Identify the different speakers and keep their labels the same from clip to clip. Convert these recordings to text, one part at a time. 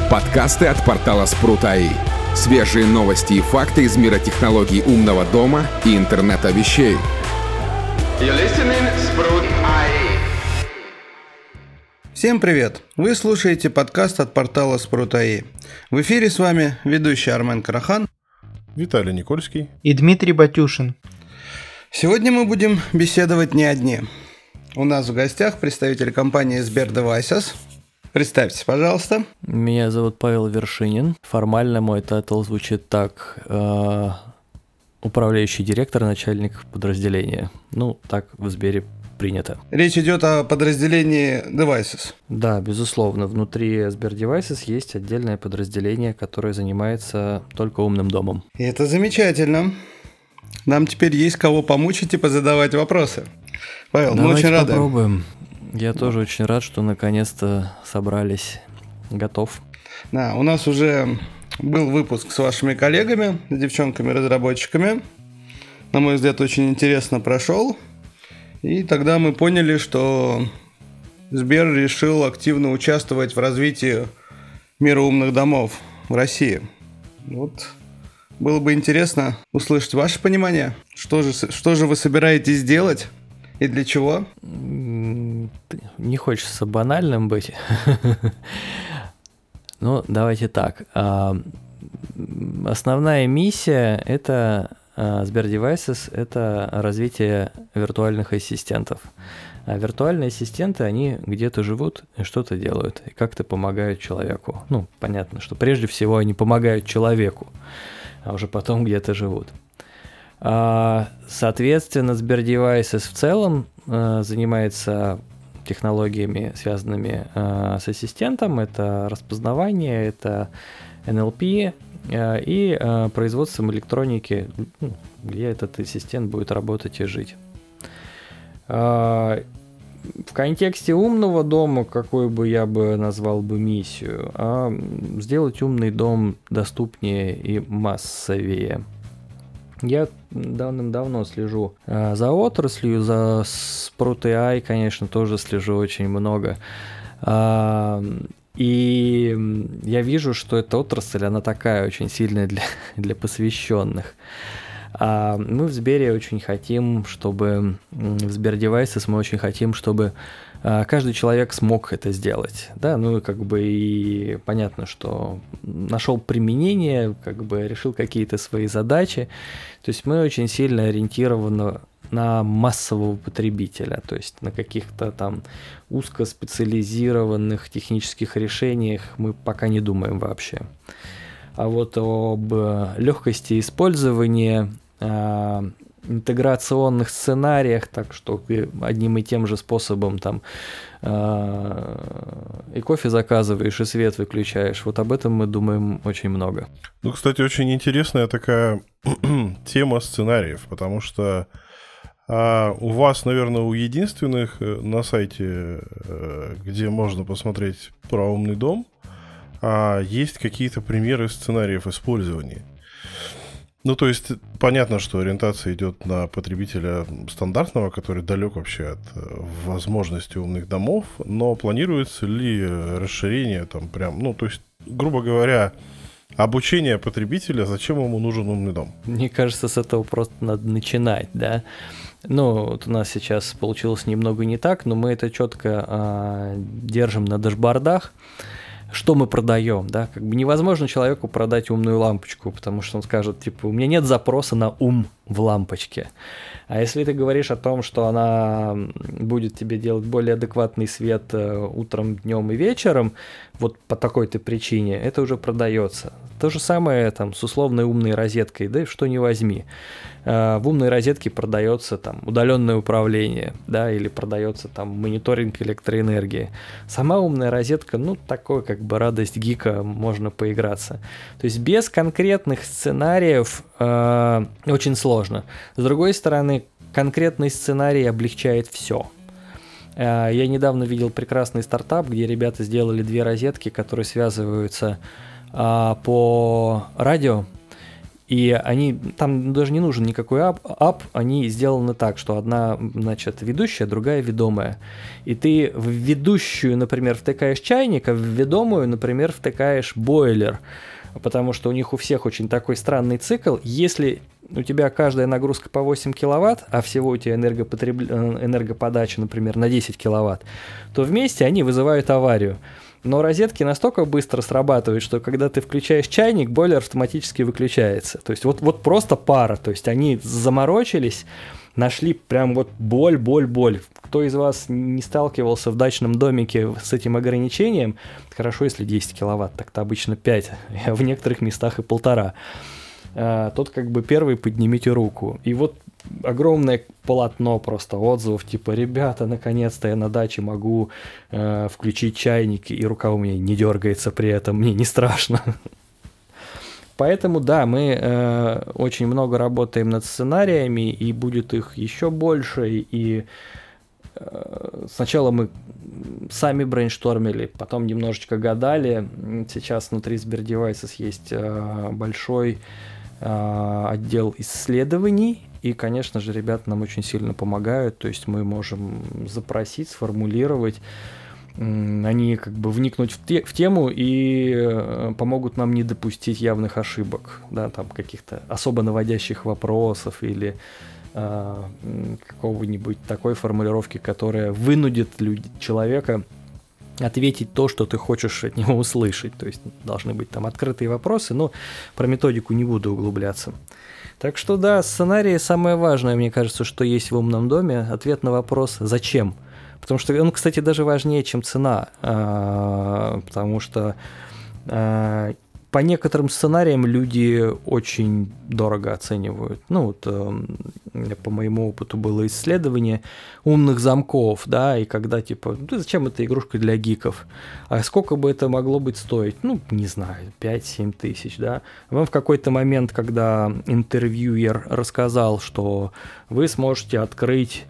Speaker 1: Подкасты от портала Sprut.ai. Свежие новости и факты из мира технологий умного дома и интернета вещей.
Speaker 2: Всем привет! Вы слушаете подкаст от портала Sprut.ai. В эфире с вами ведущий Армен Карахан,
Speaker 3: Виталий Никольский
Speaker 4: и Дмитрий Батюшин.
Speaker 2: Сегодня мы будем беседовать не одни. У нас в гостях представитель компании Sber Devices. Представьтесь, пожалуйста.
Speaker 5: Меня зовут Павел Вершинин. Формально мой тайтл звучит так: управляющий директор, начальник подразделения. Ну, так в Сбере принято.
Speaker 2: Речь идет о подразделении Devices.
Speaker 5: Да, безусловно. Внутри Sber Devices есть отдельное подразделение, которое занимается только умным домом.
Speaker 2: И это замечательно. Нам теперь есть кого помучить и позадавать вопросы. Павел, мы очень рады.
Speaker 5: Попробуем. Я тоже очень рад, что наконец-то собрались. Готов.
Speaker 2: Да, у нас уже был выпуск с вашими коллегами, с девчонками-разработчиками. На мой взгляд, очень интересно прошел. И тогда мы поняли, что Сбер решил активно участвовать в развитии мира умных домов в России. Вот было бы интересно услышать ваше понимание. Что же вы собираетесь делать и для чего?
Speaker 5: Не хочется банальным быть. Ну, давайте так. Основная миссия это Sber Devices — это развитие виртуальных ассистентов. А виртуальные ассистенты, они где-то живут и что-то делают, и как-то помогают человеку. Ну, понятно, что прежде всего они помогают человеку, а уже потом где-то живут. Соответственно, Sber Devices в целом занимается технологиями, связанными с ассистентом. Это распознавание, это NLP и производством электроники, где этот ассистент будет работать и жить. В контексте умного дома, какой бы я бы назвал бы миссию, сделать умный дом доступнее и массовее. Я давным-давно слежу за отраслью, за Sprut.ai, конечно, тоже слежу очень много. И я вижу, что эта отрасль, она такая очень сильная для посвященных. Мы в Сбере очень хотим, чтобы в Sber Devices мы очень хотим, чтобы каждый человек смог это сделать. Да, ну как бы и понятно, что нашел применение, как бы решил какие-то свои задачи. То есть мы очень сильно ориентированы на массового потребителя, то есть на каких-то там узкоспециализированных технических решениях мы пока не думаем вообще. А вот об легкости использования, интеграционных сценариях, так что ты одним и тем же способом там и кофе заказываешь, и свет выключаешь. Вот об этом мы думаем очень много.
Speaker 3: Ну, кстати, очень интересная такая тема сценариев, потому что у вас, наверное, у единственных на сайте, где можно посмотреть про умный дом, есть какие-то примеры сценариев использования. Ну, то есть, понятно, что ориентация идет на потребителя стандартного, который далек вообще от возможности умных домов, но планируется ли расширение там прям, ну, то есть, грубо говоря, обучение потребителя, зачем ему нужен умный дом?
Speaker 5: Мне кажется, с этого просто надо начинать, да. Ну, вот у нас сейчас получилось немного не так, но мы это четко держим на дашбордах. Что мы продаем, да, как бы невозможно человеку продать умную лампочку, потому что он скажет, типа, у меня нет запроса на ум в лампочке. А если ты говоришь о том, что она будет тебе делать более адекватный свет утром, днем и вечером, вот по такой-то причине, это уже продается. То же самое там с условной умной розеткой, да, что не возьми. В умной розетке продается там удаленное управление, да, или продается там мониторинг электроэнергии. Сама умная розетка, ну, такой как бы радость гика, можно поиграться. То есть без конкретных сценариев очень сложно. С другой стороны, конкретный сценарий облегчает все. Я недавно видел прекрасный стартап, где ребята сделали 2 розетки, которые связываются по радио. И они, там даже не нужен никакой ап, они сделаны так, что одна, значит, ведущая, другая ведомая. И ты в ведущую, например, втыкаешь чайник, а в ведомую, например, втыкаешь бойлер. Потому что у них у всех очень такой странный цикл. Если у тебя каждая нагрузка по 8 киловатт, а всего у тебя энергоподача, например, на 10 киловатт, то вместе они вызывают аварию. Но розетки настолько быстро срабатывают, что когда ты включаешь чайник, бойлер автоматически выключается. То есть вот просто пара. То есть они заморочились, нашли прям вот боль. Кто из вас не сталкивался в дачном домике с этим ограничением, хорошо, если 10 киловатт, так-то обычно 5, а в некоторых местах и 1,5. Тот как бы первый поднимите руку. И вот огромное полотно просто отзывов, типа, ребята, наконец-то я на даче могу включить чайник, и рука у меня не дергается при этом, мне не страшно. Поэтому, да, мы очень много работаем над сценариями, и будет их еще больше, и сначала мы сами брейнштормили, потом немножечко гадали. Сейчас внутри Sber Devices есть большой отдел исследований, и, конечно же, ребята нам очень сильно помогают, то есть мы можем запросить, сформулировать, они как бы вникнуть в тему и помогут нам не допустить явных ошибок, да, там каких-то особо наводящих вопросов или какого-нибудь такой формулировки, которая вынудит человека ответить то, что ты хочешь от него услышать. То есть должны быть там открытые вопросы, но про методику не буду углубляться. Так что да, сценарий самое важное, мне кажется, что есть в умном доме. Ответ на вопрос «Зачем?». Потому что он, кстати, даже важнее, чем цена. Потому что по некоторым сценариям люди очень дорого оценивают. Ну, вот по моему опыту было исследование умных замков, да, и когда типа, ну, зачем эта игрушка для гиков? А сколько бы это могло быть стоить? Ну, не знаю, 5-7 тысяч, да. Вам в какой-то момент, когда интервьюер рассказал, что вы сможете открыть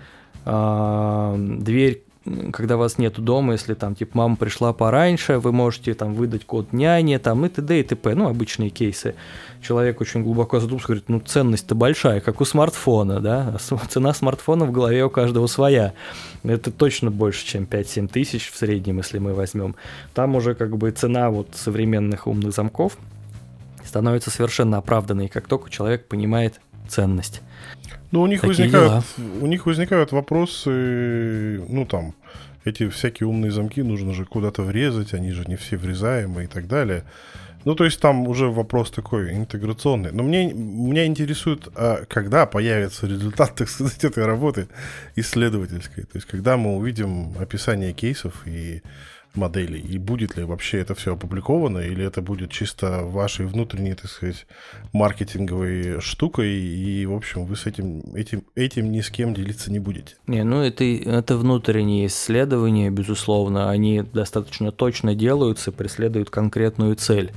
Speaker 5: дверь, когда вас нету дома, если там, типа, мама пришла пораньше, вы можете там выдать код няни, там, и т.д. и т.п. Ну, обычные кейсы. Человек очень глубоко задумался, говорит, ну, ценность-то большая, как у смартфона, да, цена смартфона в голове у каждого своя. Это точно больше, чем 5-7 тысяч в среднем, если мы возьмем. Там уже как бы цена вот современных умных замков становится совершенно оправданной, как только человек понимает ценность.
Speaker 3: Ну, у них возникают вопросы, ну, там, эти всякие умные замки нужно же куда-то врезать, они же не все врезаемые и так далее. Ну, то есть там уже вопрос такой интеграционный. Но меня интересует, когда появится результат, так сказать, этой работы исследовательской. То есть когда мы увидим описание кейсов и моделей, и будет ли вообще это все опубликовано, или это будет чисто вашей внутренней, так сказать, маркетинговой штукой, и, в общем, вы с этим ни с кем делиться не будете.
Speaker 5: Не, ну это внутренние исследования, безусловно, они достаточно точно делаются, преследуют конкретную цель.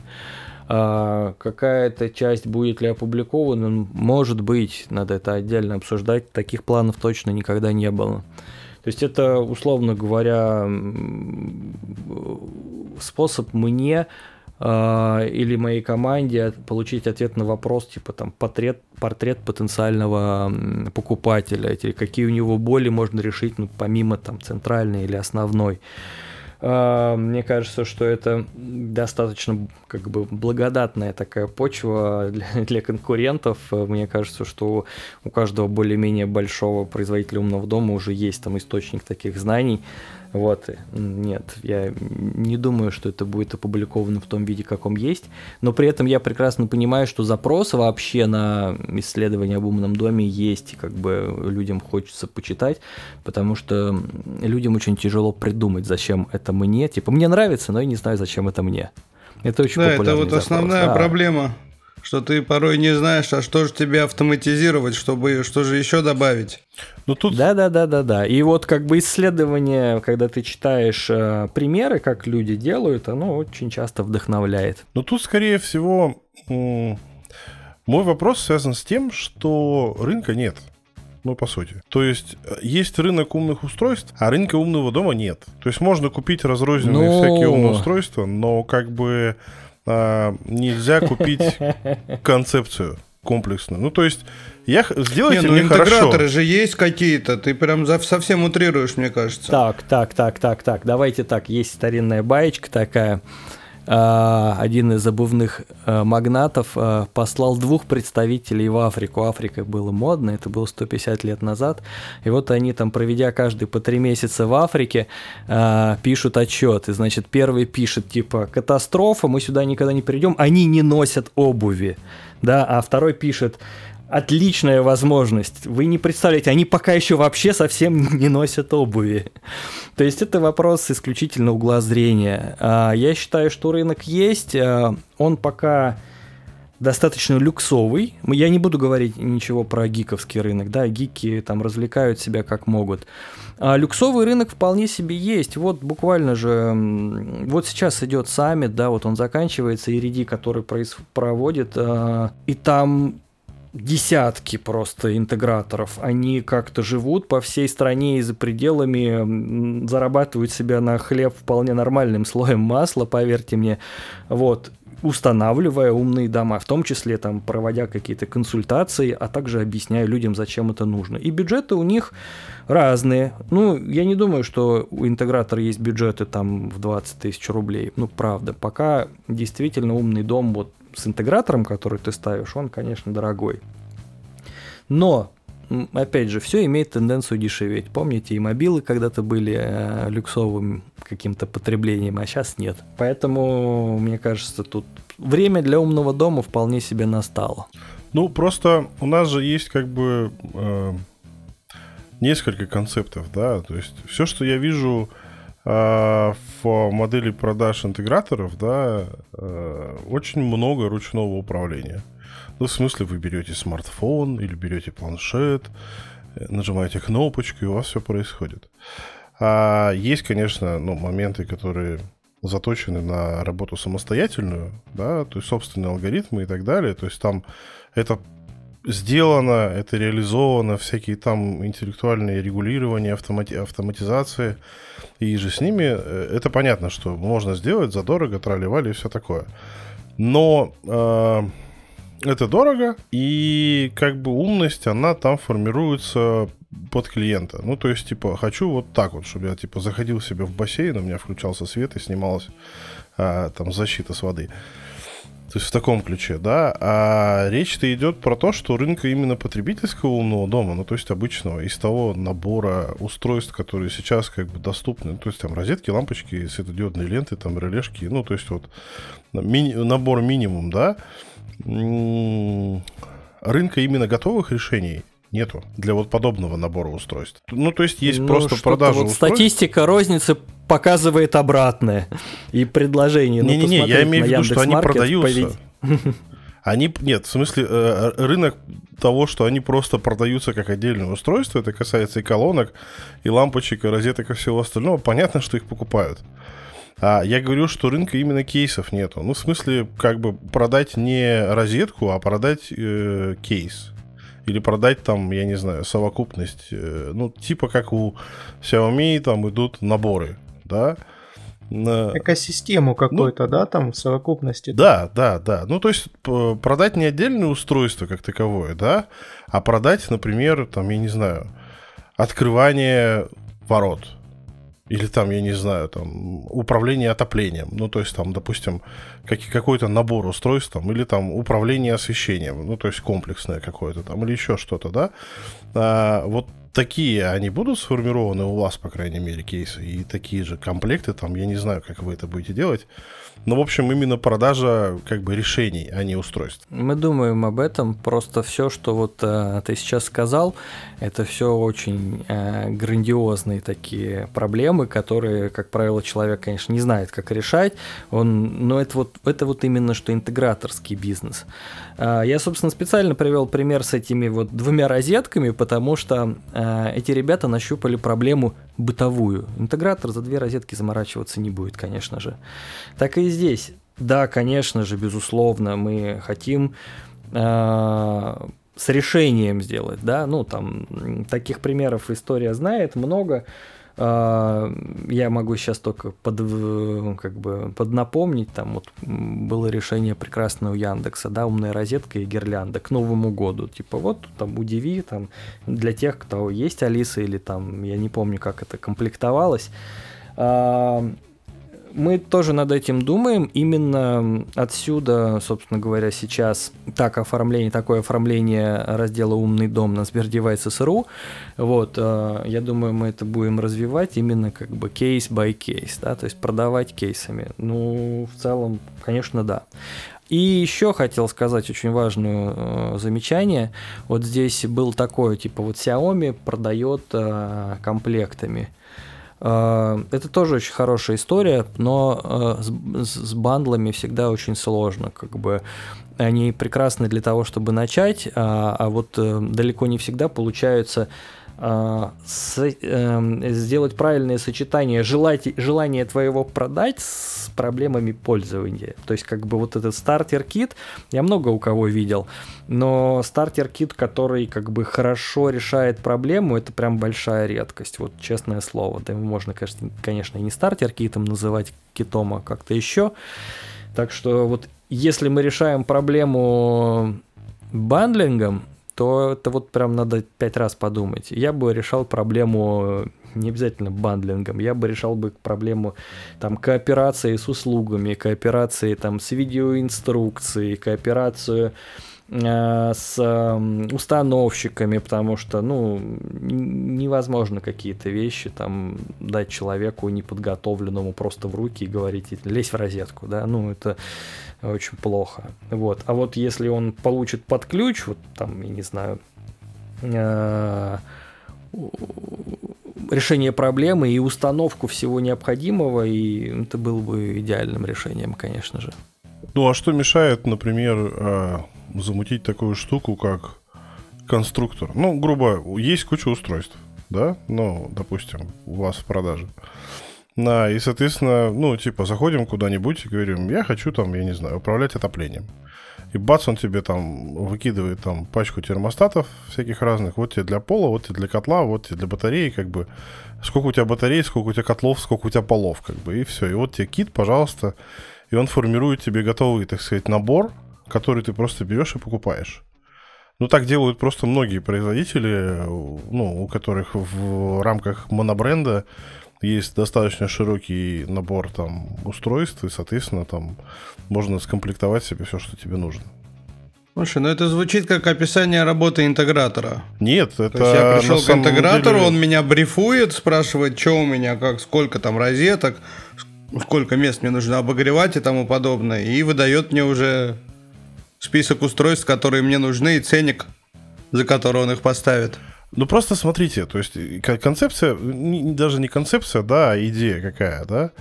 Speaker 5: Какая-то часть будет ли опубликована, может быть, надо это отдельно обсуждать, таких планов точно никогда не было. То есть это, условно говоря, способ мне или моей команде получить ответ на вопрос, типа там портрет потенциального покупателя, или какие у него боли можно решить, ну, помимо там центральной или основной. Мне кажется, что это достаточно как бы благодатная такая почва для конкурентов. Мне кажется, что у каждого более-менее большого производителя умного дома уже есть там источник таких знаний. Вот. Нет, я не думаю, что это будет опубликовано в том виде, каком есть, но при этом я прекрасно понимаю, что запрос вообще на исследование об умном доме есть, и как бы людям хочется почитать, потому что людям очень тяжело придумать, зачем это мне. Типа, мне нравится, но я не знаю, зачем это мне. Это очень популярный
Speaker 2: это вот
Speaker 5: запрос.
Speaker 2: основная проблема, что ты порой не знаешь, а что же тебе автоматизировать, что же еще добавить.
Speaker 3: Ну, тут...
Speaker 5: Да. И вот как бы исследование, когда ты читаешь примеры, как люди делают, оно очень часто вдохновляет.
Speaker 3: Но тут, скорее всего, мой вопрос связан с тем, что рынка нет. Ну, по сути. То есть рынок умных устройств, а рынка умного дома нет. То есть можно купить разрозненные всякие умные устройства, но как бы нельзя купить концепцию. комплексную. Ну, то есть, сделайте мне
Speaker 2: интеграторы
Speaker 3: хорошо.
Speaker 2: же есть какие-то, ты прям совсем утрируешь, мне кажется.
Speaker 5: Так, давайте так, есть старинная баечка такая. Один из обувных магнатов послал 2 представителей в Африку. Африка было модно, это было 150 лет назад. И вот они там, проведя каждый по 3 месяца в Африке, пишут отчет. И, значит, первый пишет, типа, катастрофа, мы сюда никогда не придем, они не носят обуви. Да? А второй пишет, отличная возможность. Вы не представляете, они пока еще вообще совсем не носят обуви. То есть это вопрос исключительно угла зрения. Я считаю, что рынок есть, он пока достаточно люксовый. Я не буду говорить ничего про гиковский рынок, да, гики там развлекают себя как могут. А люксовый рынок вполне себе есть. Вот буквально же, вот сейчас идет саммит, да, вот он заканчивается, Ириди, который проводит, и там десятки просто интеграторов, они как-то живут по всей стране и за пределами, зарабатывают себя на хлеб вполне нормальным слоем масла, поверьте мне, вот, устанавливая умные дома, в том числе там проводя какие-то консультации, а также объясняя людям, зачем это нужно. И бюджеты у них разные. Ну, я не думаю, что у интегратора есть бюджеты там в 20 тысяч рублей. Ну, правда, пока действительно умный дом вот с интегратором, который ты ставишь, он, конечно, дорогой. Но, опять же, все имеет тенденцию дешеветь. Помните, и мобилы когда-то были люксовым каким-то потреблением, а сейчас нет. Поэтому, мне кажется, тут время для умного дома вполне себе настало.
Speaker 3: Ну, просто у нас же есть как бы несколько концептов, да, то есть все, что я вижу в модели продаж интеграторов, да, очень много ручного управления. Ну, в смысле, вы берете смартфон или берете планшет, нажимаете кнопочку, и у вас все происходит. Есть, конечно, моменты, которые заточены на работу самостоятельную, да, то есть собственные алгоритмы и так далее. То есть там это сделано, это реализовано, всякие там интеллектуальные регулирования, автоматизации, и же с ними это понятно, что можно сделать задорого, трали-вали и все такое. Но это дорого, и как бы умность, она там формируется под клиента. Ну, то есть, типа, хочу вот так вот, чтобы я, типа, заходил себе в бассейн, у меня включался свет и снималась там защита с воды. То есть в таком ключе, да. А речь-то идет про то, что рынка именно потребительского умного дома, ну, то есть обычного, из того набора устройств, которые сейчас как бы доступны, ну, то есть там розетки, лампочки, светодиодные ленты, там релешки, ну, то есть вот набор минимум, да. Рынка именно готовых решений нету для вот подобного набора устройств. Ну, то есть есть просто продажа
Speaker 5: вот
Speaker 3: устройств.
Speaker 5: Статистика розницы показывает обратное. И предложение.
Speaker 3: Не-не-не, я имею в виду, что они продаются. Нет, в смысле, рынок того, что они просто продаются как отдельное устройство, это касается и колонок, и лампочек, и розеток, и всего остального, понятно, что их покупают. А я говорю, что рынка именно кейсов нету. Ну, в смысле, как бы продать не розетку, а продать кейс. Или продать там, я не знаю, совокупность. Ну, типа как у Xiaomi там идут наборы, да.
Speaker 4: Экосистему какой-то, да, там в совокупности.
Speaker 3: Да. Ну, то есть продать не отдельное устройство как таковое, да, а продать, например, там, я не знаю, открывание ворот. Или там, я не знаю, там, управление отоплением. Ну, то есть там, допустим, какой-то набор устройств, там, или там управление освещением. Ну, то есть комплексное какое-то там, или еще что-то, да. Вот такие они будут сформированы у вас, по крайней мере, кейсы. И такие же комплекты, там, я не знаю, как вы это будете делать. Но, в общем, именно продажа как бы решений, а не устройств.
Speaker 5: Мы думаем об этом. Просто все, что вот ты сейчас сказал, это все очень грандиозные такие проблемы, которые, как правило, человек, конечно, не знает, как решать. Но это вот именно что интеграторский бизнес. Я, собственно, специально привел пример с этими вот 2 розетками, потому что эти ребята нащупали проблему бытовую. Интегратор за 2 розетки заморачиваться не будет, конечно же. Так и здесь. Да, конечно же, безусловно, мы хотим с решением сделать, да, ну, там, таких примеров история знает много. Я могу сейчас только поднапомнить, там вот было решение прекрасное у Яндекса, да, умная розетка и гирлянда к Новому году. Типа вот там удиви, там для тех, кто есть Алиса или там, я не помню, как это комплектовалось. Мы тоже над этим думаем. Именно отсюда, собственно говоря, сейчас такое оформление раздела «Умный дом» на SberDevices.ru. Вот, я думаю, мы это будем развивать именно как бы кейс by кейс, да, то есть продавать кейсами. Ну, в целом, конечно, да. И еще хотел сказать очень важное замечание. Вот здесь был такое, типа вот Xiaomi продает комплектами. Это тоже очень хорошая история, но с бандлами всегда очень сложно. Как бы они прекрасны для того, чтобы начать, а вот далеко не всегда получается сделать правильное сочетание желания твоего продать с проблемами пользования. То есть, как бы вот этот стартер-кит, я много у кого видел, но стартер-кит, который как бы хорошо решает проблему, это прям большая редкость, вот честное слово. Да, его можно, конечно, и не стартер-китом называть, китом, а как-то еще. Так что вот если мы решаем проблему бандлингом, то это вот прям надо 5 раз подумать. Я бы решал проблему не обязательно бандлингом, я бы решал бы проблему там кооперации с услугами, кооперации там с видеоинструкцией, кооперацию с установщиками, потому что, ну, невозможно какие-то вещи там дать человеку неподготовленному просто в руки и говорить: лезь в розетку, да, ну, это очень плохо. Вот. А вот если он получит под ключ, вот там, я не знаю, решение проблемы и установку всего необходимого, и это было бы идеальным решением, конечно же.
Speaker 3: Ну, а что мешает, например, замутить такую штуку, как конструктор? Ну, грубо, есть куча устройств, да? Ну, допустим, у вас в продаже. Да, и, соответственно, ну, типа, заходим куда-нибудь и говорим: я хочу там, я не знаю, управлять отоплением. И бац, он тебе там выкидывает там пачку термостатов всяких разных. Вот тебе для пола, вот тебе для котла, вот тебе для батареи, как бы. Сколько у тебя батарей, сколько у тебя котлов, сколько у тебя полов, как бы, и все. И вот тебе кит, пожалуйста. И он формирует тебе готовый, так сказать, набор, который ты просто берешь и покупаешь. Ну, так делают просто многие производители, ну, у которых в рамках монобренда есть достаточно широкий набор там устройств, и, соответственно, там можно скомплектовать себе все, что тебе нужно.
Speaker 2: Слушай, ну это звучит как описание работы интегратора.
Speaker 3: Нет, это...
Speaker 2: То есть я пришел к интегратору, он меня брифует, спрашивает, что у меня, как, сколько там розеток, сколько мест мне нужно обогревать и тому подобное, и выдает мне уже список устройств, которые мне нужны, и ценник, за который он их поставит.
Speaker 3: Ну, просто смотрите, то есть концепция, даже не концепция, да, а идея какая, да.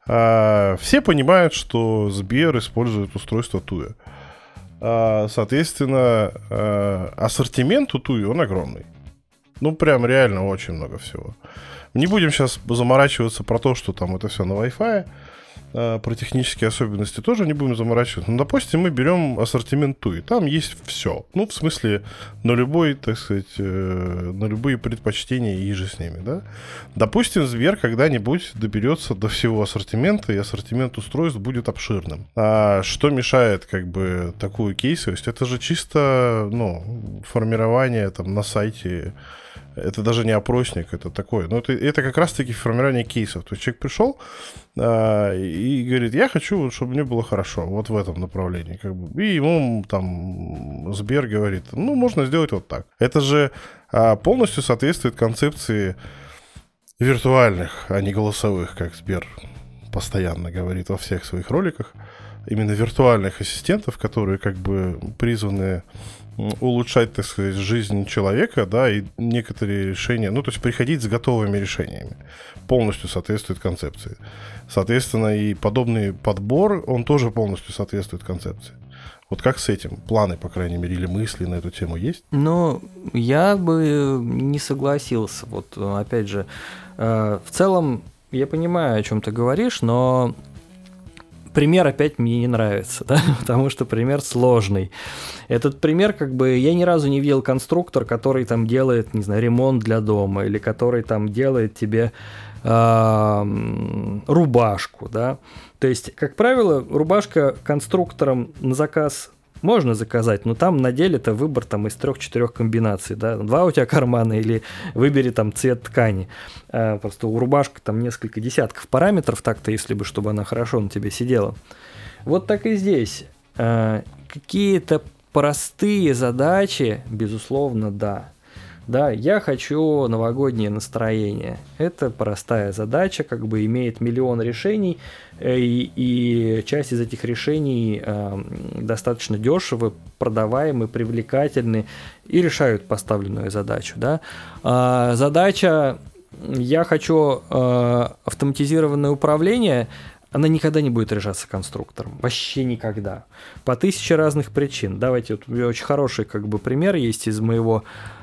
Speaker 3: Все понимают, что Сбер использует устройство TUI. Соответственно, ассортимент у TUI, он огромный. Ну, прям реально очень много всего. Не будем сейчас заморачиваться про то, что там это все на Wi-Fi. Про технические особенности тоже не будем заморачиваться. Ну, допустим, мы берем ассортимент TUI. Там есть все. Ну, в смысле, на любой, так сказать, на любые предпочтения и же с ними, да. Допустим, Сбер когда-нибудь доберется до всего ассортимента, и ассортимент устройств будет обширным. А что мешает, как бы, такую кейсовость? Это же чисто, ну, формирование там на сайте. Это даже не опросник, это такое. Но это как раз-таки формирование кейсов. То есть человек пришел и говорит: я хочу, чтобы мне было хорошо вот в этом направлении. Как бы. И ему там Сбер говорит: ну, можно сделать вот так. Это же полностью соответствует концепции виртуальных, а не голосовых, как Сбер постоянно говорит во всех своих роликах. Именно виртуальных ассистентов, которые как бы призваны улучшать, так сказать, жизнь человека, да, и некоторые решения, ну, то есть приходить с готовыми решениями, полностью соответствует концепции. Соответственно, и подобный подбор, он тоже полностью соответствует концепции. Вот как с этим? Планы, по крайней мере, или мысли на эту тему есть?
Speaker 5: Ну, я бы не согласился. Вот, опять же, в целом, я понимаю, о чем ты говоришь, но пример опять мне не нравится, да, потому что пример сложный. Этот пример, как бы, я ни разу не видел конструктор, который там делает, не знаю, ремонт для дома, или который там делает тебе рубашку, да. То есть, как правило, рубашка конструктором на заказ можно заказать, но там на деле-то выбор там из 3-4 комбинаций, да, 2 у тебя кармана или выбери там цвет ткани. Просто у рубашки там несколько десятков параметров, так-то, если бы, чтобы она хорошо на тебе сидела. Вот так и здесь. Какие-то простые задачи, безусловно, да. Да, я хочу новогоднее настроение. Это простая задача, как бы имеет миллион решений, и часть из этих решений достаточно дешевы, продаваемы, привлекательны и решают поставленную задачу. Да? Задача «я хочу автоматизированное управление», она никогда не будет решаться конструктором. Вообще никогда. По 1000 разных причин. Давайте, вот у меня очень хороший как бы пример есть из моего,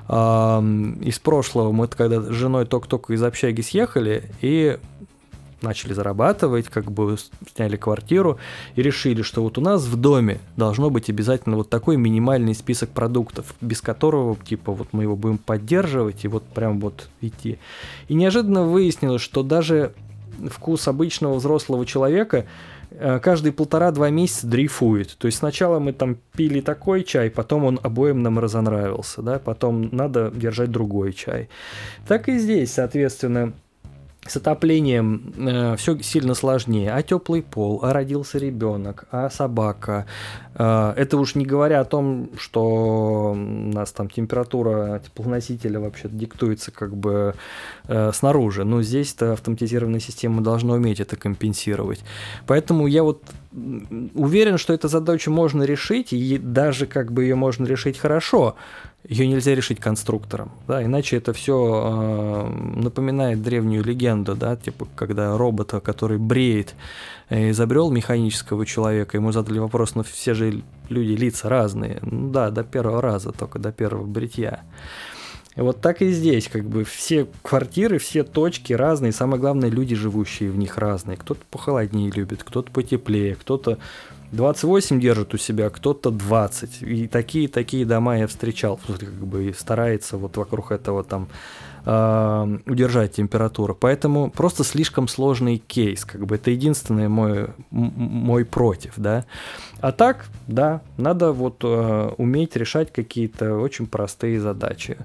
Speaker 5: из прошлого. Мы когда с женой только-только из общаги съехали и начали зарабатывать, как бы сняли квартиру и решили, что вот у нас в доме должно быть обязательно вот такой минимальный список продуктов, без которого, типа, вот мы его будем поддерживать и вот прям вот идти. И неожиданно выяснилось, что даже вкус обычного взрослого человека каждые 1,5-2 месяца дрейфует. То есть сначала мы там пили такой чай, потом он обоим нам разонравился, да, потом надо держать другой чай. Так и здесь, соответственно, с отоплением все сильно сложнее. А теплый пол, а родился ребенок, а собака. Это уж не говоря о том, что у нас там температура теплоносителя вообще диктуется как бы снаружи. Но здесь-то автоматизированная система должна уметь это компенсировать. Поэтому я вот уверен, что эту задачу можно решить, и даже как бы ее можно решить хорошо. Ее нельзя решить конструктором, да, иначе это все напоминает древнюю легенду, да, типа когда робота, который бреет, изобрел механического человека, ему задали вопрос, но все же люди лица разные, ну да, до первого раза, только до первого бритья. И вот так и здесь, как бы все квартиры, все точки разные, самое главное, люди, живущие в них, разные. Кто-то похолоднее любит, кто-то потеплее, кто-то 28 держит у себя, кто-то 20. И такие дома я встречал, как бы старается вот вокруг этого там удержать температуру. Поэтому просто слишком сложный кейс, как бы это единственный мой против, да. А так, да, надо вот уметь решать какие-то очень простые задачи.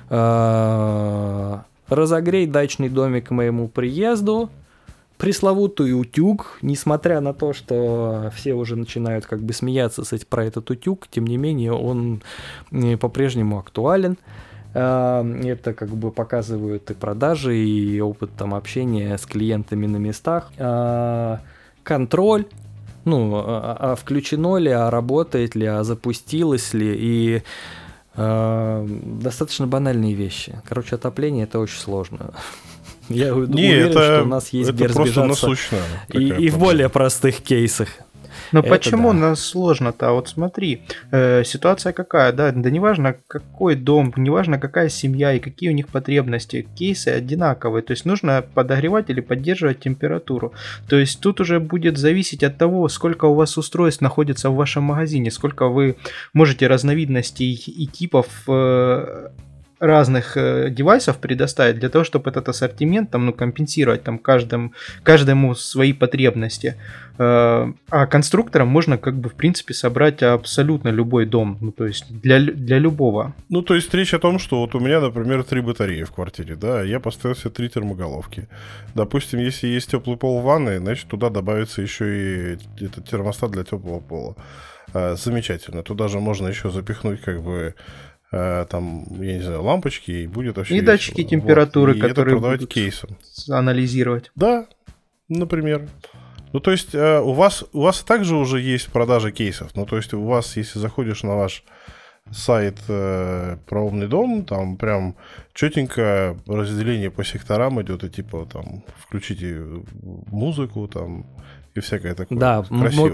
Speaker 5: Разогреть дачный домик к моему приезду, пресловутый утюг, несмотря на то, что все уже начинают как бы смеяться про этот утюг, тем не менее он по-прежнему актуален. Это как бы показывают и продажи, и опыт там общения с клиентами на местах. Контроль, а включено ли, а работает ли, а запустилось ли, и достаточно банальные вещи. Короче, отопление — это очень сложно. Я уверен, что у нас есть где разбежаться и в более простых кейсах.
Speaker 4: Но почему нас сложно-то? А вот смотри, ситуация какая, да неважно какой дом, неважно какая семья и какие у них потребности, кейсы одинаковые, то есть нужно подогревать или поддерживать температуру. То есть тут уже будет зависеть от того, сколько у вас устройств находится в вашем магазине, сколько вы можете разновидностей и типов разных девайсов предоставить для того, чтобы этот ассортимент там, компенсировать там, каждому свои потребности. А конструктором можно как бы в принципе собрать абсолютно любой дом, то есть для любого.
Speaker 3: То есть речь о том, что вот у меня, например, 3 батареи в квартире, да, я поставил себе 3 термоголовки. Допустим, если есть теплый пол в ванной, значит туда добавится еще и этот термостат для теплого пола. Замечательно. Туда же можно еще запихнуть как бы там, я не знаю, лампочки, и будет вообще...
Speaker 4: И датчики температуры,
Speaker 3: вот.
Speaker 4: которые
Speaker 3: будут кейсом
Speaker 4: анализировать.
Speaker 3: Да, например. То есть у вас также уже есть продажа кейсов. То есть у вас, если заходишь на ваш сайт про умный дом, там прям четенько разделение по секторам идет, и типа там включите музыку там и всякое такое.
Speaker 5: Да, мой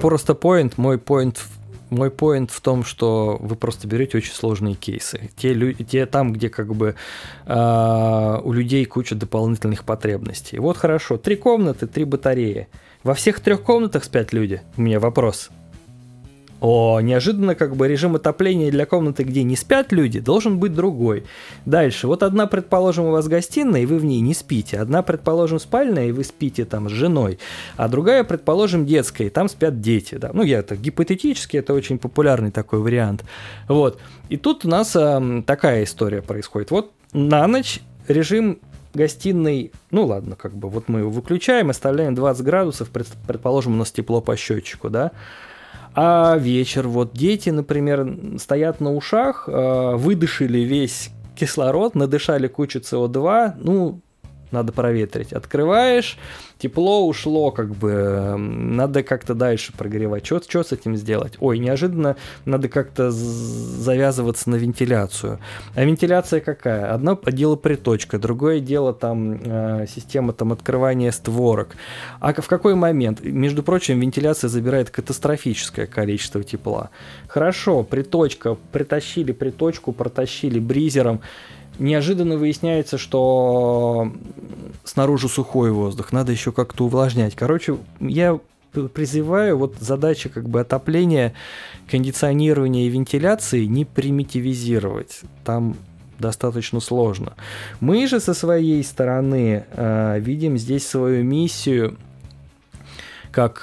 Speaker 5: поинт в том, что вы просто берете очень сложные кейсы. Те там, где как бы у людей куча дополнительных потребностей. Вот хорошо, 3 комнаты, 3 батареи. Во всех 3 комнатах спят люди? У меня вопрос. Неожиданно как бы режим отопления для комнаты, где не спят люди, должен быть другой. Дальше. Вот одна, предположим, у вас гостиная, и вы в ней не спите. Одна, предположим, спальная, и вы спите там с женой. А другая, предположим, детская, и там спят дети. Да? Это гипотетически, это очень популярный такой вариант. Вот. И тут у нас такая история происходит. Вот на ночь режим гостиной, вот мы его выключаем, оставляем 20 градусов, предположим, у нас тепло по счетчику, да. А вечер, дети, например, стоят на ушах, выдышали весь кислород, надышали кучу СО2, надо проветрить. Открываешь, тепло ушло, надо как-то дальше прогревать. Что с этим сделать? Неожиданно надо как-то завязываться на вентиляцию. А вентиляция какая? Одно дело приточка, другое дело система открывания створок. А в какой момент? Между прочим, вентиляция забирает катастрофическое количество тепла. Хорошо, приточка, притащили приточку, протащили бризером. Неожиданно выясняется, что снаружи сухой воздух, надо еще как-то увлажнять. Короче, я призываю задачи отопления, кондиционирования и вентиляции не примитивизировать. Там достаточно сложно. Мы же со своей стороны видим здесь свою миссию как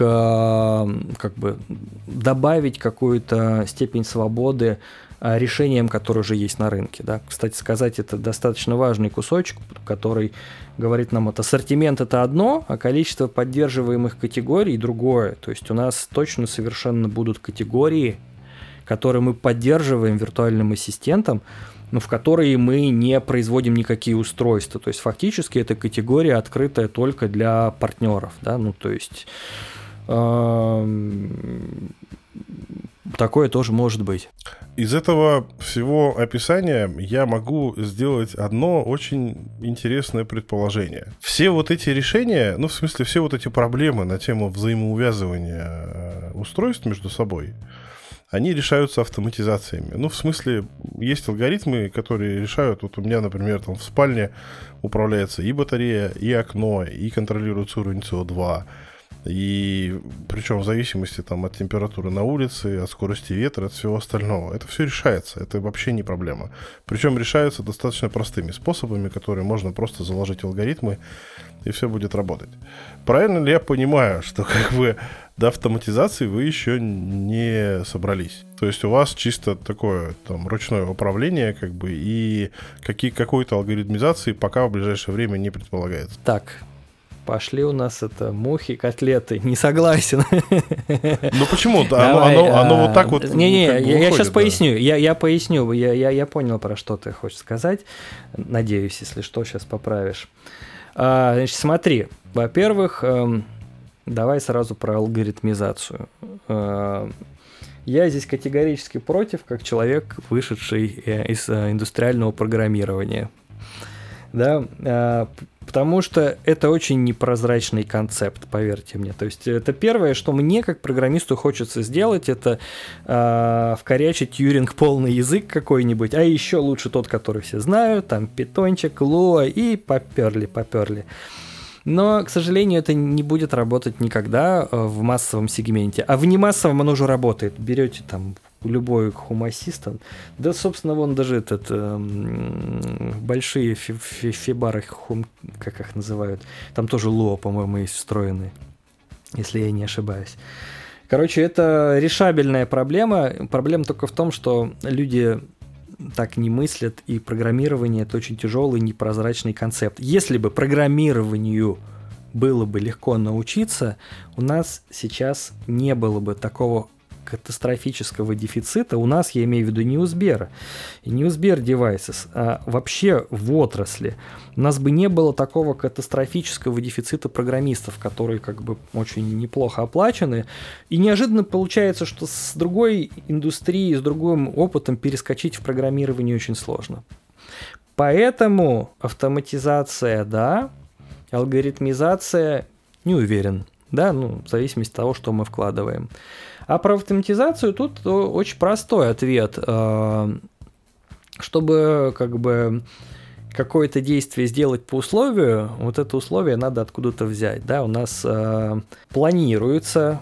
Speaker 5: добавить какую-то степень свободы решениям, которые уже есть на рынке. Да? Кстати сказать, это достаточно важный кусочек, который говорит нам, ассортимент это одно, а количество поддерживаемых категорий другое. То есть у нас точно совершенно будут категории, которые мы поддерживаем виртуальным ассистентом, но в которые мы не производим никакие устройства. То есть фактически эта категория открытая только для партнеров. Да? То есть такое тоже может быть.
Speaker 3: Из этого всего описания я могу сделать одно очень интересное предположение. Все эти решения, все эти проблемы на тему взаимоувязывания устройств между собой, они решаются автоматизациями. Есть алгоритмы, которые решают, у меня, например, в спальне управляется и батарея, и окно, и контролируется уровень СО2. И причем в зависимости от температуры на улице, от скорости ветра, от всего остального. Это все решается, это вообще не проблема. Причем решается достаточно простыми способами, которые можно просто заложить в алгоритмы, и все будет работать. Правильно ли я понимаю, что до автоматизации вы еще не собрались? То есть у вас чисто такое ручное управление, и какой-то алгоритмизации пока в ближайшее время не предполагается.
Speaker 5: Так. Пошли у нас мухи, котлеты. Не согласен.
Speaker 3: Почему? Оно так
Speaker 5: Не-не, я сейчас поясню. Я поясню. Я понял, про что ты хочешь сказать. Надеюсь, если что, сейчас поправишь. Значит, смотри. Во-первых, давай сразу про алгоритмизацию. Я здесь категорически против, как человек, вышедший из индустриального программирования. Да, потому что это очень непрозрачный концепт, поверьте мне. То есть это первое, что мне как программисту хочется сделать, это вкорячить Тьюринг полный язык какой-нибудь, а еще лучше тот, который все знают, питончик, Lua и поперли. Но, к сожалению, это не будет работать никогда в массовом сегменте. А в немассовом оно уже работает. Берете любой Home Assistant. Да, собственно, вон даже большие фибары, как их называют, там тоже Lua, по-моему, есть встроенные, если я не ошибаюсь. Короче, это решабельная проблема. Проблема только в том, что люди так не мыслят, и программирование – это очень тяжелый, непрозрачный концепт. Если бы программированию было бы легко научиться, у нас сейчас не было бы такого катастрофического дефицита. У нас, я имею в виду, не у Сбера и не у Сбер Devices, а вообще в отрасли. У нас бы не было такого катастрофического дефицита программистов, которые очень неплохо оплачены. И неожиданно получается, что с другой индустрией, с другим опытом перескочить в программирование очень сложно. Поэтому автоматизация, да, алгоритмизация, не уверен. Да, в зависимости от того, что мы вкладываем. А про автоматизацию тут очень простой ответ. Чтобы какое-то действие сделать по условию, вот это условие надо откуда-то взять. Да? У нас планируются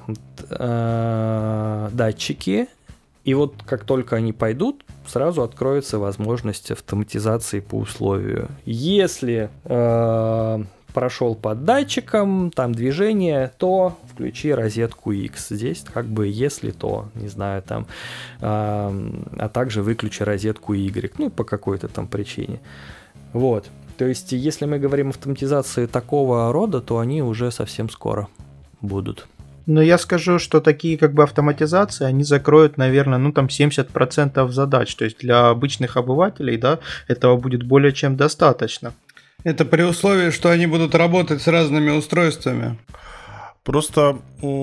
Speaker 5: датчики, и вот как только они пойдут, сразу откроется возможность автоматизации по условию. Если прошел под датчиком, там движение, то включи розетку X. Здесь как бы если то, не знаю, там, а также выключи розетку Y, ну, по какой-то там причине. Вот. То есть, если мы говорим о автоматизации такого рода, то они уже совсем скоро будут.
Speaker 4: Но я скажу, что такие как бы автоматизации, они закроют, наверное, ну там 70% задач. То есть для обычных обывателей, да, этого будет более чем достаточно.
Speaker 2: Это при условии, что они будут работать с разными устройствами.
Speaker 3: Просто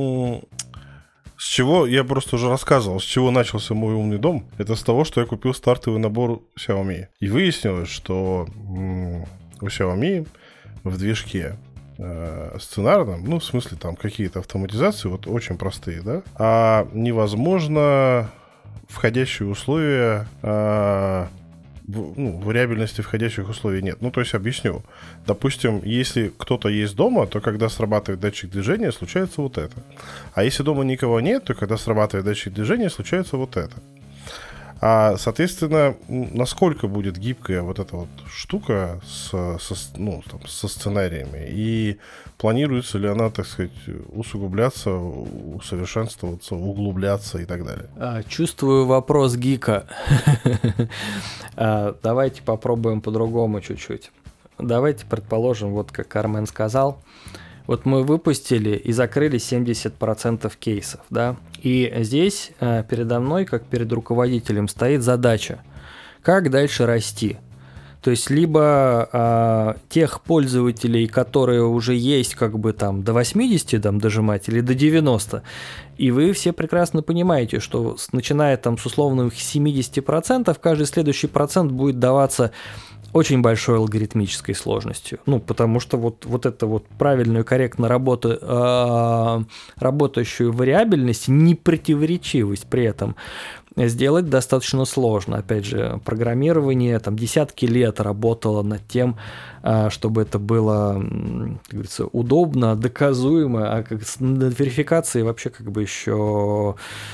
Speaker 3: с чего, я просто уже рассказывал, с чего начался мой умный дом. Это с того, что я купил стартовый набор Xiaomi. И выяснилось, что у Xiaomi в движке сценарном, ну, в смысле, там какие-то автоматизации, вот очень простые, да, а невозможно входящие условия, вариабельности входящих условий нет. Ну, то есть, объясню. Допустим, если кто-то есть дома, то когда срабатывает датчик движения, случается вот это. А если дома никого нет, то когда срабатывает датчик движения, случается вот это. А, соответственно, насколько будет гибкая вот эта вот штука со сценариями, и планируется ли она, так сказать, усугубляться, усовершенствоваться, углубляться и так далее?
Speaker 5: Чувствую вопрос гика. Давайте попробуем по-другому чуть-чуть. Давайте предположим, вот как Армен сказал, вот мы выпустили и закрыли 70% кейсов, да, и здесь передо мной, как перед руководителем, стоит задача, как дальше расти. То есть, либо тех пользователей, которые уже есть, как бы там до 80 там, дожимать, или до 90, и вы все прекрасно понимаете, что начиная там с условных 70%, каждый следующий процент будет даваться очень большой алгоритмической сложностью. Ну, потому что вот это вот правильную, корректно работающую вариабельность, непротиворечивость при этом сделать достаточно сложно. Опять же, программирование там десятки лет работало над тем, чтобы это было, как говорится, удобно, доказуемо, а как над верификацией вообще как бы еще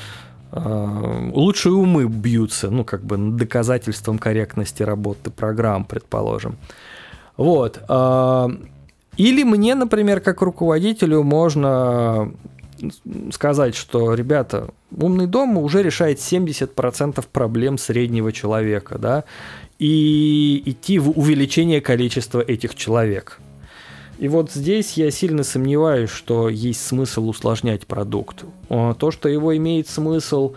Speaker 5: лучшие умы бьются, ну, как бы над доказательством корректности работы программ, предположим. Вот. Или мне, например, как руководителю можно сказать, что, ребята, умный дом уже решает 70% проблем среднего человека, да, и идти в увеличение количества этих человек. И вот здесь я сильно сомневаюсь, что есть смысл усложнять продукт. То, что его имеет смысл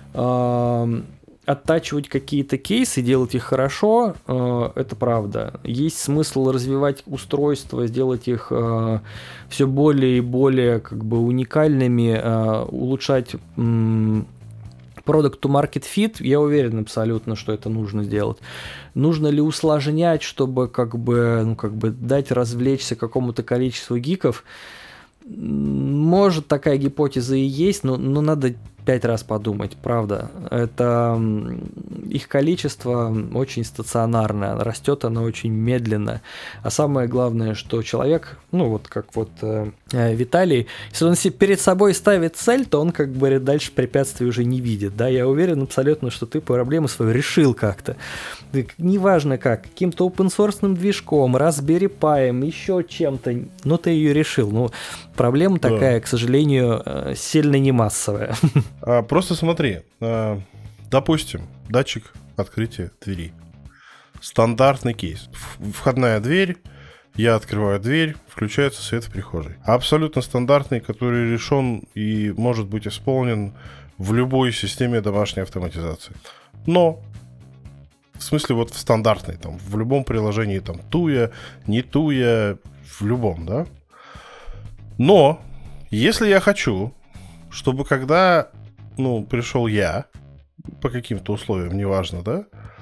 Speaker 5: оттачивать какие-то кейсы, делать их хорошо, это правда. Есть смысл развивать устройства, сделать их все более и более как бы уникальными, улучшать product to market fit, я уверен абсолютно, что это нужно сделать. Нужно ли усложнять, чтобы как бы дать развлечься какому-то количеству гиков? Может, такая гипотеза и есть, но надо 5 раз подумать, правда. Это их количество очень стационарное, растет оно очень медленно. А самое главное, что человек, ну вот как вот Виталий, если он себе перед собой ставит цель, то он как бы дальше препятствий уже не видит. Да? Я уверен абсолютно, что ты проблему свою решил как-то. Неважно как, каким-то open-source движком, Raspberry Pi, еще чем-то, но ты ее решил. Ну, проблема такая, к сожалению, сильно не массовая.
Speaker 3: Просто смотри, допустим, датчик открытия двери. Стандартный кейс. Входная дверь, я открываю дверь, включается свет в прихожей. Абсолютно стандартный, который решен и может быть исполнен в любой системе домашней автоматизации. Но, в смысле вот в стандартной, там, в любом приложении, там, туя, не туя, в любом, да? Но, если я хочу, чтобы когда, пришел я, по каким-то условиям, неважно, да,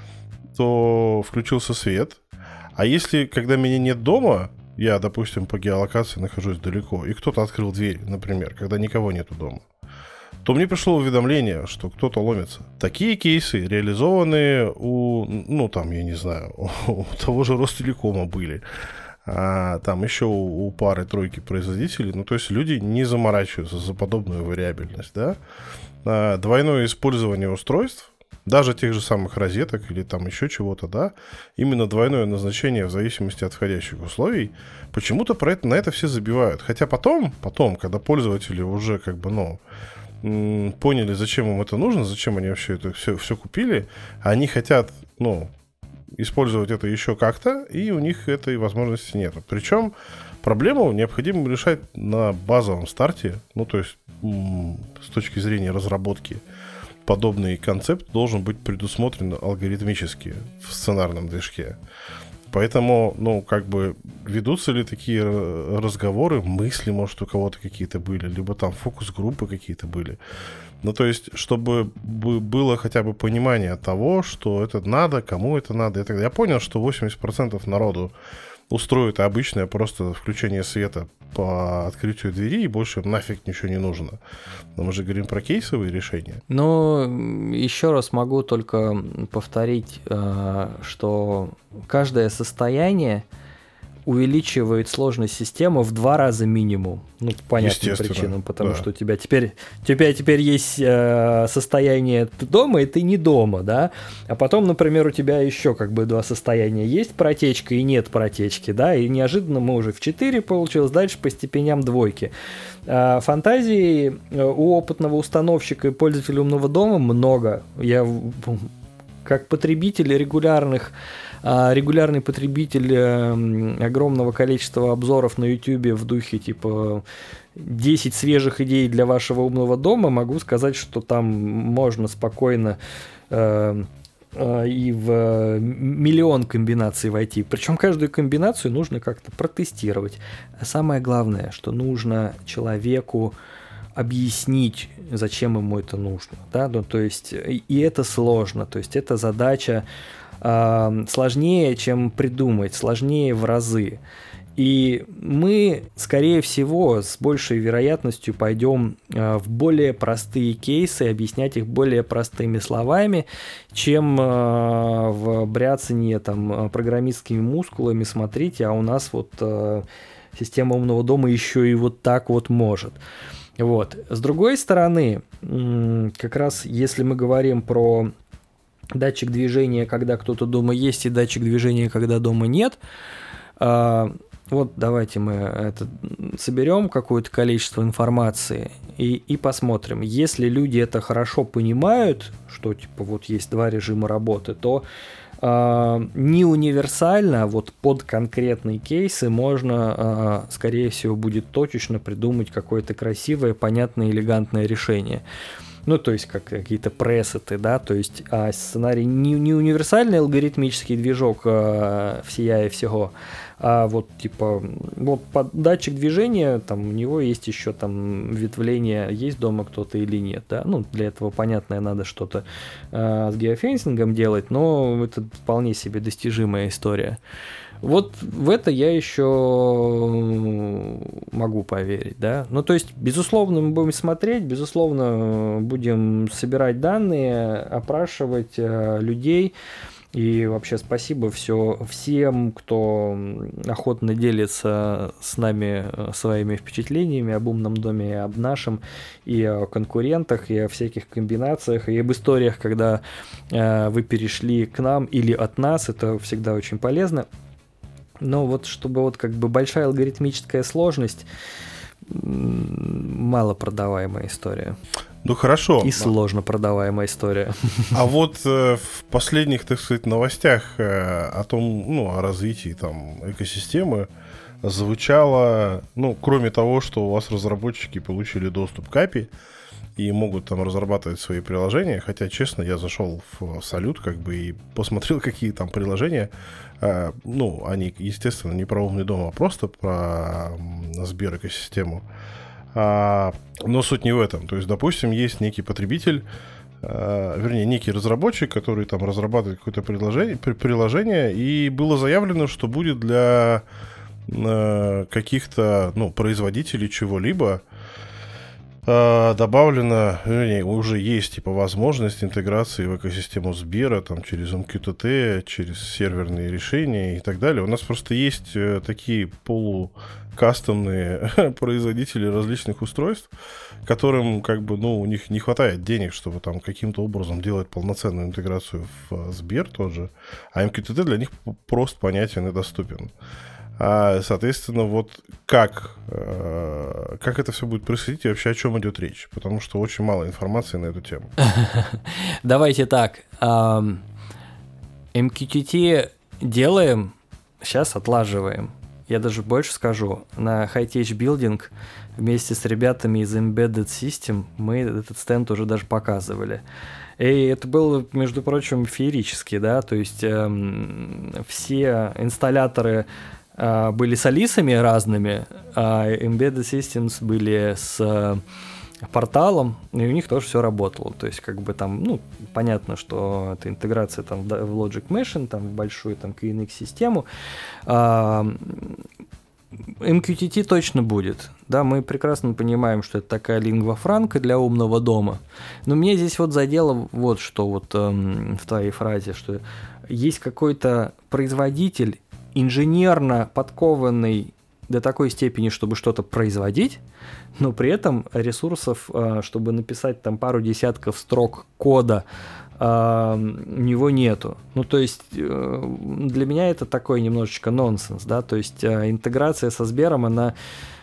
Speaker 3: то включился свет. А если, когда меня нет дома, я, допустим, по геолокации нахожусь далеко, и кто-то открыл дверь, например, когда никого нету дома, то мне пришло уведомление, что кто-то ломится. Такие кейсы реализованы у, ну, там, я не знаю, у того же Ростелекома были. Там еще у пары-тройки производителей. Ну, то есть люди не заморачиваются за подобную вариабельность, да. Двойное использование устройств, даже тех же самых розеток или там еще чего-то, да, именно двойное назначение в зависимости от входящих условий, почему-то на это все забивают. Хотя потом, когда пользователи уже как бы, ну, поняли, зачем им это нужно, зачем они вообще это все купили, они хотят, ну, использовать это еще как-то, и у них этой возможности нет. Причем проблему необходимо решать на базовом старте, ну, то есть с точки зрения разработки. Подобный концепт должен быть предусмотрен алгоритмически в сценарном движке. Поэтому, ну, как бы, ведутся ли такие разговоры, мысли, может, у кого-то какие-то были, либо там фокус-группы какие-то были. Ну, то есть, чтобы было хотя бы понимание того, что это надо, кому это надо. И так далее. Я понял, что 80% народу устроит обычное просто включение света по открытию двери, и больше нафиг ничего не нужно. Но мы же говорим про кейсовые решения.
Speaker 5: Ну, еще раз могу только повторить, что каждое состояние увеличивает сложность системы в 2 раза минимум. Ну, по понятным причинам, потому да. Что у тебя теперь есть состояние ты дома, и ты не дома, да? А потом, например, у тебя еще как бы 2 состояния. Есть протечка и нет протечки, да? И неожиданно мы уже в 4 получилось, дальше по степеням 2. Фантазии у опытного установщика и пользователя умного дома много. Я как потребитель регулярный потребитель огромного количества обзоров на YouTube в духе типа 10 свежих идей для вашего умного дома, могу сказать, что там можно спокойно и в миллион комбинаций войти. Причем каждую комбинацию нужно как-то протестировать. А самое главное, что нужно человеку объяснить, зачем ему это нужно. Да? Ну, то есть, и это сложно. То есть, это задача сложнее, чем придумать, сложнее в разы. И мы, скорее всего, с большей вероятностью пойдем в более простые кейсы, объяснять их более простыми словами, чем в бряцанье там программистскими мускулами. Смотрите, а у нас вот система умного дома еще и вот так вот может. Вот. С другой стороны, как раз если мы говорим про датчик движения, когда кто-то дома есть, и датчик движения, когда дома нет, вот давайте мы соберем какое-то количество информации и посмотрим. Если люди это хорошо понимают, что типа вот есть 2 режима работы, то не универсально, вот под конкретные кейсы можно, скорее всего, будет точечно придумать какое-то красивое, понятное, элегантное решение. Ну, то есть, как какие-то пресеты, да, то есть, сценарий не универсальный алгоритмический движок всея и всего, а вот, типа, вот датчик движения, там, у него есть еще там ветвление, есть дома кто-то или нет, да, ну, для этого, понятно, надо что-то с геофенсингом делать, но это вполне себе достижимая история. Вот в это я еще могу поверить, да. Ну, то есть, безусловно, мы будем смотреть, безусловно, будем собирать данные, опрашивать людей. И вообще спасибо всем, кто охотно делится с нами своими впечатлениями об умном доме, и об нашем, и о конкурентах, и о всяких комбинациях, и об историях, когда вы перешли к нам или от нас. Это всегда очень полезно. Но вот чтобы вот как бы большая алгоритмическая сложность, мало продаваемая история.
Speaker 3: Ну хорошо.
Speaker 5: И сложно продаваемая история.
Speaker 3: А вот в последних, так сказать, новостях о том, ну, о развитии там экосистемы звучало, ну, кроме того, что у вас разработчики получили доступ к API и могут там разрабатывать свои приложения, хотя, честно, я зашел в Салют, как бы, и посмотрел, какие там приложения. Ну, они, естественно, не про умный дом, а просто про Сбер экосистему. Но суть не в этом. То есть, допустим, есть некий потребитель, вернее, некий разработчик, который там разрабатывает какое-то приложение, и было заявлено, что будет для каких-то, ну, производителей чего-либо добавлено, уже есть типа возможность интеграции в экосистему Сбера там, через MQTT, через серверные решения и так далее. У нас просто есть такие полукастомные производители различных устройств, которым как бы, у них не хватает денег, чтобы там каким-то образом делать полноценную интеграцию в Сбер тоже, а MQTT для них просто понятен и доступен. Соответственно, вот как это все будет происходить и вообще о чем идет речь? Потому что очень мало информации на эту тему.
Speaker 5: Давайте так. MQTT делаем, сейчас отлаживаем. Я даже больше скажу. На High-Tech Building вместе с ребятами из Embedded System мы этот стенд уже даже показывали. И это было, между прочим, феерически, да, то есть все инсталляторы были с алисами разными, а Embedded Systems были с порталом, и у них тоже все работало. То есть, как бы там, понятно, что это интеграция там в Logic Machine, там в большую там KNX-систему. MQTT точно будет. Да, мы прекрасно понимаем, что это такая лингва франка для умного дома. Но мне здесь вот задело вот что вот в твоей фразе, что есть какой-то производитель, инженерно подкованный до такой степени, чтобы что-то производить, но при этом ресурсов, чтобы написать там пару десятков строк кода, у него нету. То есть для меня это такой немножечко нонсенс, да, то есть интеграция со Сбером, она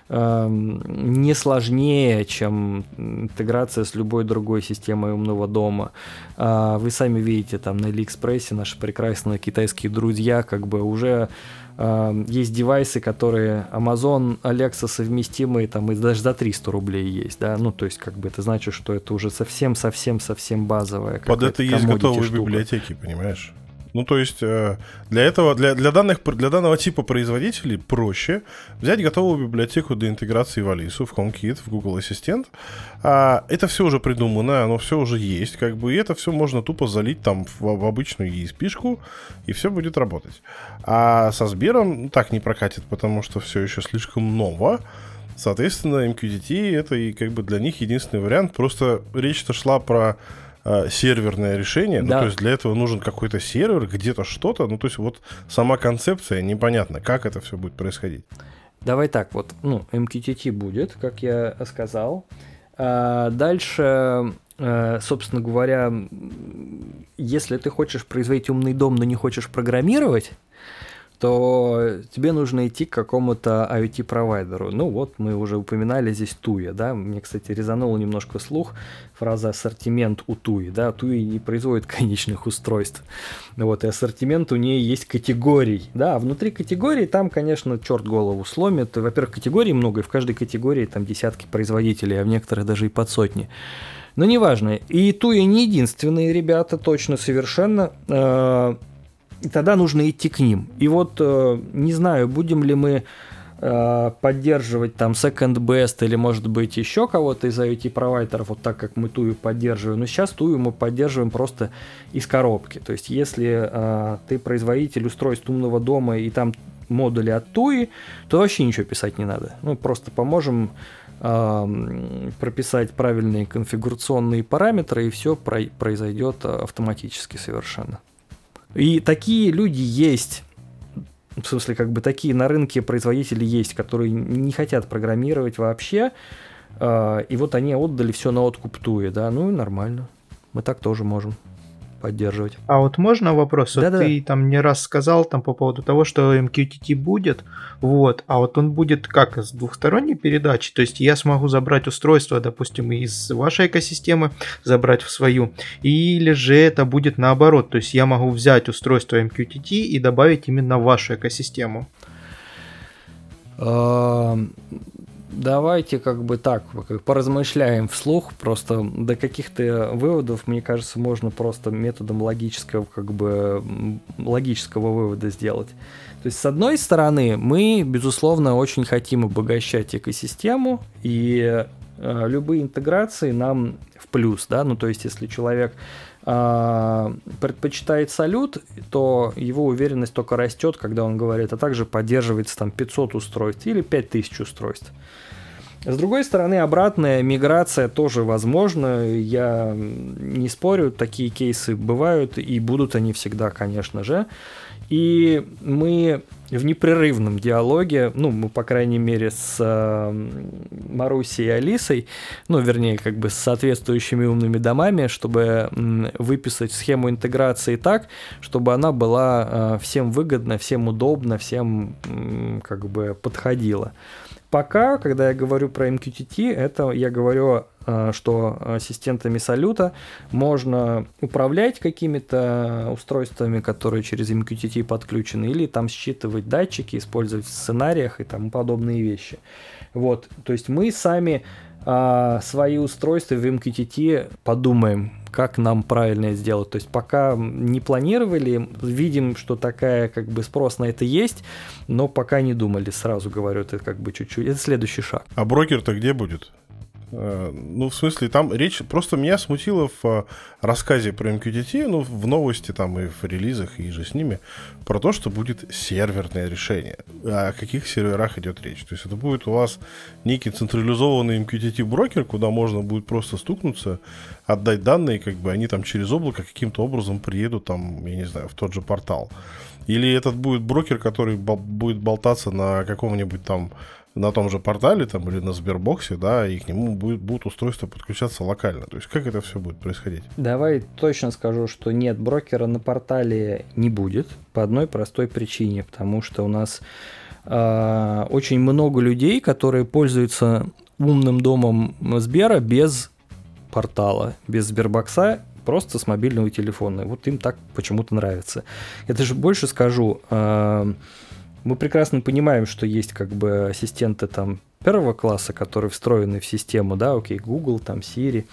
Speaker 5: не сложнее, чем интеграция с любой другой системой умного дома. Вы сами видите, там на AliExpress наши прекрасные китайские друзья, как бы уже есть девайсы, которые Amazon, Alexa совместимые, там и даже за 300 рублей есть, да, то есть как бы это значит, что это уже совсем базовая.
Speaker 3: Под это есть готовые библиотеки, понимаешь? То есть для этого, для данного типа производителей проще взять готовую библиотеку для интеграции в Алису, в HomeKit, в Google Ассистент. Это все уже придумано, оно все уже есть, как бы, и это все можно тупо залить там в обычную ESP-шку, и все будет работать. А со Сбером так не прокатит, потому что все еще слишком ново. Соответственно, MQTT это и как бы для них единственный вариант. Просто речь-то шла про серверное решение,
Speaker 5: да.
Speaker 3: То есть для этого нужен какой-то сервер, где-то что-то, то есть вот сама концепция непонятна, как это все будет происходить.
Speaker 5: Давай так, вот, MQTT будет, как я сказал. Дальше, собственно говоря, если ты хочешь производить умный дом, но не хочешь программировать, то тебе нужно идти к какому-то IoT-провайдеру. Вот мы уже упоминали здесь TUI, да, мне, кстати, резануло немножко слух фраза «ассортимент у TUI», да, TUI не производит конечных устройств, и ассортимент у нее есть категорий, да, а внутри категории там, конечно, черт голову сломит, во-первых, категорий много, и в каждой категории там десятки производителей, а в некоторых даже и под сотни. Но неважно, и TUI не единственные ребята, точно, совершенно. И тогда нужно идти к ним. И вот не знаю, будем ли мы поддерживать там Second Best или, может быть, еще кого-то из IoT-провайдеров, вот так, как мы TUI поддерживаем. Но сейчас TUI мы поддерживаем просто из коробки. То есть, если ты производитель устройств умного дома и там модули от TUI, то вообще ничего писать не надо. Просто поможем прописать правильные конфигурационные параметры, и все произойдет автоматически совершенно. И такие люди есть, в смысле, как бы такие на рынке производители есть, которые не хотят программировать вообще, и вот они отдали все на откуп TUI, да, и нормально, мы так тоже можем поддерживать.
Speaker 4: А вот можно вопрос?
Speaker 5: Да-да.
Speaker 4: Вот ты там не раз сказал там по поводу того, что MQTT будет, а вот он будет как, с двухсторонней передачей? То есть я смогу забрать устройство, допустим, из вашей экосистемы, забрать в свою, или же это будет наоборот, то есть я могу взять устройство MQTT и добавить именно в вашу экосистему?
Speaker 5: Давайте как бы так, поразмышляем вслух, просто до каких-то выводов, мне кажется, можно просто методом логического вывода сделать. То есть, с одной стороны, мы, безусловно, очень хотим обогащать экосистему, и любые интеграции нам в плюс, да, то есть, если человек предпочитает Салют, то его уверенность только растет, когда он говорит, а также поддерживается там 500 устройств или 5000 устройств. С другой стороны, обратная миграция тоже возможна. Я не спорю, такие кейсы бывают, и будут они всегда, конечно же. И мы в непрерывном диалоге, мы, по крайней мере, с Марусей и Алисой, вернее, как бы с соответствующими умными домами, чтобы выписать схему интеграции так, чтобы она была всем выгодна, всем удобна, всем как бы подходила. Пока, когда я говорю про MQTT, это я говорю, что ассистентами салюта можно управлять какими-то устройствами, которые через MQTT подключены, или там считывать датчики, использовать в сценариях и тому подобные вещи. Вот, то есть мы сами свои устройства в MQTT подумаем, как нам правильно это сделать. То есть пока не планировали, видим, что такая как бы спрос на это есть, но пока не думали, сразу говорю, это как бы чуть-чуть, это следующий шаг.
Speaker 3: А брокер-то где будет? В смысле, там речь... Просто меня смутило в рассказе про MQTT, в новости там и в релизах, и же с ними, про то, что будет серверное решение. О каких серверах идет речь? То есть это будет у вас некий централизованный MQTT-брокер, куда можно будет просто стукнуться, отдать данные, как бы они там через облако каким-то образом приедут там, я не знаю, в тот же портал. Или этот будет брокер, который будет болтаться на каком-нибудь там на том же портале там, или на Сбербоксе, да, и к нему будут устройства подключаться локально. То есть как это все будет происходить?
Speaker 5: Давай точно скажу, что нет, брокера на портале не будет по одной простой причине, потому что у нас очень много людей, которые пользуются умным домом Сбера без портала, без Сбербокса, просто с мобильного телефона. Вот им так почему-то нравится. Я даже больше скажу, мы прекрасно понимаем, что есть как бы ассистенты там первого класса, которые встроены в систему, да, окей, Google, там Siri,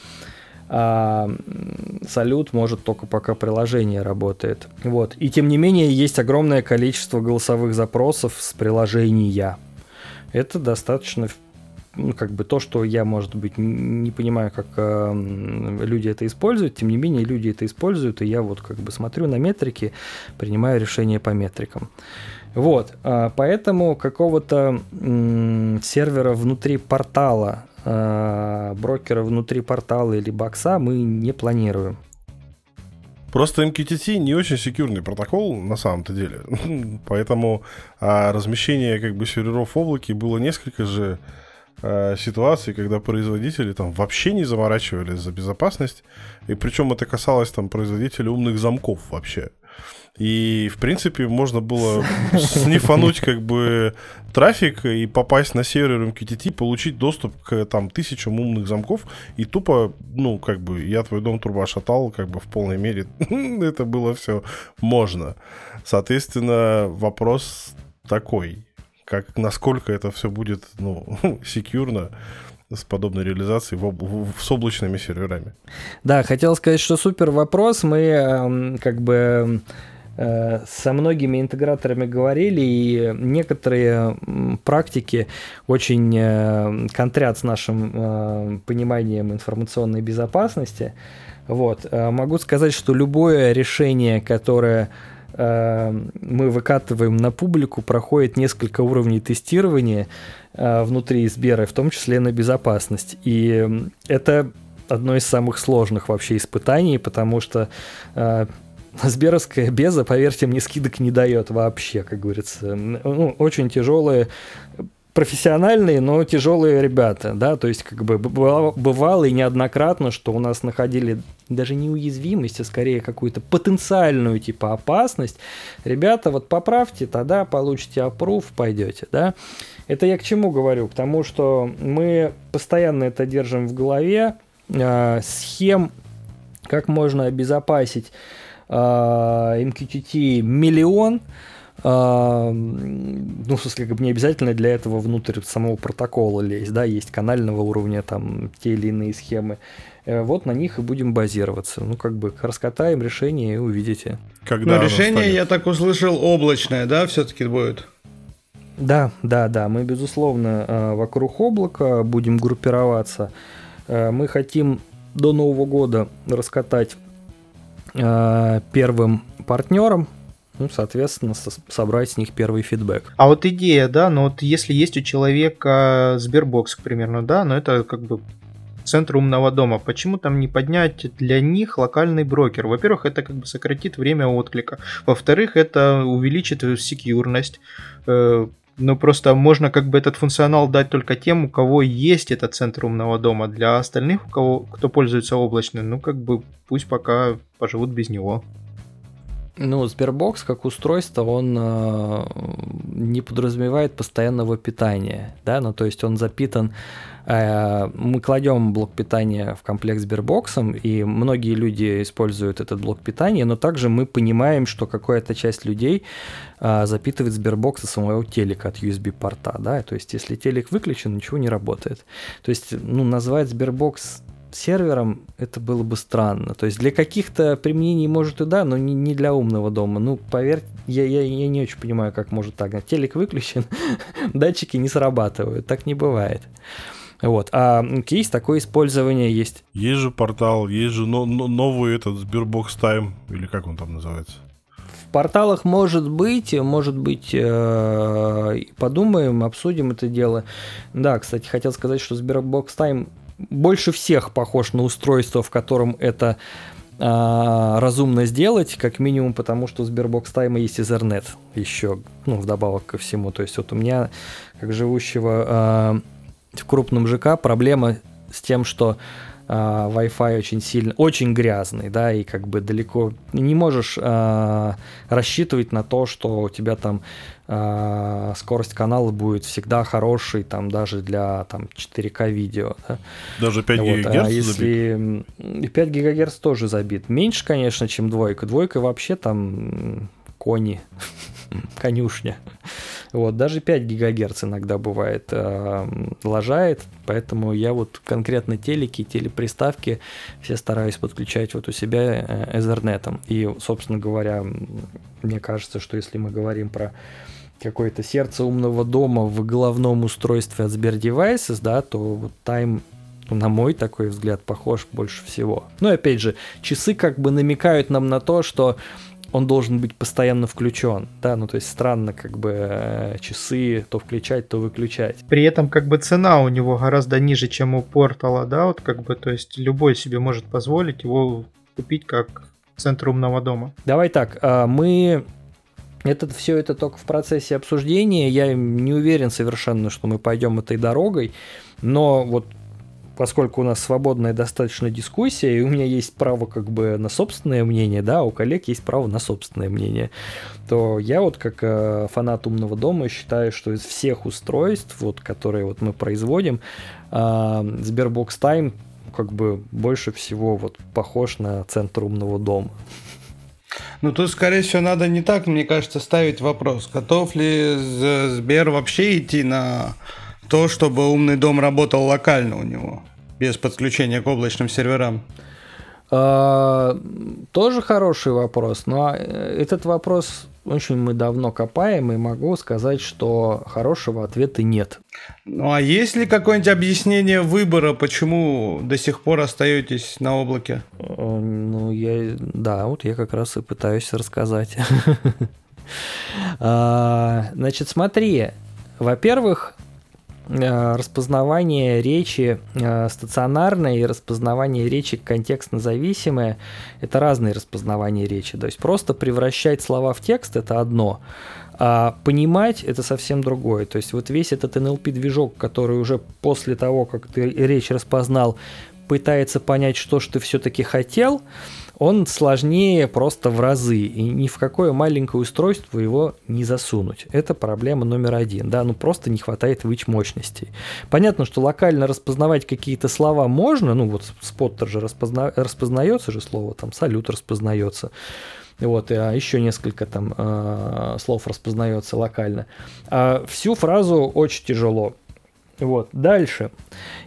Speaker 5: а Салют может только пока приложение работает. Вот. И тем не менее есть огромное количество голосовых запросов с приложения. Это достаточно, как бы то, что я, может быть, не понимаю, как люди это используют, тем не менее люди это используют, и я вот как бы смотрю на метрики, принимаю решения по метрикам. Вот, поэтому какого-то сервера внутри портала, брокера внутри портала или бокса мы не планируем.
Speaker 3: Просто MQTT не очень секьюрный протокол на самом-то деле. Поэтому размещение как бы серверов в облаке было несколько же ситуаций, когда производители там вообще не заморачивались за безопасность. И причем это касалось там производителей умных замков вообще. И, в принципе, можно было снифануть как бы трафик и попасть на сервер MQTT, получить доступ к там тысячам умных замков и тупо, как бы, я твой дом турбошатал как бы в полной мере. Это было все можно. Соответственно, вопрос такой, насколько это все будет, секьюрно с подобной реализацией с облачными серверами.
Speaker 5: Да, хотел сказать, что супер вопрос. Мы как бы со многими интеграторами говорили, и некоторые практики очень контрят с нашим пониманием информационной безопасности. Вот. Могу сказать, что любое решение, которое мы выкатываем на публику, проходит несколько уровней тестирования внутри Сбера, в том числе на безопасность. И это одно из самых сложных вообще испытаний, потому что сберовская беза, поверьте мне, скидок не дает вообще, как говорится. Очень тяжелые, профессиональные, но тяжелые ребята, да, то есть как бы бывало и неоднократно, что у нас находили даже не уязвимость, а скорее какую-то потенциальную типа опасность. Ребята, вот поправьте, тогда получите аппрув, пойдете, да. Это я к чему говорю? К тому, что мы постоянно это держим в голове, схем, как можно обезопасить MQTT миллион. В смысле, как бы не обязательно для этого внутрь самого протокола лезть, да, есть канального уровня, там, те или иные схемы. Вот на них и будем базироваться. Как бы раскатаем решение и увидите.
Speaker 2: Но решение, я так услышал, облачное, да, все-таки будет?
Speaker 5: Да, мы, безусловно, вокруг облака будем группироваться. Мы хотим до Нового года раскатать первым партнерам ну, соответственно, собрать с них первый фидбэк.
Speaker 4: А вот идея, да, но вот если есть у человека Sberbox, к примеру, да, но это как бы центр умного дома, почему там не поднять для них локальный брокер? Во-первых, это как бы сократит время отклика. Во-вторых, это увеличит секьюрность. Но просто можно как бы этот функционал дать только тем, у кого есть этот центр умного дома. Для остальных, кто пользуется облачным, ну как бы пусть пока поживут без него.
Speaker 5: Ну, Sberbox как устройство, он не подразумевает постоянного питания, да, ну то есть он запитан, мы кладем блок питания в комплект с Sberbox, и многие люди используют этот блок питания, но также мы понимаем, что какая-то часть людей запитывает Sberbox из самого телека от USB-порта, да, то есть если телек выключен, ничего не работает. То есть, ну, назвать Sberbox сервером это было бы странно. То есть для каких-то применений может и да, но не для умного дома. Ну, поверь, я не очень понимаю, как может так. Телек выключен, датчики не срабатывают. Так не бывает. Вот. А есть такое использование есть.
Speaker 3: Есть же портал, есть же новый этот Sberbox Time, или как он там называется?
Speaker 5: В порталах может быть, подумаем, обсудим это дело. Да, кстати, хотел сказать, что Sberbox Time больше всех похож на устройство, в котором это разумно сделать, как минимум потому, что у Sberbox Time есть Ethernet еще, ну, вдобавок ко всему. То есть вот у меня, как живущего в крупном ЖК, проблема с тем, что Wi-Fi очень грязный, да, и как бы далеко не можешь рассчитывать на то, что у тебя там скорость канала будет всегда хорошей, там даже для там 4К видео. Да?
Speaker 3: Даже 5
Speaker 5: вот,
Speaker 3: ГГц
Speaker 5: а если... И 5 ГГц тоже забит. Меньше, конечно, чем двойка. Двойка вообще там кони, конюшня. Вот, даже 5 ГГц иногда бывает лажает, поэтому я вот конкретно телеки, телеприставки все стараюсь подключать вот у себя Ethernet. И, собственно говоря, мне кажется, что если мы говорим про какое-то сердце умного дома в головном устройстве от Sber Devices, да, то вот Time, на мой такой взгляд, похож больше всего. Но опять же, часы как бы намекают нам на то, что он должен быть постоянно включен, да, ну то есть странно как бы часы то включать, то выключать.
Speaker 4: При этом как бы цена у него гораздо ниже, чем у портала, да, вот как бы, то есть любой себе может позволить его купить как центр умного дома.
Speaker 5: Давай так, мы... Все это только в процессе обсуждения, я не уверен совершенно, что мы пойдем этой дорогой, но вот поскольку у нас свободная достаточно дискуссия, и у меня есть право как бы на собственное мнение, да, а у коллег есть право на собственное мнение, то я вот как фанат умного дома считаю, что из всех устройств, вот, которые вот мы производим, Sberbox Time как бы больше всего вот похож на центр умного дома.
Speaker 2: Ну, тут, скорее всего, надо не так, мне кажется, ставить вопрос. Готов ли Сбер вообще идти на то, чтобы умный дом работал локально у него, без подключения к облачным серверам?
Speaker 5: Тоже хороший вопрос, но этот вопрос очень мы давно копаем, и могу сказать, что хорошего ответа нет.
Speaker 2: Ну, а есть ли какое-нибудь объяснение выбора, почему до сих пор остаетесь на облаке?
Speaker 5: Ну, вот я как раз и пытаюсь рассказать. Значит, смотри, во-первых, распознавание речи стационарное и распознавание речи контекстно-зависимое – это разные распознавания речи. То есть просто превращать слова в текст – это одно, а понимать – это совсем другое. То есть вот весь этот NLP-движок, который уже после того, как ты речь распознал, пытается понять, что ж ты все-таки хотел, он сложнее просто в разы, и ни в какое маленькое устройство его не засунуть. Это проблема номер один, да, ну просто не хватает мощностей. Понятно, что локально распознавать какие-то слова можно, ну вот споттер же распознается же слово, там салют распознается, вот, а еще несколько там слов распознается локально. А всю фразу очень тяжело. Вот, дальше.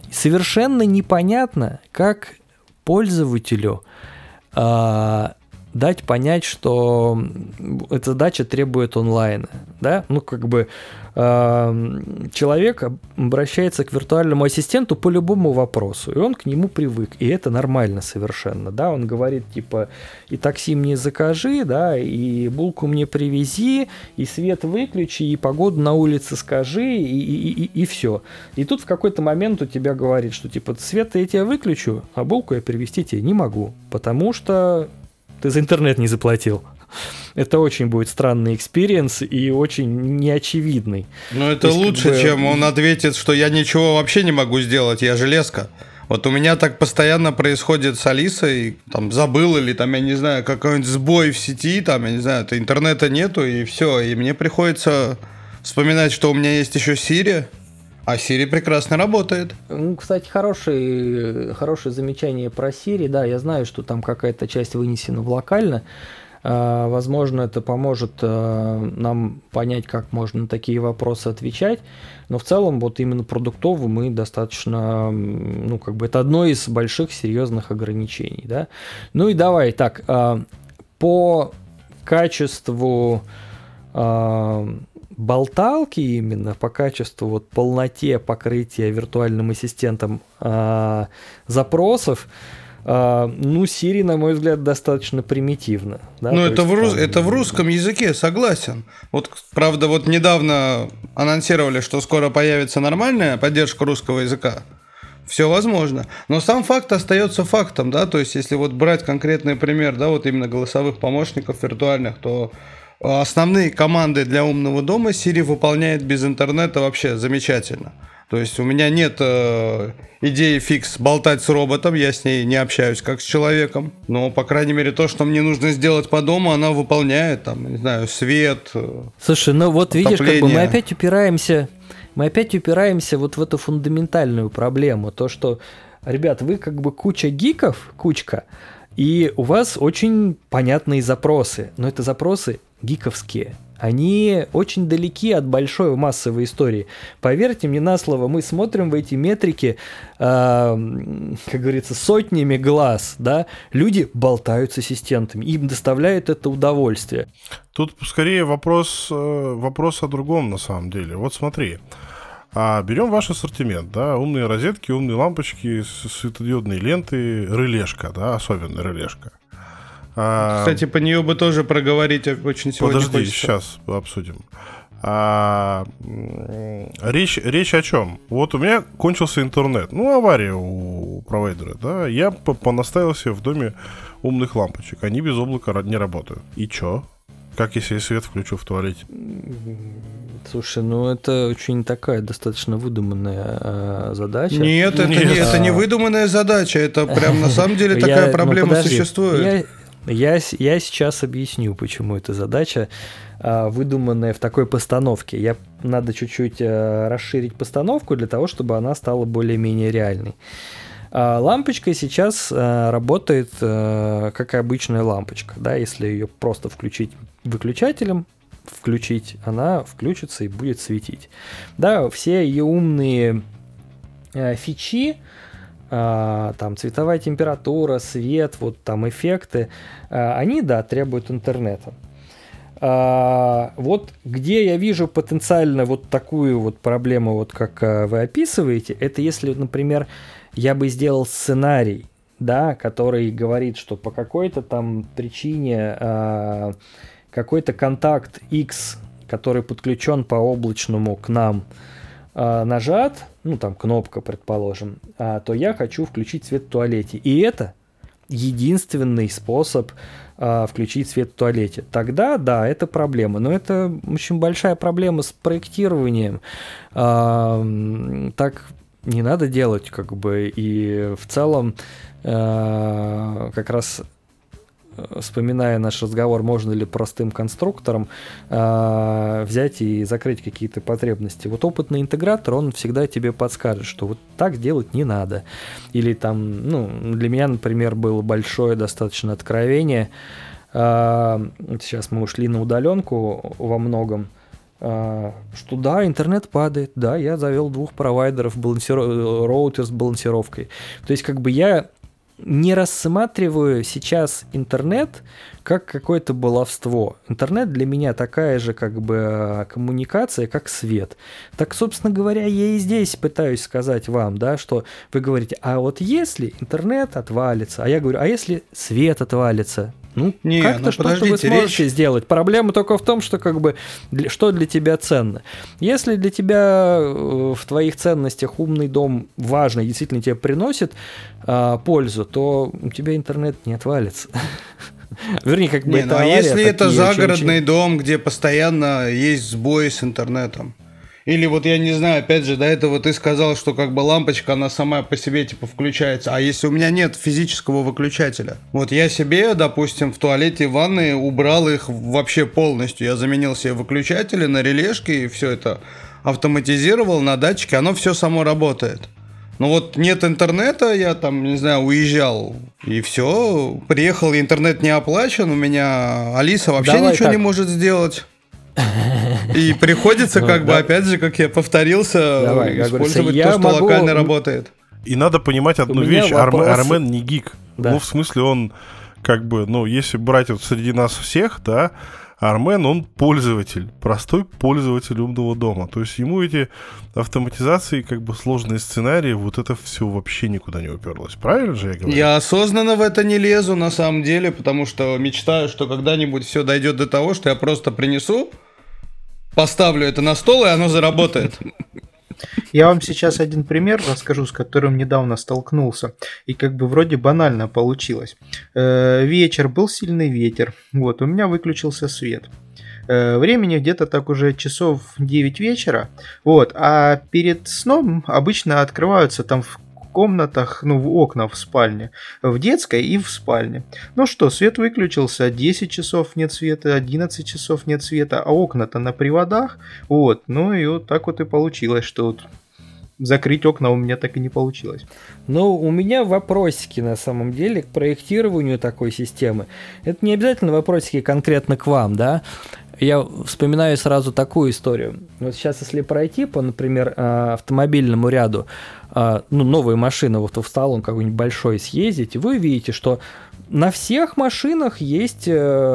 Speaker 5: Совершенно непонятно, как пользователю дать понять, что эта задача требует онлайна, да, ну, как бы человек обращается к виртуальному ассистенту по любому вопросу, и он к нему привык, и это нормально совершенно, да, он говорит, типа, и такси мне закажи, да, и булку мне привези, и свет выключи, и погоду на улице скажи, и все. И тут в какой-то момент у тебя говорит, что, типа, свет я тебе выключу, а булку я привезти тебе не могу, потому что ты за интернет не заплатил. Это очень будет странный экспириенс и очень неочевидный.
Speaker 2: Но это лучше, чем он ответит, что я ничего вообще не могу сделать, я железка. Вот у меня так постоянно происходит с Алисой, там забыл или там, я не знаю, какой-нибудь сбой в сети, там, я не знаю, интернета нету и все. И мне приходится вспоминать, что у меня есть еще Siri, а Siri прекрасно работает.
Speaker 5: Ну, кстати, хорошее замечание про Siri. Да, я знаю, что там какая-то часть вынесена в локально. Возможно, это поможет нам понять, как можно на такие вопросы отвечать. Но в целом, вот именно продуктово мы достаточно, ну, как бы это одно из больших серьезных ограничений, да. Ну и давай, так, по качеству болталки именно, по качеству, вот, полноте покрытия виртуальным ассистентом запросов, ну, Siri, на мой взгляд, достаточно примитивно. Да?
Speaker 2: Ну, это в русском языке, согласен. Вот, правда, вот недавно анонсировали, что скоро появится нормальная поддержка русского языка. Все возможно. Но сам факт остается фактом, да, то есть, если вот брать конкретный пример, да, вот именно голосовых помощников виртуальных, то основные команды для умного дома Siri выполняет без интернета вообще замечательно. То есть у меня нет идеи фикс болтать с роботом, я с ней не общаюсь как с человеком. Но, по крайней мере, то, что мне нужно сделать по дому, она выполняет, там, не знаю, свет.
Speaker 5: Слушай, ну вот
Speaker 2: отопление.
Speaker 5: видишь, как бы мы опять упираемся вот в эту фундаментальную проблему. То, что, ребят, вы как бы куча гиков, и у вас очень понятные запросы. Но это запросы гиковские. Они очень далеки от большой массовой истории. Поверьте мне на слово, мы смотрим в эти метрики, как говорится, сотнями глаз, да, люди болтают с ассистентами, им доставляет это удовольствие.
Speaker 3: Тут скорее вопрос о другом на самом деле. Вот смотри, берем ваш ассортимент, да, умные розетки, умные лампочки, светодиодные ленты, релешка, да, особенно релешка.
Speaker 2: Кстати, по нее бы тоже проговорить очень сегодня
Speaker 3: Подожди,
Speaker 2: хочется.
Speaker 3: сейчас обсудим. Речь о чем? Вот у меня кончился интернет. Ну, авария у провайдера, да. Я понаставил себе в доме умных лампочек. Они без облака не работают. И чё? Как если я свет включу в туалете?
Speaker 5: Слушай, ну это очень такая достаточно выдуманная задача.
Speaker 2: Нет, это не выдуманная задача. Это прям на самом деле такая проблема существует.
Speaker 5: Я сейчас объясню, почему эта задача выдуманная в такой постановке. Надо чуть-чуть расширить постановку для того, чтобы она стала более-менее реальной. Лампочка сейчас работает как обычная лампочка. Да? Если ее просто включить выключателем, она включится и будет светить. Да, все ее умные фичи, там цветовая температура, свет, вот там эффекты, они, да, требуют интернета. Вот где я вижу потенциально вот такую вот проблему, вот как вы описываете, это если, например, я бы сделал сценарий, да, который говорит, что по какой-то там причине какой-то контакт X, который подключен по облачному к нам, нажат, ну там кнопка, предположим, то я хочу включить свет в туалете. И это единственный способ включить свет в туалете. Тогда, да, это проблема. Но это очень большая проблема с проектированием. Так не надо делать, как бы. И в целом, как раз вспоминая наш разговор, можно ли простым конструктором взять и закрыть какие-то потребности. Вот опытный интегратор, он всегда тебе подскажет, что вот так делать не надо. Или там, ну, для меня, например, было большое достаточно откровение. Сейчас мы ушли на удаленку во многом. Что да, интернет падает, да, я завел 2 провайдеров, роутер с балансировкой. То есть как бы я не рассматриваю сейчас интернет как какое-то баловство. Интернет для меня такая же как бы коммуникация, как свет. Так, собственно говоря, я и здесь пытаюсь сказать вам, да, что вы говорите, а вот если интернет отвалится, а я говорю, а если свет отвалится? Ну, как-то что-то вы сможете сделать. Проблема только в том, что как бы что для тебя ценно. Если для тебя в твоих ценностях умный дом важный, действительно тебе приносит пользу, то у тебя интернет не отвалится. Вернее, как бы это авария.
Speaker 2: Если это загородный дом, где постоянно есть сбои с интернетом. Или вот я не знаю, опять же, до этого ты сказал, что как бы лампочка, она сама по себе типа включается. А если у меня нет физического выключателя? Вот я себе, допустим, в туалете и в ванной убрал их вообще полностью. Я заменил себе выключатели на релешки и все это автоматизировал на датчике. Оно все само работает. Но вот нет интернета, я там, не знаю, уезжал, и все. Приехал, интернет не оплачен, у меня Алиса вообще ничего не может сделать. И приходится как бы, опять же, как я повторился, использовать то, что локально работает.
Speaker 3: И надо понимать одну вещь, Армен не гик. Ну, в смысле, он как бы, ну, если брать вот среди нас всех, да, Армен, он пользователь, простой пользователь умного дома. То есть ему эти автоматизации, как бы сложные сценарии, вот это все вообще никуда не уперлось. Правильно же я говорю?
Speaker 2: Я осознанно в это не лезу на самом деле, потому что мечтаю, что когда-нибудь все дойдет до того, что я просто принесу, поставлю это на стол, и оно заработает.
Speaker 4: Я вам сейчас один пример расскажу, с которым недавно столкнулся. И как бы вроде банально получилось. Вечер, был сильный ветер. Вот, у меня выключился свет. Времени где-то так уже часов 9 вечера. Вот, а перед сном обычно открываются там в комнатах, ну, в окна в спальне, в детской и в спальне. Ну что, свет выключился, 10 часов нет света, 11 часов нет света, а окна-то на приводах, вот, ну и вот так вот и получилось, что вот закрыть окна у меня так и не получилось.
Speaker 5: Ну, у меня вопросики на самом деле к проектированию такой системы. Это не обязательно вопросики конкретно к вам, да? Я вспоминаю сразу такую историю. Вот сейчас, если пройти по, например, автомобильному ряду, ну, новые машины, вот в салон какой-нибудь большой съездить, вы увидите, что на всех машинах есть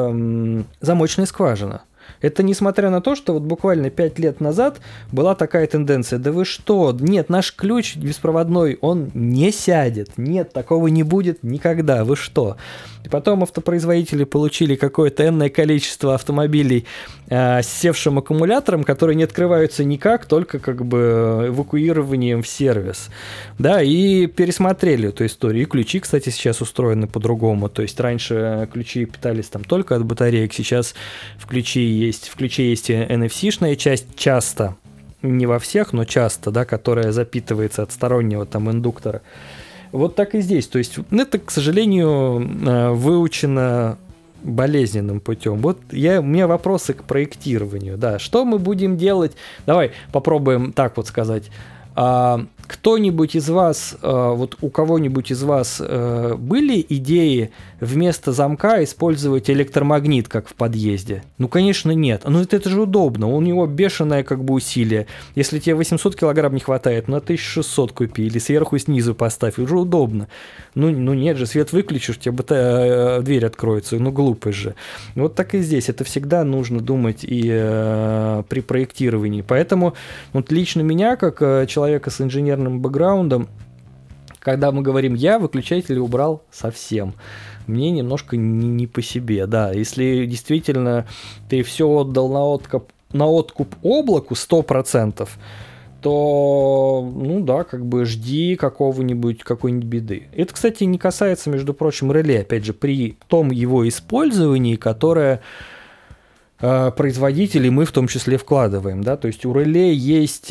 Speaker 5: замочная скважина. Это несмотря на то, что вот буквально 5 лет назад была такая тенденция. Да вы что? Нет, наш ключ беспроводной, он не сядет. Нет, такого не будет никогда. Вы что? И потом автопроизводители получили какое-то энное количество автомобилей с севшим аккумулятором, которые не открываются никак, только как бы эвакуированием в сервис. Да, и пересмотрели эту историю. И ключи, кстати, сейчас устроены по-другому. То есть раньше ключи питались там только от батареек, сейчас в ключе есть NFC-шная часть, часто, не во всех, но часто, да, которая запитывается от стороннего там индуктора. Вот так и здесь. То есть это, к сожалению, выучено болезненным путем. Вот у меня вопросы к проектированию. Да, что мы будем делать? Давай попробуем так вот сказать. Кто-нибудь из вас, вот у кого-нибудь из вас были идеи вместо замка использовать электромагнит, как в подъезде? Ну, конечно, нет. Ну, это же удобно. У него бешеное как бы усилие. Если тебе 800 килограмм не хватает, на 1600 купи или сверху и снизу поставь. Уже удобно. Ну нет же, свет выключишь, тебе дверь откроется. Ну, глупость же. Вот так и здесь. Это всегда нужно думать и при проектировании. Поэтому вот лично меня, как человека с инженерным бэкграундом, когда мы говорим «я», выключатель убрал совсем. Мне немножко не по себе, да. Если действительно ты все отдал на откуп облаку 100%, то, ну да, как бы жди какой-нибудь беды. Это, кстати, не касается, между прочим, реле, опять же, при том его использовании, которое производители мы в том числе вкладываем, да, то есть у реле есть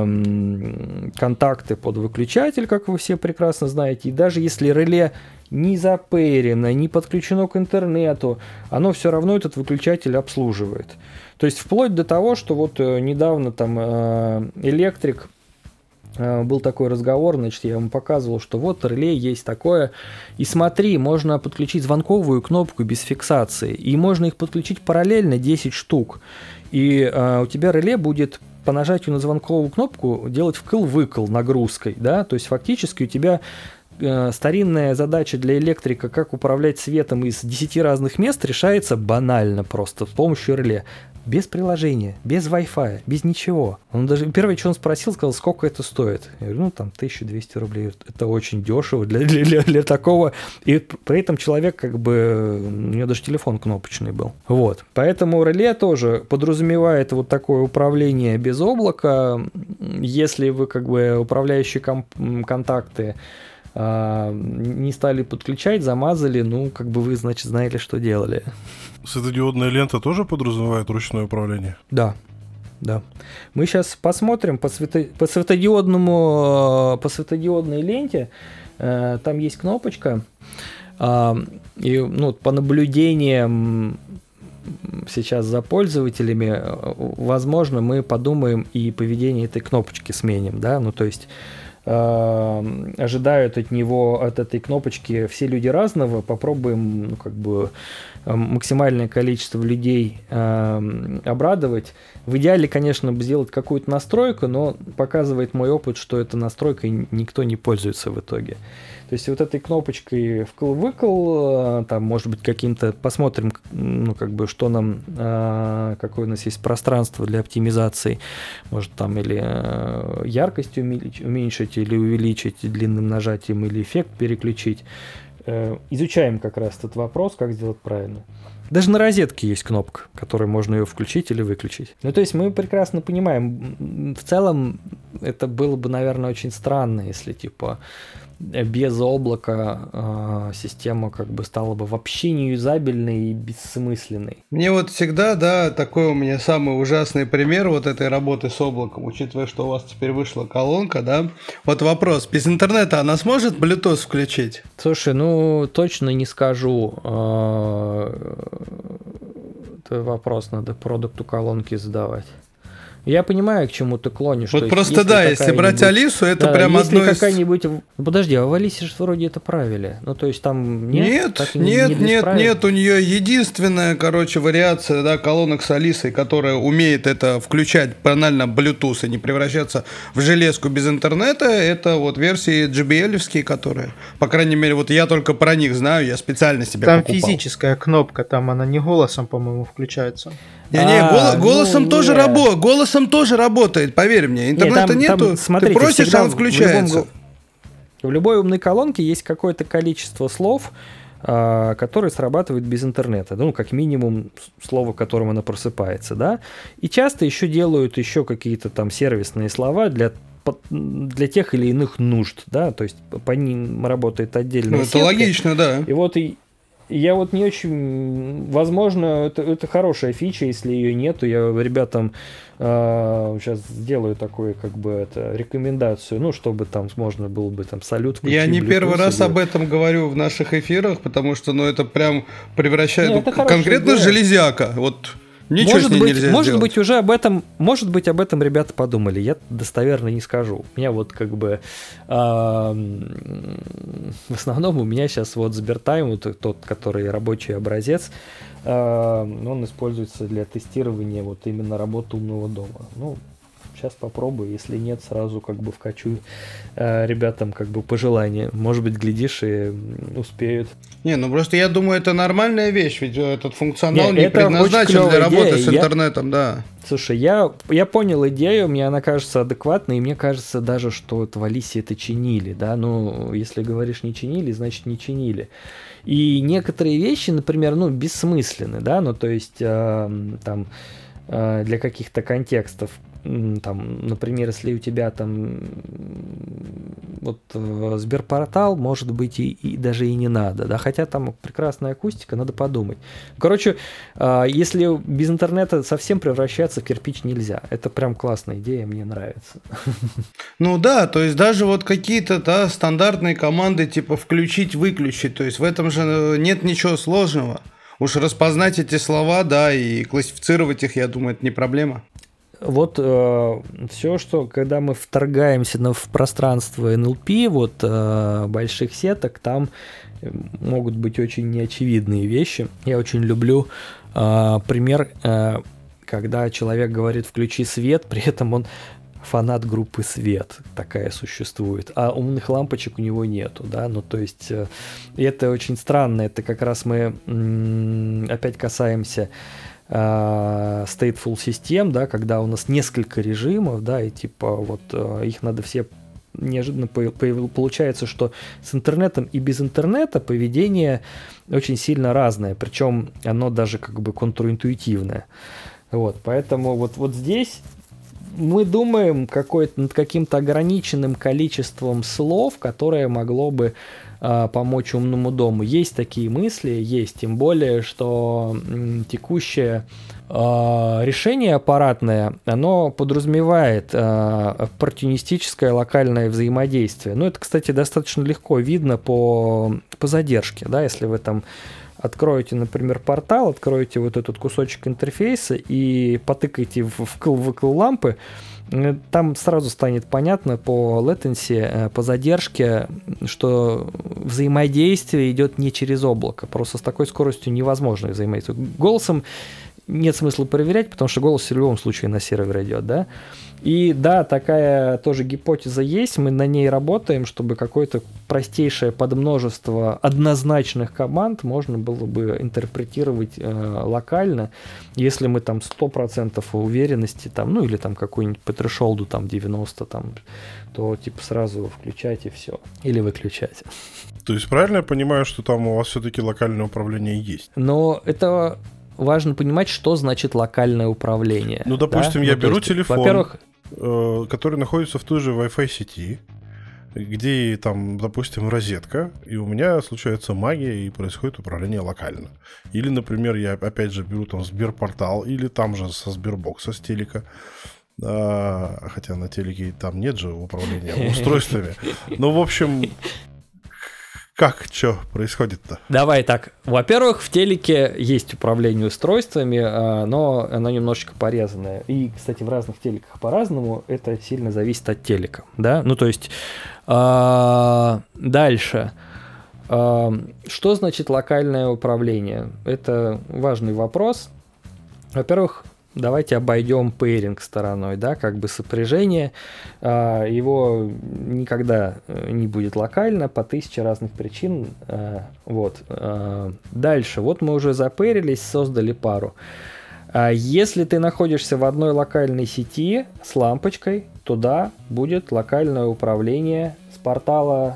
Speaker 5: контакты под выключатель, как вы все прекрасно знаете, и даже если реле не запэрено, не подключено к интернету, оно все равно этот выключатель обслуживает. То есть вплоть до того, что вот недавно там электрик, был такой разговор, значит, я вам показывал, что вот реле есть такое, и смотри, можно подключить звонковую кнопку без фиксации, и можно их подключить параллельно 10 штук, и у тебя реле будет по нажатию на звонковую кнопку делать вкл-выкл нагрузкой, да, то есть фактически у тебя старинная задача для электрика, как управлять светом из 10 разных мест, решается банально просто с помощью реле. Без приложения, без Wi-Fi, без ничего. Он даже первое, что он спросил, сказал, сколько это стоит. Я говорю, ну там 1200 рублей. Это очень дешево для такого. И при этом человек как бы, у него даже телефон кнопочный был. Вот. Поэтому реле тоже подразумевает вот такое управление без облака. Если вы как бы управляющие контакты не стали подключать, замазали, ну, как бы вы, значит, знали, что делали.
Speaker 3: Светодиодная лента тоже подразумевает ручное управление?
Speaker 5: Да. Мы сейчас посмотрим по светодиодной ленте. Там есть кнопочка. И, ну, по наблюдениям сейчас за пользователями, возможно, мы подумаем и поведение этой кнопочки сменим, да, ну, то есть ожидают от этой кнопочки все люди разного, попробуем, ну, как бы максимальное количество людей обрадовать. В идеале, конечно, сделать какую-то настройку, но показывает мой опыт, что этой настройкой никто не пользуется в итоге. То есть вот этой кнопочкой вкл-выкл, там, может быть, каким-то, посмотрим, ну, как бы, что нам, какое у нас есть пространство для оптимизации, может, там, или яркость уменьшить, или увеличить длинным нажатием, или эффект переключить. Изучаем как раз этот вопрос, как сделать правильно. Даже на розетке есть кнопка, которой можно ее включить или выключить. Ну, то есть мы прекрасно понимаем, в целом это было бы, наверное, очень странно, если, типа, без облака система как бы стала бы вообще неюзабельной и бессмысленной.
Speaker 2: Мне вот всегда, да, такой у меня самый ужасный пример вот этой работы с облаком, учитывая, что у вас теперь вышла колонка, да. Вот вопрос, без интернета она сможет Bluetooth включить?
Speaker 5: Слушай, ну точно не скажу. Это вопрос надо продукту колонки задавать. Я понимаю, к чему ты клонишь.
Speaker 2: Вот просто да, если брать Алису, это да, прям одно из...
Speaker 5: какая-нибудь... Подожди, а в Алисе же вроде это правили. Ну, то есть там нет?
Speaker 2: Нет, у нее единственная, короче, вариация, да, колонок с Алисой, которая умеет это включать банально Bluetooth и не превращаться в железку без интернета, это вот версии JBL-евские, которые, по крайней мере, вот я только про них знаю, я специально себе
Speaker 4: там
Speaker 2: покупал.
Speaker 4: Там физическая кнопка, там она не голосом, по-моему, включается.
Speaker 2: Голосом тоже работает. Голосом тоже работает, поверь мне. Интернета нету,
Speaker 5: смотрите,
Speaker 2: ты просишь, а он включается.
Speaker 5: В любой умной колонке есть какое-то количество слов, которые сраватывают без интернета. Ну, как минимум, слово, которым она просыпается, да. И часто еще делают еще какие-то там сервисные слова для тех или иных нужд, да. То есть по ним работает отдельная сетка.
Speaker 2: Это логично, да.
Speaker 5: И вот я вот не очень... Возможно, это хорошая фича, если ее нету. Я ребятам сейчас сделаю такую, как бы, рекомендацию, ну, чтобы там можно было бы там салют включить.
Speaker 2: Я не первый раз об этом говорю в наших эфирах, потому что, ну, это прям превращает... конкретно железяка, вот... Ничего с ней нельзя сделать.
Speaker 5: Может быть, уже об этом ребята подумали. Я достоверно не скажу. У меня вот как бы в основном у меня сейчас вот Сбертайм, вот тот, который рабочий образец, он используется для тестирования вот именно работы умного дома. Ну, сейчас попробую, если нет, сразу как бы вкачу ребятам как бы пожелания. Может быть, глядишь, и успеют.
Speaker 2: Не, ну просто я думаю, это нормальная вещь, ведь этот функционал не предназначен для работы с интернетом, да.
Speaker 5: Слушай, я понял идею, мне она кажется адекватной, и мне кажется даже, что в Алисе это чинили, да, ну, если говоришь не чинили, значит не чинили. И некоторые вещи, например, ну, бессмысленны, да, ну, то есть там для каких-то контекстов, там, например, если у тебя там вот Сберпортал, может быть, и даже и не надо, да, хотя там прекрасная акустика, надо подумать. Короче, если без интернета совсем превращаться в кирпич нельзя. Это прям классная идея, мне нравится.
Speaker 2: Ну да, то есть даже вот какие-то, да, стандартные команды типа включить-выключить, то есть в этом же нет ничего сложного. Уж распознать эти слова, да, и классифицировать их, я думаю, это не проблема.
Speaker 5: Вот все, что когда мы вторгаемся в пространство NLP, вот больших сеток, там могут быть очень неочевидные вещи. Я очень люблю пример, когда человек говорит «включи свет», при этом он фанат группы «Свет», такая существует, а умных лампочек у него нету, да, ну, то есть, это очень странно, это как раз мы опять касаемся stateful систем, да, когда у нас несколько режимов, да, и типа вот их надо все неожиданно получается, что с интернетом и без интернета поведение очень сильно разное, причем оно даже как бы контринтуитивное. Вот, поэтому вот здесь мы думаем над каким-то ограниченным количеством слов, которое могло бы помочь умному дому. Есть такие мысли, есть, тем более, что текущее решение аппаратное, оно подразумевает оппортунистическое локальное взаимодействие. Ну, это, кстати, достаточно легко видно по задержке, да, если вы там откроете, например, портал, откроете вот этот кусочек интерфейса и потыкаете вкл лампы, там сразу станет понятно по latency, по задержке, что взаимодействие идет не через облако. Просто с такой скоростью невозможно взаимодействовать. Голосом нет смысла проверять, потому что голос в любом случае на сервер идет, да. И да, такая тоже гипотеза есть, мы на ней работаем, чтобы какое-то простейшее подмножество однозначных команд можно было бы интерпретировать локально, если мы там 100% уверенности, там, ну или там какую-нибудь по трешолду там 90, там, то типа сразу включать и все, или выключать.
Speaker 3: То есть правильно я понимаю, что там у вас все-таки локальное управление есть?
Speaker 5: Но это важно понимать, что значит локальное управление.
Speaker 3: Ну, допустим,
Speaker 5: да?
Speaker 3: Я беру телефон,
Speaker 5: во-первых,
Speaker 3: который находится в той же Wi-Fi сети, где там, допустим, розетка, и у меня случается магия, и происходит управление локально. Или, например, я опять же беру там Сберпортал, или там же со Сбербокса, с телека, хотя на телеке там нет же управления устройствами. Ну, в общем... Как, что происходит-то?
Speaker 5: Давай так. Во-первых, в телеке есть управление устройствами, но оно немножечко порезанное. И, кстати, в разных телеках по-разному. Это сильно зависит от телека. Да? Ну, то есть, дальше. Что значит локальное управление? Это важный вопрос. Во-первых, давайте обойдем пейринг стороной, да, как бы сопряжение, его никогда не будет локально по 1000 разных причин, вот. Дальше, вот мы уже запейрились, создали пару. Если ты находишься в одной локальной сети с лампочкой, туда будет локальное управление с портала,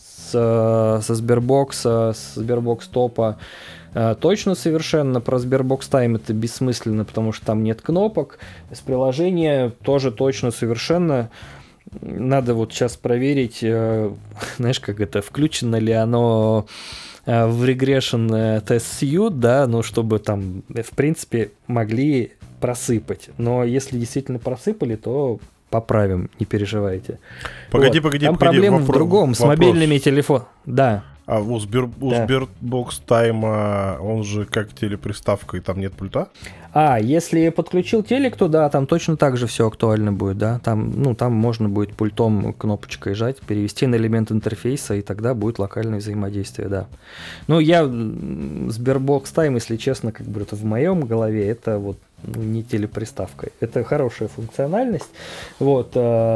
Speaker 5: со Сбербокса, с Сбербокс Топа. Точно совершенно. Про Sberbox Time это бессмысленно, потому что там нет кнопок. С приложения тоже точно совершенно. Надо вот сейчас проверить, знаешь, как это, включено ли оно в Regression Test Suite, да, ну, чтобы там, в принципе, могли просыпать. Но если действительно просыпали, то поправим, не переживайте.
Speaker 3: Погоди,
Speaker 5: Там проблема в другом, с мобильными телефонами. Да.
Speaker 3: А у Sberbox Time, он же как телеприставка, и там нет пульта?
Speaker 5: Если подключил телек, то да, там точно так же все актуально будет, да. Там можно будет пультом кнопочкой жать, перевести на элемент интерфейса, и тогда будет локальное взаимодействие, да. Ну, я Sberbox Time, если честно, как бы это в моем голове, это вот не телеприставка. Это хорошая функциональность. Вот.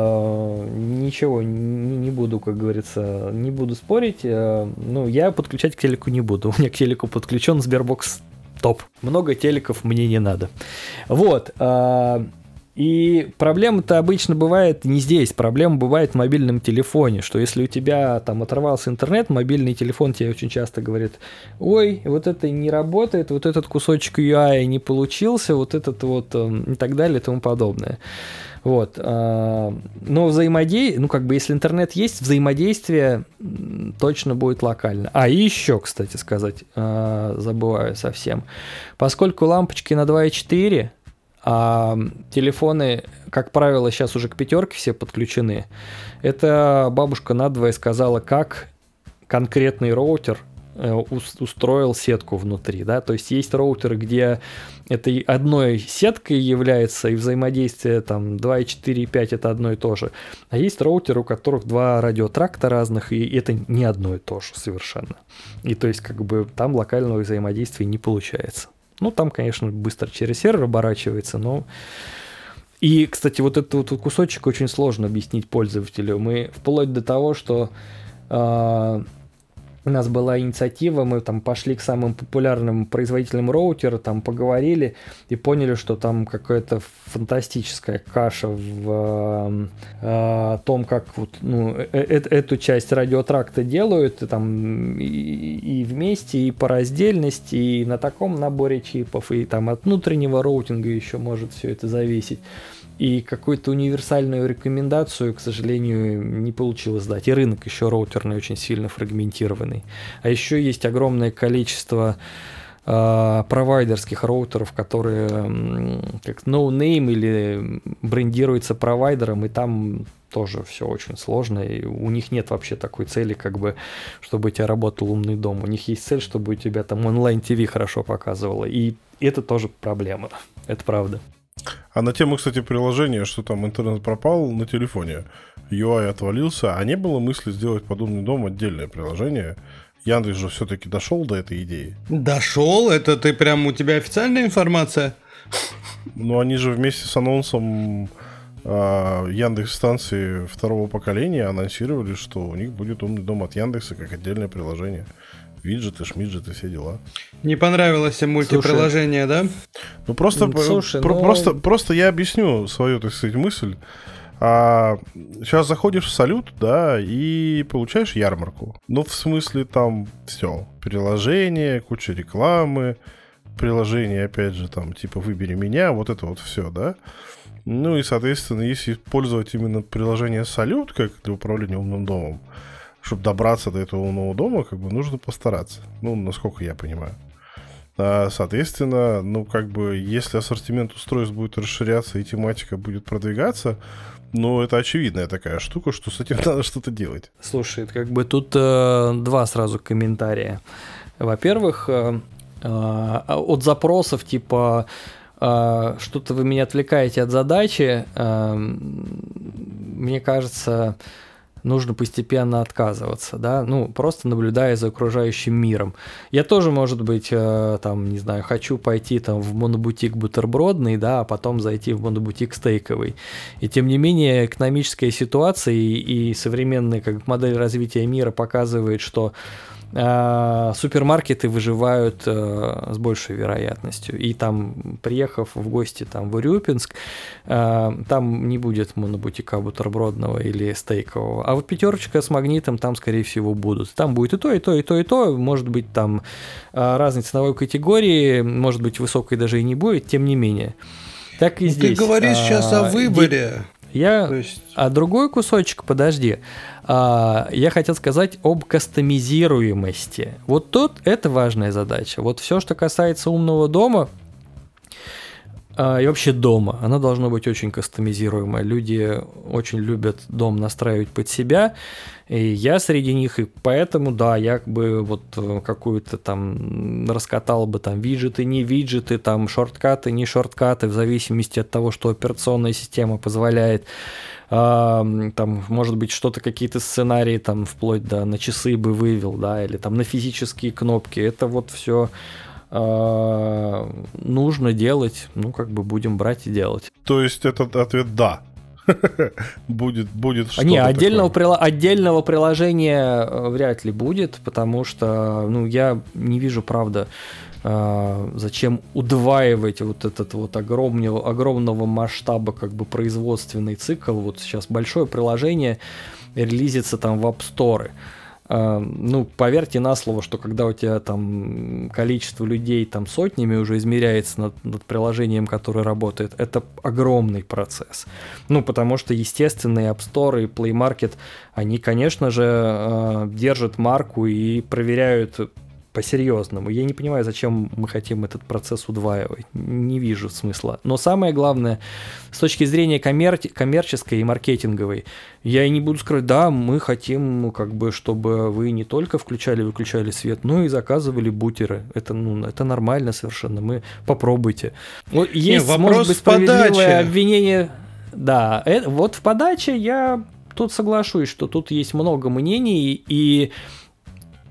Speaker 5: Ничего не буду, как говорится, не буду спорить. Ну, я подключать к телеку не буду. У меня к телеку подключен Sberbox Top. Много телеков мне не надо. Вот. И проблема-то обычно бывает не здесь, проблема бывает в мобильном телефоне, что если у тебя там оторвался интернет, мобильный телефон тебе очень часто говорит: ой, вот это не работает, вот этот кусочек UI не получился, вот этот вот и так далее и тому подобное. Вот. Но если интернет есть, взаимодействие точно будет локально. И еще, кстати сказать, забываю совсем, поскольку лампочки на 2.4, а телефоны, как правило, сейчас уже к 5 все подключены. Это бабушка надвое сказала, как конкретный роутер устроил сетку внутри, да, то есть есть роутеры, где это одной сеткой является, и взаимодействие там 2.4 и 5 это одно и то же, а есть роутеры, у которых 2 радиотракта разных, и это не одно и то же совершенно, и то есть как бы там локального взаимодействия не получается. Ну, там, конечно, быстро через сервер оборачивается, но... И, кстати, вот этот вот кусочек очень сложно объяснить пользователю. Мы вплоть до того, что у нас была инициатива, мы там пошли к самым популярным производителям роутера, там поговорили и поняли, что там какая-то фантастическая каша в том, как вот, эту часть радиотракта делают, и, там, и вместе, и по раздельности, и на таком наборе чипов, и там от внутреннего роутинга еще может все это зависеть. И какую-то универсальную рекомендацию, к сожалению, не получилось дать. И рынок еще роутерный очень сильно фрагментированный. А еще есть огромное количество провайдерских роутеров, которые как no-name или брендируются провайдером, и там тоже все очень сложно. И у них нет вообще такой цели, как бы, чтобы у тебя работал умный дом. У них есть цель, чтобы у тебя там онлайн-ТВ хорошо показывало. И это тоже проблема. Это правда.
Speaker 3: А на тему, кстати, приложения, что там интернет пропал на телефоне, UI отвалился, а не было мысли сделать под умный дом отдельное приложение? Яндекс же все-таки дошел до этой идеи.
Speaker 2: Дошел? Это ты прям, у тебя официальная информация?
Speaker 3: Ну, они же вместе с анонсом Яндекс-станции второго поколения анонсировали, что у них будет умный дом от Яндекса как отдельное приложение. Виджеты, шмиджеты, все дела.
Speaker 2: Не понравилось им мультиприложение, да?
Speaker 3: Ну, просто, просто я объясню свою, так сказать, мысль. Сейчас заходишь в Салют, да, и получаешь ярмарку. Ну, в смысле, там все. Приложение, куча рекламы, приложение, опять же, там, типа «Выбери меня», вот это вот все, да. Ну, и, соответственно, если использовать именно приложение Салют, как для управления умным домом, чтобы добраться до этого умного дома, как бы нужно постараться. Ну, насколько я понимаю. Соответственно, ну, как бы, если ассортимент устройств будет расширяться и тематика будет продвигаться, ну, это очевидная такая штука, что с этим надо что-то делать.
Speaker 5: Слушай, как бы тут два сразу комментария. Во-первых, от запросов типа что-то вы меня отвлекаете от задачи, мне кажется, нужно постепенно отказываться, да, ну, просто наблюдая за окружающим миром. Я тоже, может быть, там, не знаю, хочу пойти там в монобутик бутербродный, да, а потом зайти в монобутик стейковый. И тем не менее, экономическая ситуация и современная как модель развития мира показывает, что супермаркеты выживают с большей вероятностью. И там, приехав в гости там, в Урюпинск, там не будет монобутика бутербродного или стейкового. А вот пятерочка с магнитом там, скорее всего, будут. Там будет и то, и то, и то, и то. Может быть, там разной ценовой категории, может быть, высокой даже и не будет, тем не менее. Так и здесь.
Speaker 2: Ты говоришь сейчас о выборе.
Speaker 5: А другой кусочек, подожди, я хотел сказать об кастомизируемости. Вот тут это важная задача. Вот все, что касается умного дома и вообще дома, оно должно быть очень кастомизируемое. Люди очень любят дом настраивать под себя, и я среди них, и поэтому, да, я бы вот какую-то там раскатал бы там виджеты, не виджеты, там шорткаты, не шорткаты, в зависимости от того, что операционная система позволяет. Там, может быть, что-то, какие-то сценарии там вплоть до на часы бы вывел, да, или там на физические кнопки. Это вот все нужно делать, ну, как бы будем брать и делать.
Speaker 3: То есть этот ответ «да». будет что-то
Speaker 5: не, отдельного приложения вряд ли будет, потому что, ну, я не вижу, правда, зачем удваивать вот этот вот огромного масштаба как бы производственный цикл. Вот сейчас большое приложение релизится там в App Store. Ну, поверьте на слово, что когда у тебя там количество людей там сотнями уже измеряется над приложением, которое работает, это огромный процесс. Ну, потому что, естественно, и App Store, и Play Market, они, конечно же, держат марку и проверяют по-серьезному. Я не понимаю, зачем мы хотим этот процесс удваивать. Не вижу смысла. Но самое главное, с точки зрения коммерческой и маркетинговой, я и не буду скрывать, да, мы хотим, как бы, чтобы вы не только включали-выключали свет, но и заказывали бутеры. Это, ну, это нормально совершенно. Попробуйте. Вот есть, может быть, справедливое обвинение. Да, вот в подаче я тут соглашусь, что тут есть много мнений, и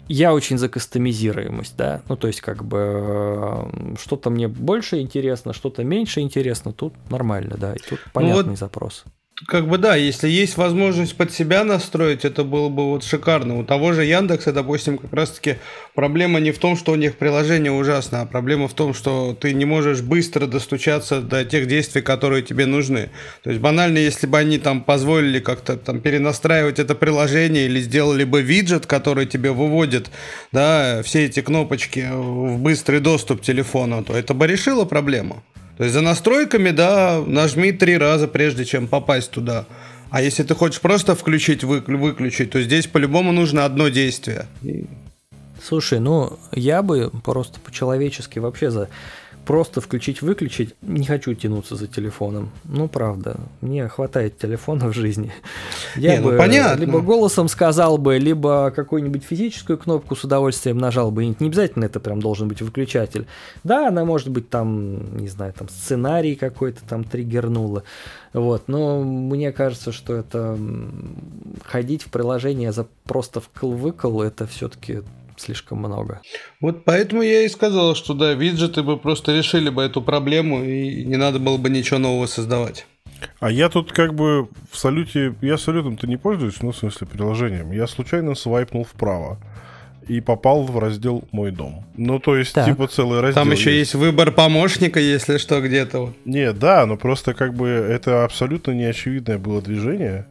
Speaker 5: я очень за кастомизируемость, да, ну, то есть, как бы, что-то мне больше интересно, что-то меньше интересно, тут нормально, да, и тут понятный запрос.
Speaker 2: Как бы да, если есть возможность под себя настроить, это было бы вот шикарно. У того же Яндекса, допустим, как раз-таки проблема не в том, что у них приложение ужасно, а проблема в том, что ты не можешь быстро достучаться до тех действий, которые тебе нужны. То есть банально, если бы они там позволили как-то там перенастраивать это приложение или сделали бы виджет, который тебе выводит, да, все эти кнопочки в быстрый доступ к телефону, то это бы решило проблему. То есть за настройками, да, нажми 3 раза, прежде чем попасть туда. А если ты хочешь просто включить, выключить, то здесь по-любому нужно одно действие.
Speaker 5: Слушай, ну я бы просто по-человечески вообще за просто включить-выключить не хочу тянуться за телефоном. Ну, правда, мне хватает телефона в жизни. Я бы
Speaker 2: понятно.
Speaker 5: Либо голосом сказал бы, либо какую-нибудь физическую кнопку с удовольствием нажал бы. Не обязательно это прям должен быть выключатель. Да, она может быть там, не знаю, там сценарий какой-то там триггернула. Вот, но мне кажется, что это ходить в приложение за просто вкл-выкл, это все-таки слишком много.
Speaker 2: Вот поэтому я и сказал, что да, виджеты бы просто решили бы эту проблему, и не надо было бы ничего нового создавать.
Speaker 3: А я тут как бы в салюте, я салютом-то не пользуюсь, ну, в смысле, приложением. Я случайно свайпнул вправо и попал в раздел «Мой дом». Ну, то есть,
Speaker 5: так.
Speaker 3: Типа целый раздел.
Speaker 2: Там еще есть выбор помощника, если что, где-то. Вот.
Speaker 3: Не, да, но просто как бы это абсолютно неочевидное было движение.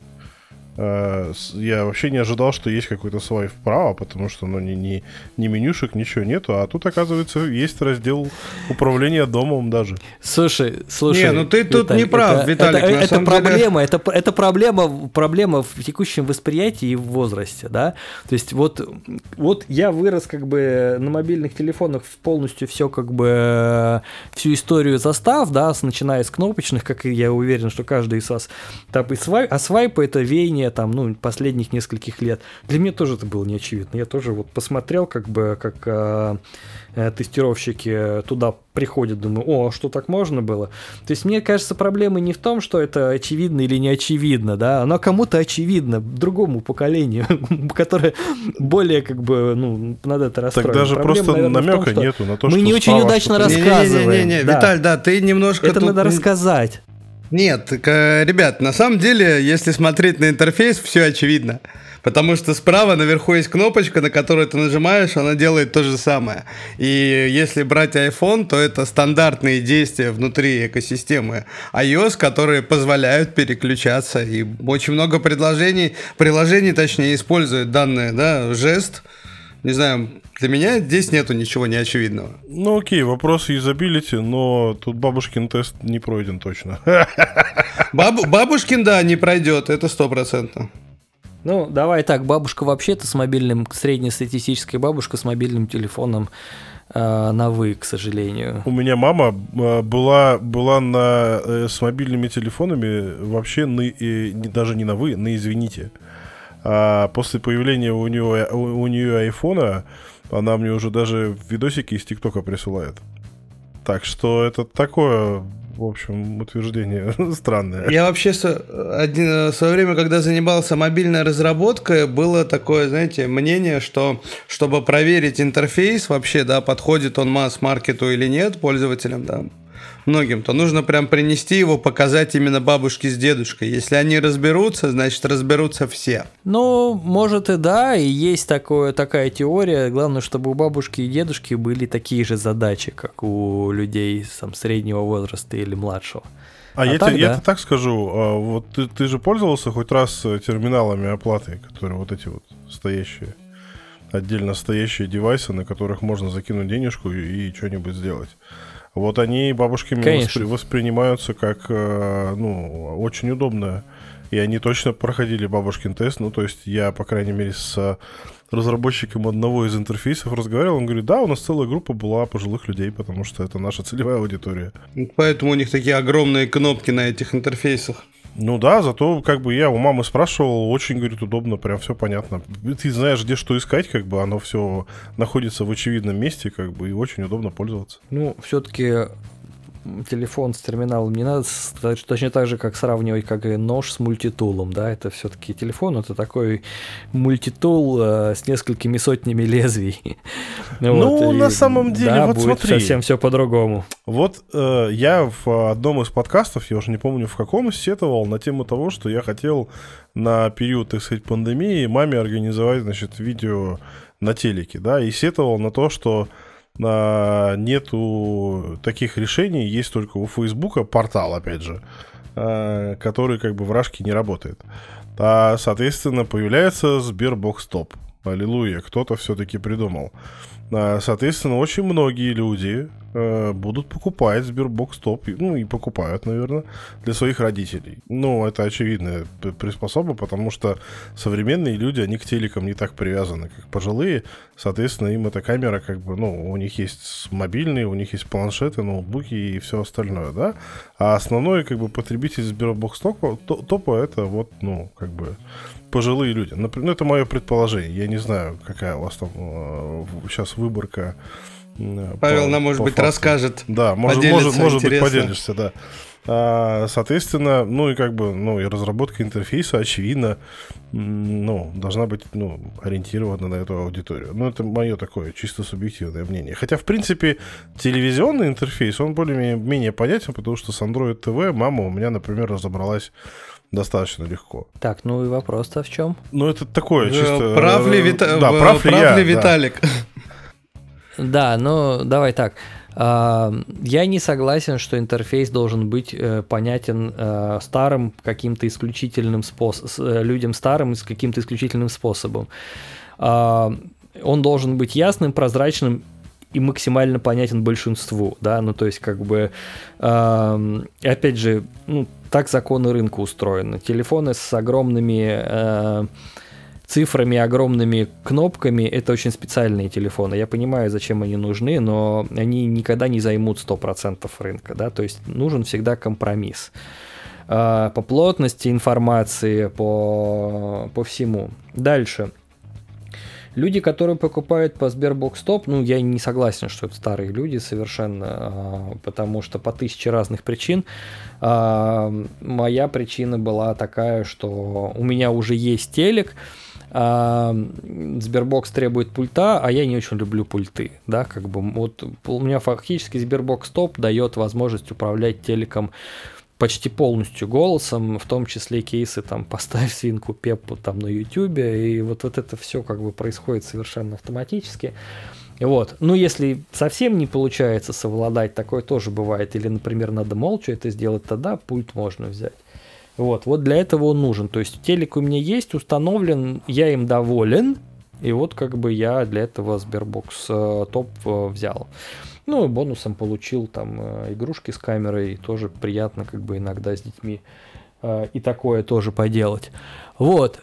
Speaker 3: Я вообще не ожидал, что есть какой-то свайп вправо, потому что ну, ни менюшек, ничего нету. А тут, оказывается, есть раздел управления домом даже.
Speaker 5: Слушай.
Speaker 2: Не, ну ты тут не прав, Виталик.
Speaker 5: Это проблема, это проблема в текущем восприятии и в возрасте, да. То есть вот я вырос как бы на мобильных телефонах полностью все как бы всю историю застав, да, начиная с кнопочных, как и я уверен, что каждый из вас там и свайпы это веяние там, ну, последних нескольких лет. Для меня тоже это было неочевидно. Я тоже вот посмотрел, как бы, как тестировщики туда приходят, думаю, о, что так можно было? То есть, мне кажется, проблема не в том, что это очевидно или не очевидно, да, оно кому-то очевидно, другому поколению, которое более, как бы, ну, над это расстроено.
Speaker 3: Так даже
Speaker 5: проблема,
Speaker 3: просто
Speaker 5: наверное,
Speaker 3: намека
Speaker 5: том,
Speaker 3: нету на то,
Speaker 5: мы
Speaker 3: что
Speaker 5: не очень удачно рассказываем.
Speaker 2: Не,
Speaker 5: да.
Speaker 2: Виталь, да, ты немножко
Speaker 5: это
Speaker 2: тут...
Speaker 5: надо рассказать.
Speaker 2: Нет, ребят, на самом деле, если смотреть на интерфейс, все очевидно. Потому что справа наверху есть кнопочка, на которую ты нажимаешь, она делает то же самое. И если брать iPhone, то это стандартные действия внутри экосистемы iOS, которые позволяют переключаться. И очень много приложений точнее, используют данный, да, жест. Не знаю, для меня здесь нету ничего неочевидного.
Speaker 3: Ну окей, вопрос юзабилити, но тут бабушкин тест не пройден точно.
Speaker 2: Бабушкин, да, не пройдет, это 100%.
Speaker 5: Ну, давай так, бабушка вообще-то с мобильным, среднестатистическая бабушка с мобильным телефоном на «вы», к сожалению.
Speaker 3: У меня мама была с мобильными телефонами вообще даже не на «вы», на «извините». А после появления у нее айфона она мне уже даже видосики из ТикТока присылает. Так что это такое, в общем, утверждение странное.
Speaker 2: Я вообще в свое время, когда занимался мобильной разработкой, было такое, знаете, мнение, что чтобы проверить интерфейс вообще, да, подходит он масс-маркету или нет, пользователям, да, многим, то нужно прям принести его, показать именно бабушке с дедушкой. Если они разберутся, значит разберутся все.
Speaker 5: Ну, может и да, и есть такая теория. Главное, чтобы у бабушки и дедушки были такие же задачи, как у людей там, среднего возраста или младшего. Я тебе
Speaker 3: так скажу, вот ты же пользовался хоть раз терминалами оплаты, которые вот эти вот стоящие, отдельно стоящие девайсы, на которых можно закинуть денежку и что-нибудь сделать. Вот они бабушками воспринимаются как, очень удобно. И они точно проходили бабушкин тест. Ну, то есть я, по крайней мере, с разработчиком одного из интерфейсов разговаривал. Он говорит, да, у нас целая группа была пожилых людей, потому что это наша целевая аудитория.
Speaker 2: Поэтому у них такие огромные кнопки на этих интерфейсах.
Speaker 3: Ну да, зато как бы я у мамы спрашивал, очень, говорит, удобно, прям все понятно. Ты знаешь, где что искать, как бы оно все находится в очевидном месте, как бы, и очень удобно пользоваться.
Speaker 5: Ну, все-таки телефон с терминалом не надо, точно так же, как сравнивать как и нож с мультитулом, да, это все-таки телефон, это такой мультитул с несколькими сотнями лезвий.
Speaker 3: Ну, на самом деле,
Speaker 5: да,
Speaker 3: вот
Speaker 5: будет
Speaker 3: смотри.
Speaker 5: совсем все по-другому.
Speaker 3: Вот я в одном из подкастов, я уже не помню в каком, сетовал на тему того, что я хотел на период, так сказать, пандемии маме организовать, значит, видео на телеке, да, и сетовал на то, что нету таких решений, есть только у Фейсбука портал, опять же, который как бы в Рашке не работает. А, соответственно, появляется Sberbox Top. Аллилуйя, кто-то все-таки придумал. Соответственно, очень многие люди будут покупать Sberbox Top, ну и покупают, наверное, для своих родителей. Ну, это очевидная приспособа, потому что современные люди, они к телекам не так привязаны, как пожилые. Соответственно, им эта камера, как бы, ну, у них есть мобильные, у них есть планшеты, ноутбуки и все остальное, да. А основной, как бы, потребитель Sberbox Top это вот, ну, как бы, пожилые люди. Например, это мое предположение. Я не знаю, какая у вас там сейчас выборка.
Speaker 2: Павел нам, может быть, расскажет.
Speaker 3: Да, может быть, поделишься, да. Соответственно, ну и как бы, ну и разработка интерфейса, очевидно, ну, должна быть, ну, ориентирована на эту аудиторию. Ну, это мое такое чисто субъективное мнение. Хотя, в принципе, телевизионный интерфейс, он более-менее понятен, потому что с Android TV мама у меня, например, разобралась достаточно легко.
Speaker 5: Так, ну и вопрос-то в чем?
Speaker 3: Ну, это такое чисто...
Speaker 2: Прав ли Виталик?
Speaker 5: Да, ну давай так. Я не согласен, что интерфейс должен быть понятен старым каким-то исключительным способом, людям старым с каким-то исключительным способом. Он должен быть ясным, прозрачным и максимально понятен большинству, да, ну то есть как бы, опять же, ну, так законы рынка устроены. Телефоны с огромными цифрами, огромными кнопками — это очень специальные телефоны. Я понимаю, зачем они нужны, но они никогда не займут 100% рынка, да, то есть нужен всегда компромисс. По плотности информации, по всему. Дальше. Люди, которые покупают по Sberbox Top, ну, я не согласен, что это старые люди совершенно, потому что по 1000 разных причин. Моя причина была такая, что у меня уже есть телек, Sberbox требует пульта, а я не очень люблю пульты, да, как бы вот у меня фактически Sberbox Top дает возможность управлять телеком почти полностью голосом, в том числе кейсы там «Поставь свинку Пеппу» там на Ютубе, и вот это все как бы происходит совершенно автоматически. Вот. Ну, если совсем не получается совладать, такое тоже бывает, или, например, надо молча это сделать, тогда пульт можно взять. Вот для этого он нужен. То есть телек у меня есть, установлен, я им доволен, и вот как бы я для этого Sberbox Top взял. Ну, и бонусом получил там игрушки с камерой, тоже приятно как бы иногда с детьми и такое тоже поделать. Вот.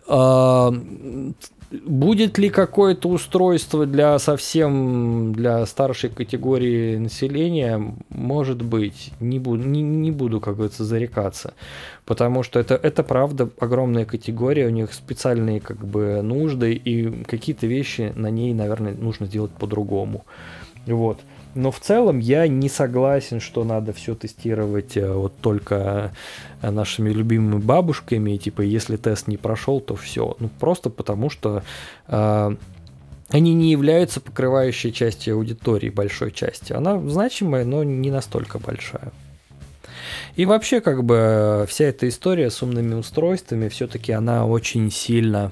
Speaker 5: Будет ли какое-то устройство для старшей категории населения? Может быть. Не буду, как говорится, зарекаться. Потому что это правда огромная категория, у них специальные как бы нужды, и какие-то вещи на ней, наверное, нужно сделать по-другому. Вот. Но в целом я не согласен, что надо все тестировать вот только нашими любимыми бабушками, и типа если тест не прошел, то все. Ну просто потому что они не являются покрывающей частью аудитории, большой части. Она значимая, но не настолько большая. И вообще как бы вся эта история с умными устройствами, все-таки она очень сильно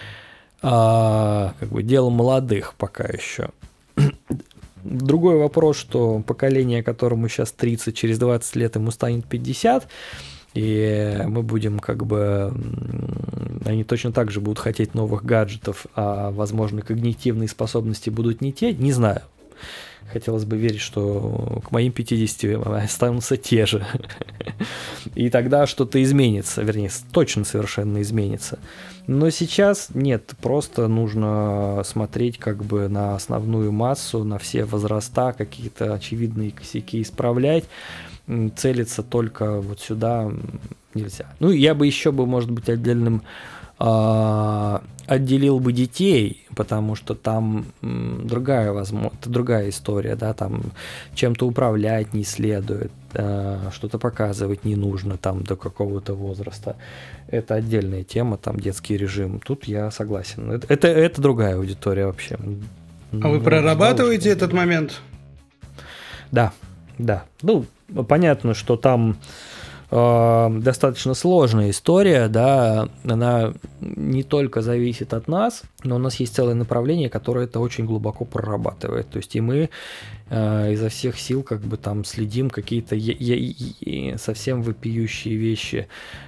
Speaker 5: как бы дело молодых пока еще. Другой вопрос, что поколение, которому сейчас 30, через 20 лет ему станет 50, и мы будем как бы... Они точно так же будут хотеть новых гаджетов, а, возможно, когнитивные способности будут не те, не знаю. Хотелось бы верить, что к моим 50 останутся те же. И тогда что-то изменится, вернее, точно совершенно изменится. Но сейчас нет, просто нужно смотреть как бы на основную массу, на все возраста, какие-то очевидные косяки исправлять. Целиться только вот сюда нельзя. Ну, я бы еще, может быть, отдельным отделил бы детей, потому что там другая история, да, там чем-то управлять не следует, что-то показывать не нужно там до какого-то возраста. Это отдельная тема, там детский режим. Тут я согласен. Это другая аудитория вообще.
Speaker 2: А вы прорабатываете этот момент?
Speaker 5: Да. Ну, понятно, что там достаточно сложная история, да, она не только зависит от нас, но у нас есть целое направление, которое это очень глубоко прорабатывает. То есть и мы изо всех сил как бы там следим какие-то совсем вопиющие вещи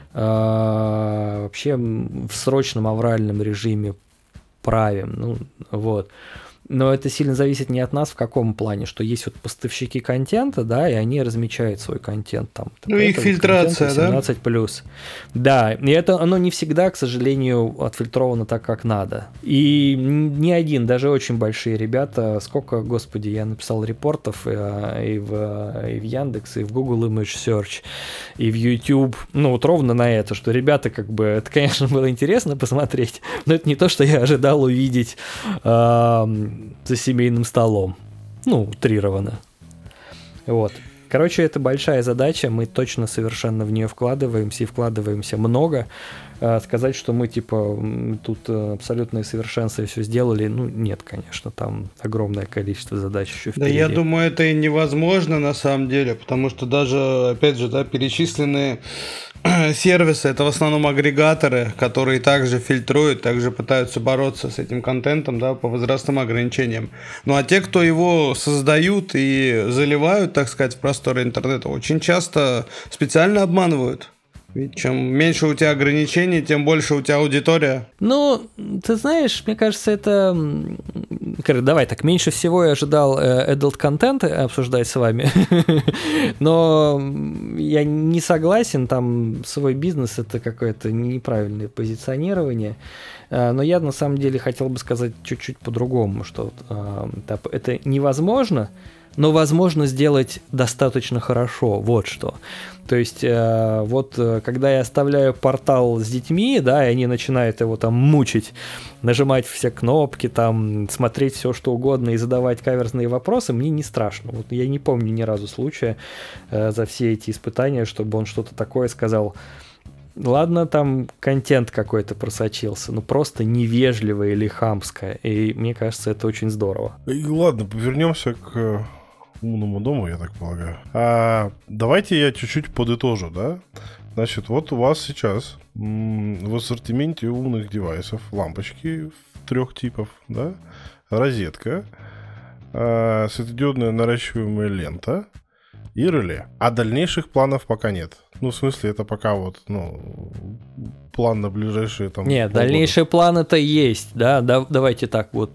Speaker 5: вообще в срочном авральном режиме правим, ну вот. Но это сильно зависит не от нас в каком плане, что есть вот поставщики контента, да, и они размечают свой контент там.
Speaker 2: Ну, их фильтрация,
Speaker 5: 18+. Да, и это оно не всегда, к сожалению, отфильтровано так, как надо. И ни один, даже очень большие ребята, сколько, господи, я написал репортов и в Яндекс, и в Google Image Search, и в YouTube, ну, вот ровно на это, что ребята, как бы, это, конечно, было интересно посмотреть, но это не то, что я ожидал увидеть за семейным столом. Ну, утрированно. Вот. Короче, это большая задача, мы точно совершенно в нее вкладываемся и вкладываемся много. Сказать, что мы, типа, тут абсолютное совершенство и все сделали, ну, нет, конечно, там огромное количество задач еще впереди.
Speaker 2: Да, я думаю, это и невозможно на самом деле, потому что даже, опять же, да, перечисленные сервисы, это в основном агрегаторы, которые также фильтруют, также пытаются бороться с этим контентом, да, по возрастным ограничениям. Ну, а те, кто его создают и заливают, так сказать, в просторы интернета, очень часто специально обманывают. Ведь чем меньше у тебя ограничений, тем больше у тебя аудитория.
Speaker 5: Ну, ты знаешь, мне кажется, это... Давай так, меньше всего я ожидал adult контент обсуждать с вами, но я не согласен, там свой бизнес – это какое-то неправильное позиционирование, но я на самом деле хотел бы сказать чуть-чуть по-другому, что это невозможно, но возможно сделать достаточно хорошо, вот что. То есть, вот когда я оставляю портал с детьми, да, и они начинают его там мучить, нажимать все кнопки, там, смотреть все, что угодно и задавать каверзные вопросы, мне не страшно. Вот я не помню ни разу случая за все эти испытания, чтобы он что-то такое сказал. Ладно, там контент какой-то просочился, но просто невежливо или хамское. И мне кажется, это очень здорово.
Speaker 3: И ладно, вернемся к умному дому, я так полагаю. Давайте я чуть-чуть подытожу, да? Значит, вот у вас сейчас в ассортименте умных девайсов лампочки 3 типов, да? Розетка, светодиодная наращиваемая лента и реле. А дальнейших планов пока нет. Ну, в смысле, это пока вот, ну, план на ближайшие там...
Speaker 5: Нет,
Speaker 3: полгода.
Speaker 5: дальнейшие планы-то есть, да, давайте так вот.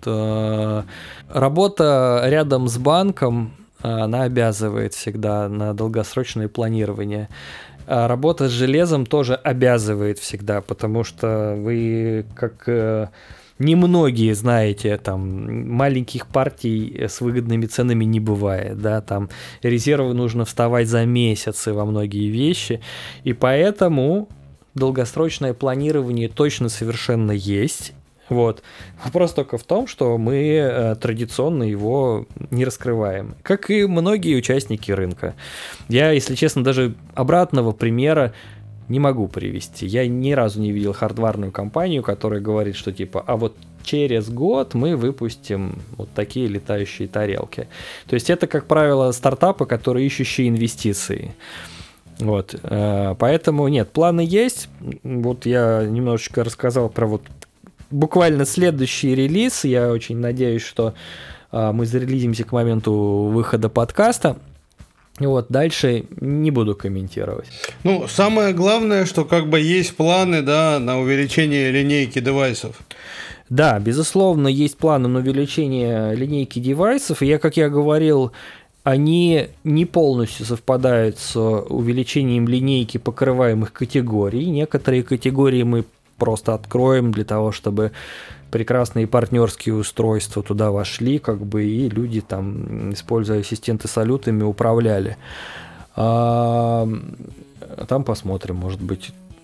Speaker 5: Работа рядом с банком, она обязывает всегда на долгосрочное планирование. А работа с железом тоже обязывает всегда, потому что вы, как немногие знаете, там маленьких партий с выгодными ценами не бывает, да, там резервы нужно вставать за месяцы во многие вещи, и поэтому долгосрочное планирование точно совершенно есть. Вот. Вопрос только в том, что мы традиционно его не раскрываем, как и многие участники рынка. Я, если честно, даже обратного примера не могу привести. Я ни разу не видел хардварную компанию, которая говорит, что типа, а вот через год мы выпустим вот такие летающие тарелки. То есть это, как правило, стартапы, которые ищущие инвестиции. Вот. Поэтому нет, планы есть. Вот я немножечко рассказал про вот буквально следующий релиз. Я очень надеюсь, что мы зарелизимся к моменту выхода подкаста. Вот, дальше не буду комментировать.
Speaker 2: Ну, самое главное, что как бы есть планы, да, на увеличение линейки девайсов.
Speaker 5: Да, безусловно, есть планы на увеличение линейки девайсов. И как я говорил, они не полностью совпадают с увеличением линейки покрываемых категорий. Некоторые категории мы просто откроем для того, чтобы прекрасные партнерские устройства туда вошли, как бы, и люди там, используя ассистенты салютами, управляли. Там посмотрим, может быть,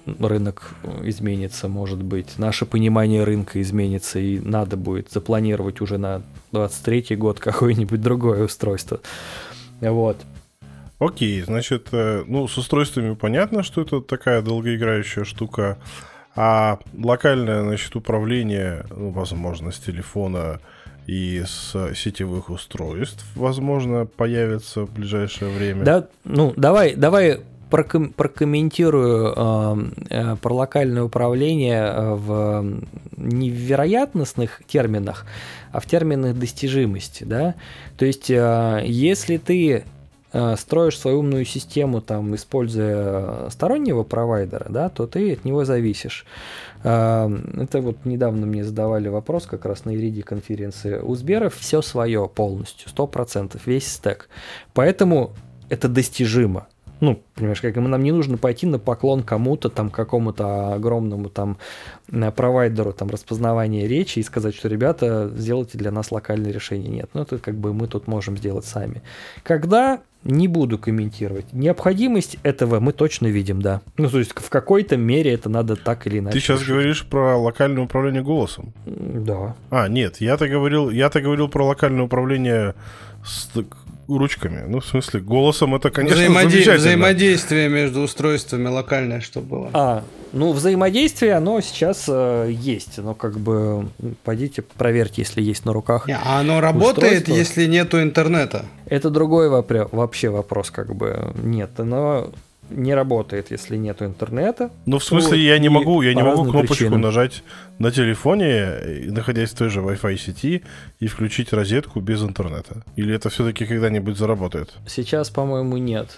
Speaker 5: рынок изменится, может быть, наше понимание рынка изменится, и надо будет запланировать уже на 23-й год какое-нибудь другое устройство. Вот.
Speaker 3: Окей, значит, с устройствами понятно, что это такая долгоиграющая штука, а локальное, значит, управление, возможно, с телефона и с сетевых устройств, возможно, появится в ближайшее время.
Speaker 5: Да, давай прокомментирую про локальное управление не в вероятностных терминах, а в терминах достижимости, да. То есть, если ты строишь свою умную систему, там, используя стороннего провайдера, да, то ты от него зависишь. Это вот недавно мне задавали вопрос как раз на Iridium конференции. У Сбера все свое полностью, 100%, весь стэк. Поэтому это достижимо. Понимаешь, как нам не нужно пойти на поклон кому-то, там, какому-то огромному там провайдеру там распознавания речи и сказать, что, ребята, сделайте для нас локальное решение. Нет, это как бы мы тут можем сделать сами. Когда? Не буду комментировать. Необходимость этого мы точно видим, да. То есть в какой-то мере это надо так или иначе.
Speaker 3: Ты сейчас говоришь про локальное управление голосом?
Speaker 5: Да.
Speaker 3: Нет, я-то говорил про локальное управление с ручками. В смысле, голосом это, конечно, замечательно.
Speaker 2: Взаимодействие между устройствами локальное, что было.
Speaker 5: Взаимодействие, оно сейчас есть. Но как бы пойдите проверьте, если есть на руках.
Speaker 2: Оно работает, если нету интернета.
Speaker 5: Это другой вообще вопрос, как бы. Нет, оно не работает, если нету интернета.
Speaker 3: В смысле, я не могу кнопочку нажать на телефоне, находясь в той же Wi-Fi сети, и включить розетку без интернета? Или это все-таки когда-нибудь заработает?
Speaker 5: Сейчас, по-моему, нет.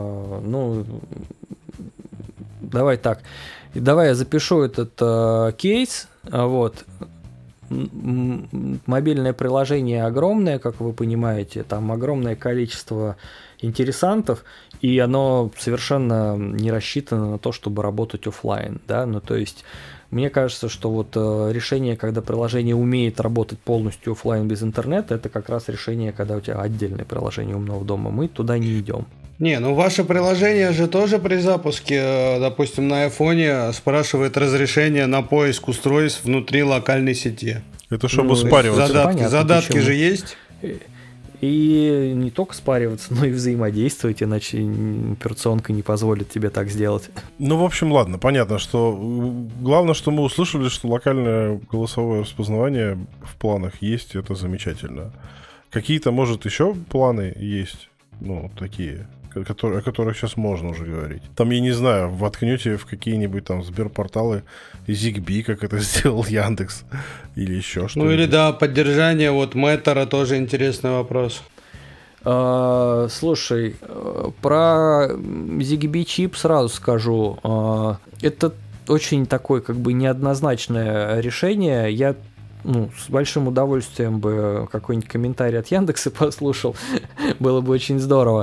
Speaker 5: Давай так. Давай я запишу этот кейс. Вот. Мобильное приложение огромное, как вы понимаете, там огромное количество интересантов, и оно совершенно не рассчитано на то, чтобы работать офлайн, да, то есть мне кажется, что вот решение, когда приложение умеет работать полностью офлайн без интернета, это как раз решение, когда у тебя отдельное приложение умного дома, мы туда не идем.
Speaker 2: Ваше приложение же тоже при запуске, допустим, на айфоне спрашивает разрешение на поиск устройств внутри локальной сети.
Speaker 3: Это чтобы спариваться.
Speaker 2: Задатки же есть?
Speaker 5: И не только спариваться, но и взаимодействовать, иначе операционка не позволит тебе так сделать.
Speaker 3: В общем, ладно, понятно, что главное, что мы услышали, что локальное голосовое распознавание в планах есть, это замечательно. Какие-то, может, еще планы есть, такие, о которых сейчас можно уже говорить. Там, я не знаю, воткнете в какие-нибудь там Сберпорталы ZigBee, как это сделал Яндекс, или еще что-то.
Speaker 2: Или поддержание Мэттера тоже интересный вопрос.
Speaker 5: Слушай, про ZigBee чип сразу скажу. Это очень такое как бы неоднозначное решение. Я с большим удовольствием бы какой-нибудь комментарий от Яндекса послушал. Было бы очень здорово.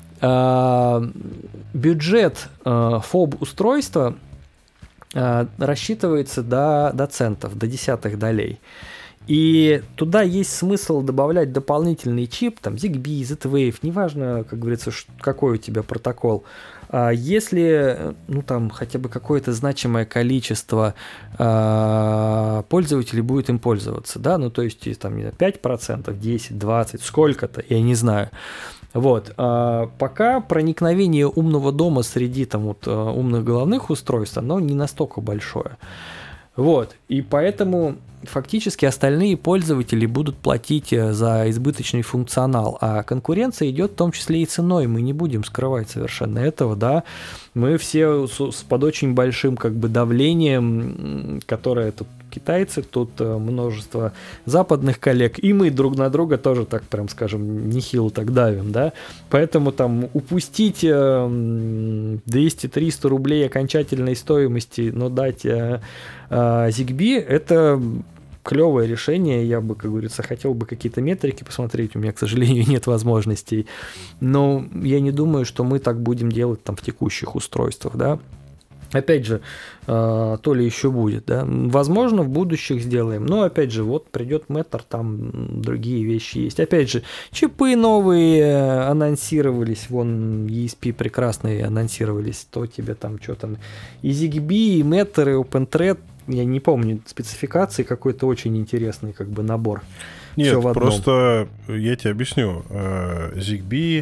Speaker 5: Бюджет FOB-устройства рассчитывается до центов, до десятых долей. И туда есть смысл добавлять дополнительный чип, там ZigBee, Z-Wave, неважно, как говорится, какой у тебя протокол. Если хотя бы какое-то значимое количество пользователей будет им пользоваться, да, то есть там 5%, 10, 20, сколько-то, я не знаю. Вот. Пока проникновение умного дома среди умных головных устройств, оно не настолько большое. Вот. И поэтому фактически остальные пользователи будут платить за избыточный функционал, а конкуренция идет в том числе и ценой, мы не будем скрывать совершенно этого, да, мы все под очень большим давлением, которое тут китайцы, тут множество западных коллег, и мы друг на друга тоже так, прям скажем, нехило так давим, да, поэтому упустить 200-300 рублей окончательной стоимости, но дать ZigBee, это клевое решение, я бы, как говорится, хотел бы какие-то метрики посмотреть, у меня, к сожалению, нет возможностей, но я не думаю, что мы так будем делать в текущих устройствах, да. Опять же, то ли еще будет, да. Возможно, в будущих сделаем. Но, опять же, вот придет Matter, там другие вещи есть. Опять же, чипы новые анонсировались. Вон, ESP прекрасные анонсировались. То тебе там что там. И ZigBee, и Matter, и OpenThread. Я не помню спецификации. Какой-то очень интересный как бы набор.
Speaker 3: Нет, просто я тебе объясню. ZigBee...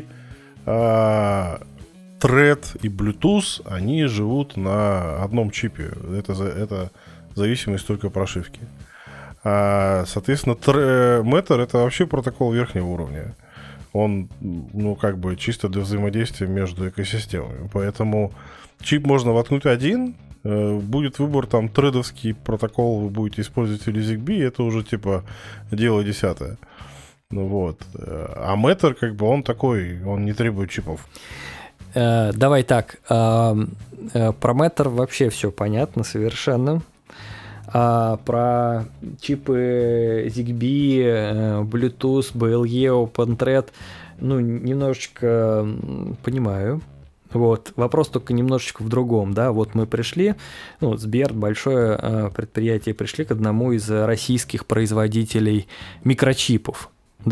Speaker 3: Thread и Bluetooth, они живут на одном чипе. Это зависимость только прошивки. Соответственно, Matter — это вообще протокол верхнего уровня. Он, ну, как бы чисто для взаимодействия между экосистемами. Поэтому чип можно воткнуть один, будет выбор там тредовский протокол, вы будете использовать или ZigBee, это уже типа дело десятое. Ну вот. А Matter, как бы, он такой, он не требует чипов.
Speaker 5: Давай так, про Matter вообще все понятно совершенно. Про чипы ZigBee, Bluetooth, BLE, OpenThread, ну, немножечко понимаю. Вот. Вопрос только немножечко в другом, да, вот мы пришли, ну, Сбер, большое предприятие, пришли к одному из российских производителей микрочипов,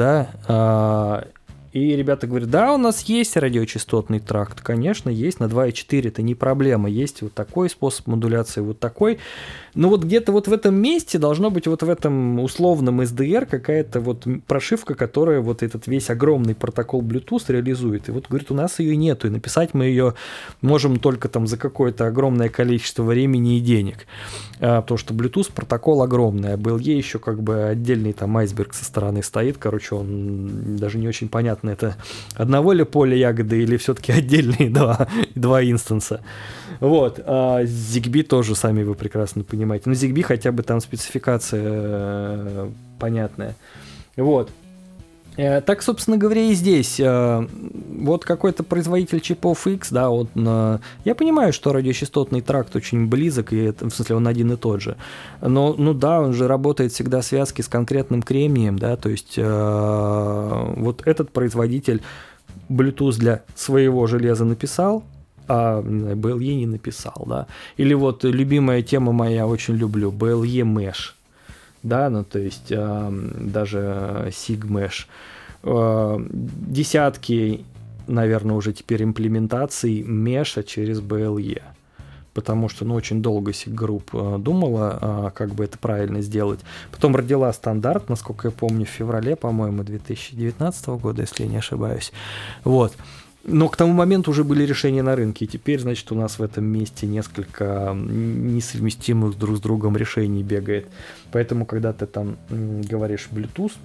Speaker 5: да, и ребята говорят, да, у нас есть радиочастотный тракт. Конечно, есть, на 2,4 это не проблема. Есть вот такой способ модуляции, вот такой. Но вот где-то вот в этом месте должно быть вот в этом условном SDR какая-то вот прошивка, которая вот этот весь огромный протокол Bluetooth реализует. И вот, говорит, у нас ее нету, и написать мы ее можем только там за какое-то огромное количество времени и денег. Потому что Bluetooth протокол огромный, а BLE еще как бы отдельный там айсберг со стороны стоит. Короче, он даже не очень понятно, это одного ли поля ягоды или все-таки отдельные два инстанса. Вот. А ZigBee тоже, сами вы прекрасно понимаете. Но ZigBee хотя бы там спецификация понятная. Вот. Так, собственно говоря, и здесь. Вот какой-то производитель чипов X, да, вот, я понимаю, что радиочастотный тракт очень близок, и это, в смысле, он один и тот же. Но, ну да, он же работает всегда в связке с конкретным кремнием, да, то есть вот этот производитель Bluetooth для своего железа написал, а BLE не написал, да. Или вот любимая тема моя, очень люблю, BLE Mesh. Да, ну то есть даже SIG-Mesh. Десятки, наверное, уже теперь имплементаций меша через BLE. Потому что, ну, очень долго SIG-Group думала, как бы это правильно сделать. Потом родила стандарт, насколько я помню, в феврале, по-моему, 2019 года, если я не ошибаюсь. Вот. Но к тому моменту уже были решения на рынке, и теперь, значит, у нас в этом месте несколько несовместимых друг с другом решений бегает. Поэтому, когда ты там говоришь Bluetooth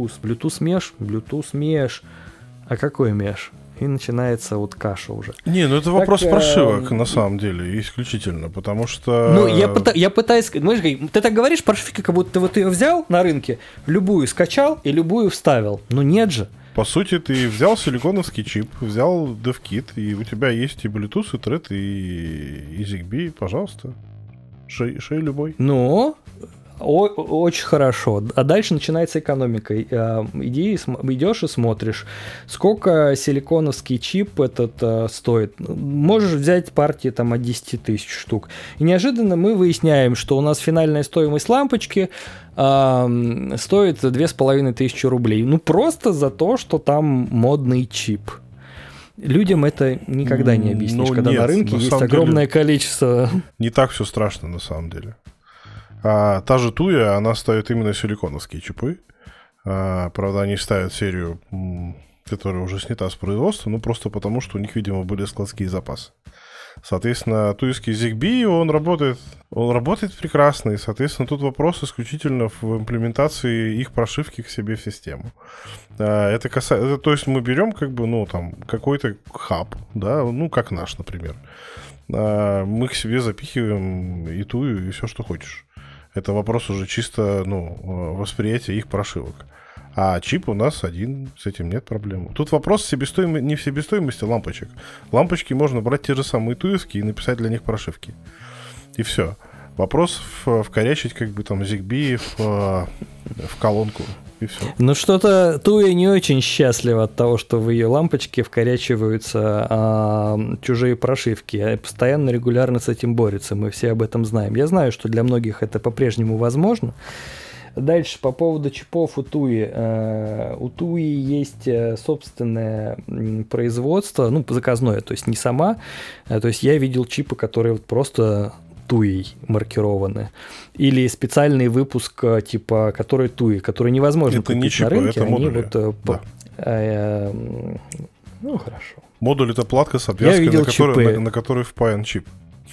Speaker 5: Mesh, а какой Mesh? И начинается вот каша уже.
Speaker 3: Не, ну это вопрос прошивок, на самом деле, исключительно, потому что...
Speaker 5: Ну, я пытаюсь... Ты так говоришь, прошивка, как будто ты вот ее взял на рынке, любую скачал и любую вставил. Ну, нет же.
Speaker 3: По сути, ты взял силиконовский чип, взял DevKit, и у тебя есть и Bluetooth, и Thread, и ZigBee, пожалуйста. Шей любой.
Speaker 5: Ну, очень хорошо. А дальше начинается экономика. Идешь и смотришь, сколько силиконовский чип этот стоит. Можешь взять партии там от 10 тысяч штук. И неожиданно мы выясняем, что у нас финальная стоимость лампочки стоит 2500 рублей. Ну, просто за то, что там модный чип. Людям это никогда не объяснишь, когда нет, на рынке есть огромное количество...
Speaker 3: Не так все страшно, на самом деле. Та же Туя, она ставит именно силиконовские чипы. Правда, они ставят серию, которая уже снята с производства, ну, просто потому, что у них, видимо, были складские запасы. Соответственно, туйский ZigBee, он работает прекрасно, и, соответственно, тут вопрос исключительно в имплементации их прошивки к себе в систему. Это касается, то есть мы берем как бы, ну, там, какой-то хаб, да, ну, как наш, например. Мы к себе запихиваем и тую, и все, что хочешь. Это вопрос уже чисто, ну, восприятия их прошивок. А чип у нас один, с этим нет проблем. Тут вопрос не в себестоимости лампочек. Лампочки можно брать те же самые туевские и написать для них прошивки. И все. Вопрос вкорячить как бы там ZigBee в колонку. и все.
Speaker 5: Ну что-то Туя не очень счастлива от того, что в ее лампочке вкорячиваются чужие прошивки. Постоянно, регулярно с этим борется, мы все об этом знаем. Я знаю, что для многих это по-прежнему возможно. Дальше по поводу чипов у Туи. У Туи есть собственное производство, ну, заказное, то есть не сама. То есть я видел чипы, которые вот просто Туей маркированы. Или специальный выпуск, типа, который Туи, который невозможно
Speaker 3: это
Speaker 5: купить
Speaker 3: не чипы,
Speaker 5: на рынке.
Speaker 3: это модули.
Speaker 5: Ну, хорошо.
Speaker 3: Модуль — это платка с обвязкой, на которой впаян чип.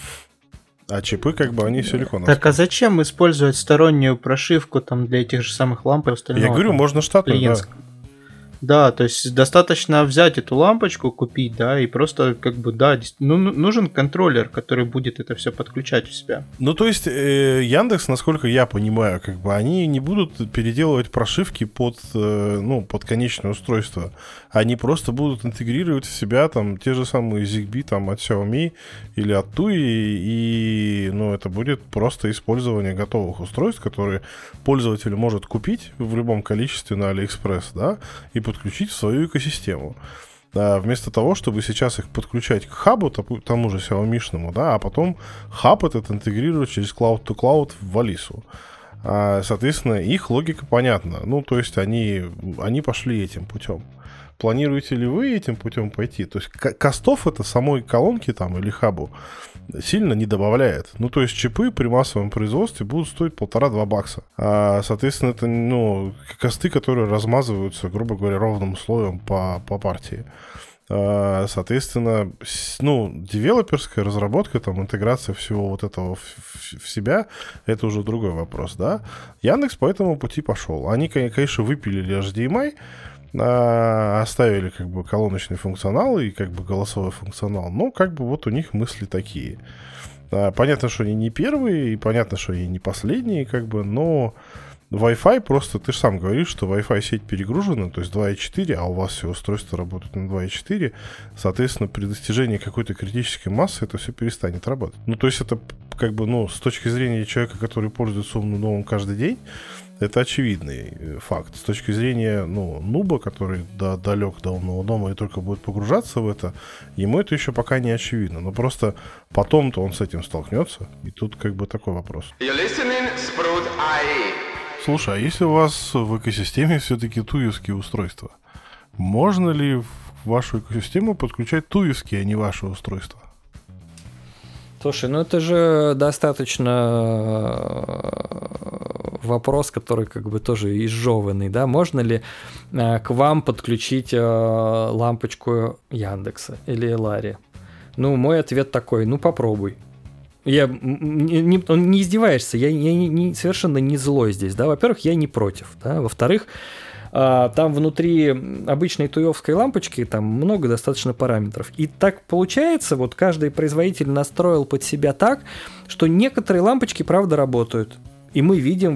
Speaker 3: А чипы, как бы, они силиконовые.
Speaker 4: Так, а зачем использовать стороннюю прошивку там для этих же самых ламп и остального?
Speaker 3: Я говорю, можно штатную, да.
Speaker 4: Да, то есть достаточно взять эту лампочку, купить, да, и просто как бы, да, нужен контроллер, который будет это все подключать у себя.
Speaker 3: Ну, то есть Яндекс, насколько я понимаю, как бы они не будут переделывать прошивки под конечное устройство. Они просто будут интегрировать в себя там те же самые ZigBee там от Xiaomi или от Tui, и это будет просто использование готовых устройств, которые пользователь может купить в любом количестве на AliExpress, да, и подключить в свою экосистему. Да, вместо того, чтобы сейчас их подключать к хабу, тому же Xiaomi-шному, да, а потом хаб этот интегрировать через Cloud-to-Cloud в Валису. Соответственно, их логика понятна. Ну, то есть они пошли этим путем. Планируете ли вы этим путем пойти? То есть костов это самой колонки там или хабу сильно не добавляет. Ну, то есть чипы при массовом производстве будут стоить $1,5-2. Соответственно, это, косты, которые размазываются, грубо говоря, ровным слоем по партии. Соответственно, девелоперская разработка, там, интеграция всего вот этого в себя, это уже другой вопрос, да. Яндекс по этому пути пошел. Они, конечно, выпилили HDMI, оставили как бы колоночный функционал и как бы голосовой функционал, но как бы вот у них мысли такие. Понятно, что они не первые, и понятно, что они не последние, как бы, но Wi-Fi просто, ты же сам говоришь, что Wi-Fi сеть перегружена, то есть 2.4, а у вас все устройства работают на 2.4, соответственно, при достижении какой-то критической массы это все перестанет работать. Ну, то есть это как бы, с точки зрения человека, который пользуется умным домом каждый день, это очевидный факт. С точки зрения, нуба, который далек до умного дома и только будет погружаться в это, ему это еще пока не очевидно. Но просто потом-то он с этим столкнется, и тут как бы такой вопрос. Слушай, а если у вас в экосистеме все-таки туевские устройства, можно ли в вашу экосистему подключать туевские, а не ваши устройства?
Speaker 5: Слушай, это же достаточно вопрос, который как бы тоже изжеванный, да? Можно ли к вам подключить лампочку Яндекса или Лари? Мой ответ такой, попробуй. Он не издеваешься, я совершенно не злой здесь, да? Во-первых, я не против, да? Во-вторых, там внутри обычной туевской лампочки там много достаточно параметров. И так получается, вот каждый производитель настроил под себя так, что некоторые лампочки, правда, работают. И мы видим,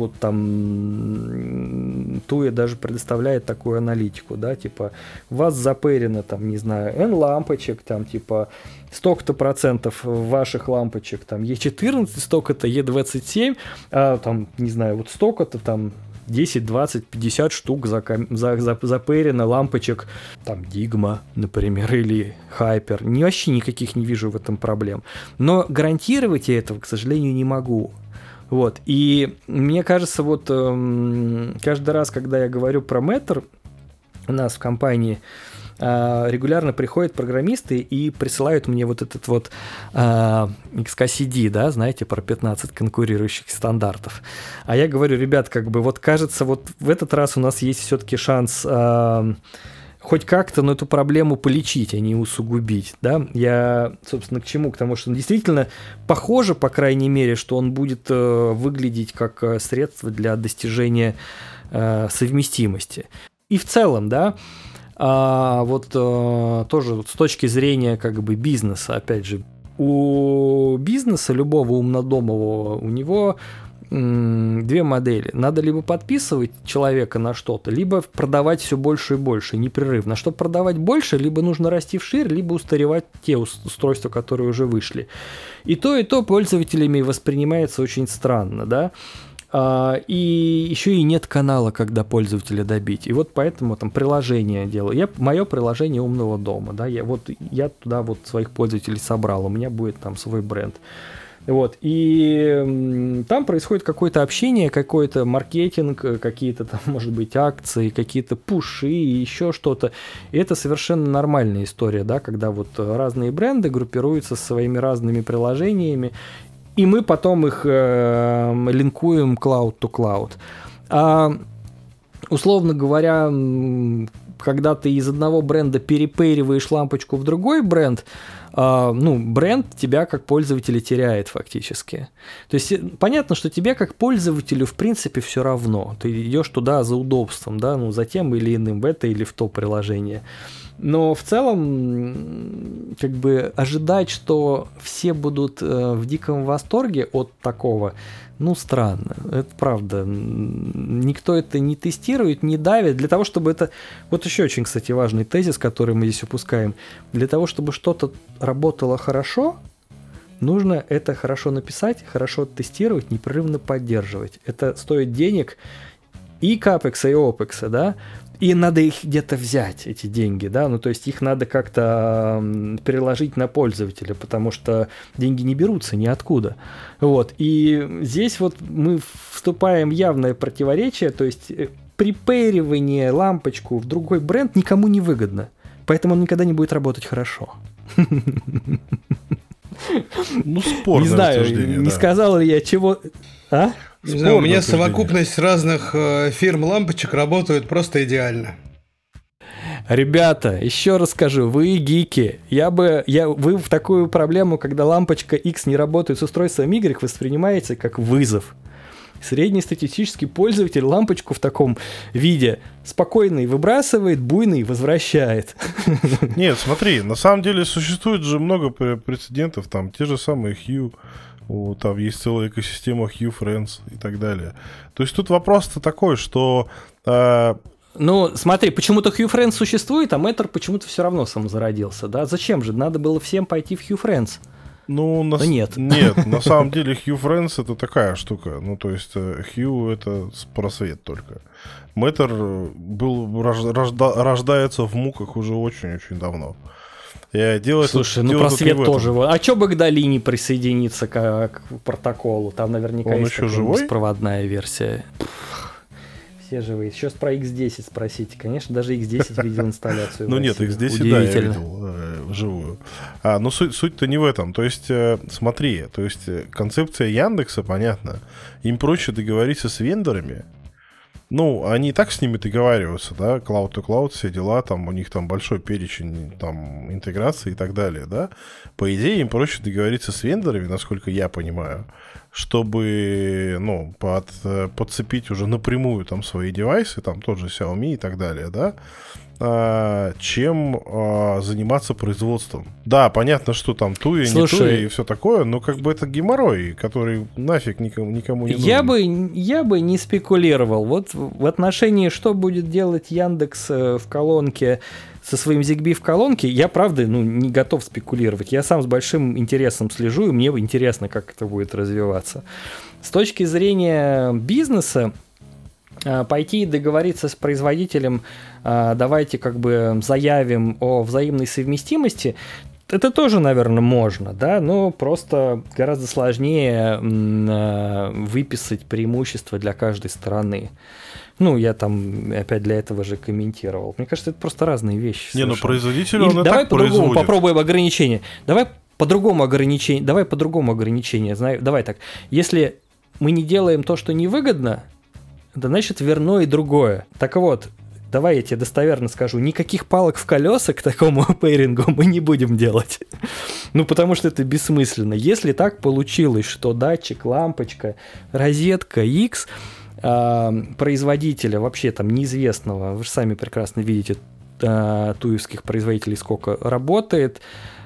Speaker 5: там Туя даже предоставляет такую аналитику, да, типа, у вас запэрено, там, не знаю, N лампочек, там, типа, столько-то процентов ваших лампочек, там, E14, столько-то E27, там, не знаю, вот столько-то, там, 10, 20, 50 штук запэрено лампочек, там, Дигма, например, или Хайпер. Вообще никаких не вижу в этом проблем. Но гарантировать я этого, к сожалению, не могу. Вот. И мне кажется, каждый раз, когда я говорю про Matter, у нас в компании регулярно приходят программисты и присылают мне вот этот XKCD, да, знаете, про 15 конкурирующих стандартов. А я говорю, ребят, кажется, в этот раз у нас есть все-таки шанс хоть как-то, эту проблему полечить, а не усугубить, да. Я, собственно, к чему? К тому, что действительно похоже, по крайней мере, что он будет выглядеть как средство для достижения совместимости. И в целом, да, тоже с точки зрения бизнеса, опять же, у бизнеса, любого умнодомового, у него две модели. Надо либо подписывать человека на что-то, либо продавать все больше и больше, непрерывно. Чтобы продавать больше, либо нужно расти вширь, либо устаревать те устройства, которые уже вышли. И то пользователями воспринимается очень странно, да. И еще и нет канала, как до пользователя добить. И вот поэтому там приложение делаю. Мое приложение умного дома, да, я туда вот своих пользователей собрал, у меня будет там свой бренд. Вот, и там происходит какое-то общение, какой-то маркетинг, какие-то там, может быть, акции, какие-то пуши, еще что-то. И это совершенно нормальная история, да, когда вот разные бренды группируются со своими разными приложениями, и мы потом их линкуем cloud to cloud. Условно говоря, когда ты из одного бренда перепейриваешь лампочку в другой бренд, бренд тебя как пользователя теряет фактически. То есть понятно, что тебе как пользователю в принципе все равно. Ты идешь туда за удобством, да, за тем или иным, в это или в то приложение. Но в целом, как бы ожидать, что все будут в диком восторге от такого, странно. Это правда. Никто это не тестирует, не давит. Для того, чтобы это... Вот еще очень, кстати, важный тезис, который мы здесь упускаем. Для того, чтобы что-то работало хорошо, нужно это хорошо написать, хорошо тестировать, непрерывно поддерживать. Это стоит денег и капекса, и опекса, да? И надо их где-то взять, эти деньги, да, то есть их надо как-то переложить на пользователя, потому что деньги не берутся ниоткуда. Вот, и здесь вот мы вступаем в явное противоречие, то есть припейривание лампочку в другой бренд никому не выгодно, поэтому он никогда не будет работать хорошо.
Speaker 3: Спорное
Speaker 5: не знаю,
Speaker 3: утверждение,
Speaker 5: не сказал ли я чего... А?
Speaker 2: Не знаю, у меня совокупность разных фирм лампочек работает просто идеально.
Speaker 5: Ребята, еще раз скажу, вы гики. Вы в такую проблему, когда лампочка X не работает с устройством Y, воспринимаете как вызов. Среднестатистический пользователь лампочку в таком виде спокойный выбрасывает, буйный возвращает.
Speaker 3: Нет, смотри, на самом деле существует же много прецедентов, там те же самые Hue. Там есть целая экосистема Hue Friends и так далее. То есть тут вопрос-то такой, что...
Speaker 5: смотри, почему-то Hue Friends существует, а Matter почему-то все равно самозародился, да? Зачем же? Надо было всем пойти в Hue Friends.
Speaker 3: Нет. Нет, на самом деле Hue Friends это такая штука. То есть Hue это просвет только. Matter рождается в муках уже очень-очень давно.
Speaker 5: Слушай, просвет тоже. А чё бы к Дали не присоединиться к протоколу? Там наверняка
Speaker 3: он
Speaker 5: есть
Speaker 3: еще живой?
Speaker 5: Беспроводная версия. Все живые. Сейчас про X10 спросите. Конечно, даже X10 видел инсталляцию.
Speaker 3: Нет, X10, да, я видел вживую. Но суть-то не в этом. То есть, смотри, концепция Яндекса, понятно. Им проще договориться с вендорами. Они и так с ними договариваются, да, cloud to cloud, все дела, там у них там большой перечень там интеграции и так далее, да. По идее, им проще договориться с вендорами, насколько я понимаю, чтобы, подцепить уже напрямую там свои девайсы, там тот же Xiaomi и так далее, да, чем заниматься производством. Да, понятно, что там туи, не туи и все такое, но как бы это геморрой, который нафиг никому не нужен.
Speaker 5: Я бы не спекулировал. Вот в отношении, что будет делать Яндекс в колонке со своим ZigBee в колонке, я, правда, не готов спекулировать. Я сам с большим интересом слежу, и мне интересно, как это будет развиваться. С точки зрения бизнеса, пойти и договориться с производителем, давайте как бы заявим о взаимной совместимости, это тоже, наверное, можно, да, но просто гораздо сложнее выписать преимущества для каждой стороны. Я там опять для этого же комментировал. Мне кажется, это просто разные вещи.
Speaker 3: Производитель он и
Speaker 5: давай
Speaker 3: так
Speaker 5: по-другому
Speaker 3: производит.
Speaker 5: Попробуем ограничение. Давай по-другому ограничение. Давай так. Если мы не делаем то, что невыгодно, это значит верно и другое. Так вот, давай я тебе достоверно скажу, никаких палок в колеса к такому пейрингу мы не будем делать. Потому что это бессмысленно. Если так получилось, что датчик, лампочка, розетка X производителя, вообще там неизвестного, вы же сами прекрасно видите, туевских производителей сколько работает,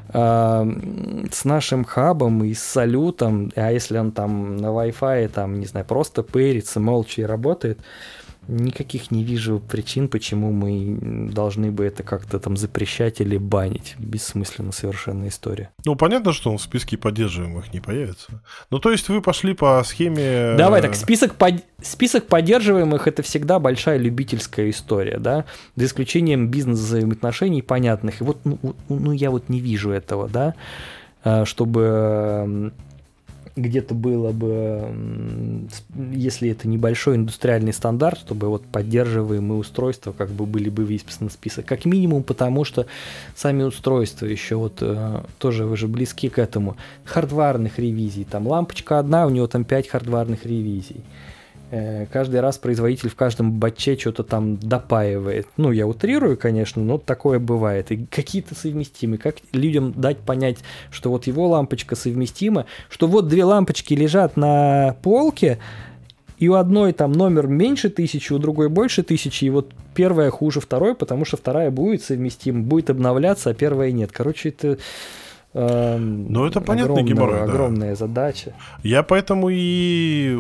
Speaker 5: с нашим хабом и с салютом, а если он там на Wi-Fi, там, не знаю, просто пэрится молча и работает, Никаких не вижу причин, почему мы должны бы это как-то там запрещать или банить. Бессмысленно совершенно история.
Speaker 3: Ну, понятно, что он в списке поддерживаемых не появится. Ну, то есть вы пошли по схеме...
Speaker 5: Давай так, список поддерживаемых — это всегда большая любительская история, да, за исключением бизнес-взаимоотношений понятных. И вот, я вот не вижу этого, да, чтобы... где-то было бы, если это небольшой индустриальный стандарт, чтобы вот поддерживаемые устройства как бы были бы выписаны в список. Как минимум потому, что сами устройства еще вот тоже вы же близки к этому. Хардварных ревизий. Там лампочка одна, у него там 5 хардварных ревизий. Каждый раз производитель в каждом батче что-то там допаивает. Ну, я утрирую, конечно, но такое бывает. И какие-то совместимы. Как людям дать понять, что вот его лампочка совместима, что вот 2 лампочки лежат на полке, и у одной там номер меньше 1000, у другой больше 1000, и вот первая хуже второй, потому что вторая будет совместима, будет обновляться, а первая нет. Короче, это...
Speaker 3: Ну, это понятный геморрой, да.
Speaker 5: Огромная задача.
Speaker 3: Я поэтому и,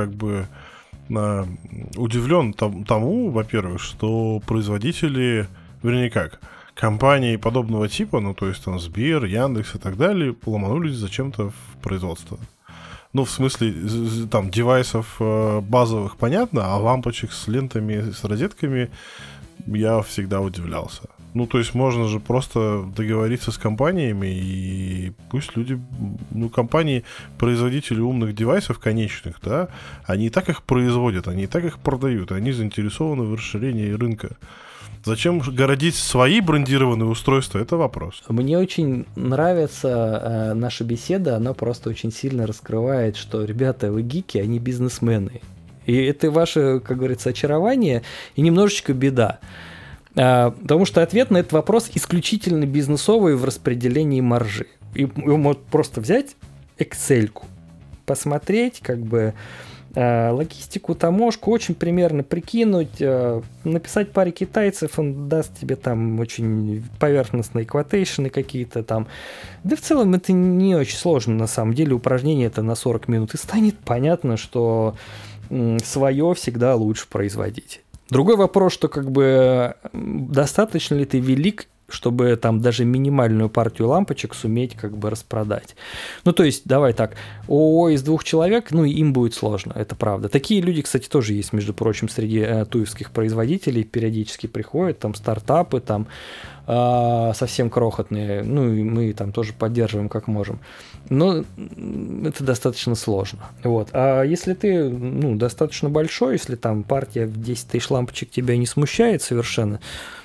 Speaker 3: удивлен тому, во-первых, что производители, вернее как, компании подобного типа, ну, то есть там Сбер, Яндекс и так далее, ломанулись зачем-то в производство. Ну, в смысле, там, девайсов базовых понятно, а лампочек с лентами, с розетками я всегда удивлялся. Ну, то есть можно же просто договориться с компаниями, и пусть люди, компании, производители умных девайсов конечных, да, они и так их производят, они и так их продают, они заинтересованы в расширении рынка. Зачем городить свои брендированные устройства, это вопрос.
Speaker 5: Мне очень нравится наша беседа, она просто очень сильно раскрывает, что, ребята, вы гики, они бизнесмены. И это ваше, как говорится, очарование и немножечко беда. Потому что ответ на этот вопрос исключительно бизнесовый в распределении маржи. И вы можете просто взять Excel-ку, посмотреть, как бы логистику, таможку, очень примерно прикинуть, написать паре китайцев, он даст тебе там очень поверхностные квотейшены какие-то там. Да в целом это не очень сложно, на самом деле, упражнение это на 40 минут, и станет понятно, что свое всегда лучше производить. Другой вопрос, что как бы достаточно ли ты велик, чтобы там даже минимальную партию лампочек суметь как бы распродать. Ну, то есть, давай так, ООО из 2 человек, им будет сложно, это правда. Такие люди, кстати, тоже есть, между прочим, среди туевских производителей, периодически приходят, там, стартапы, там, совсем крохотные, и мы там тоже поддерживаем как можем. Но это достаточно сложно. Вот. А если ты, достаточно большой, если там партия в 10 тысяч лампочек тебя не смущает совершенно,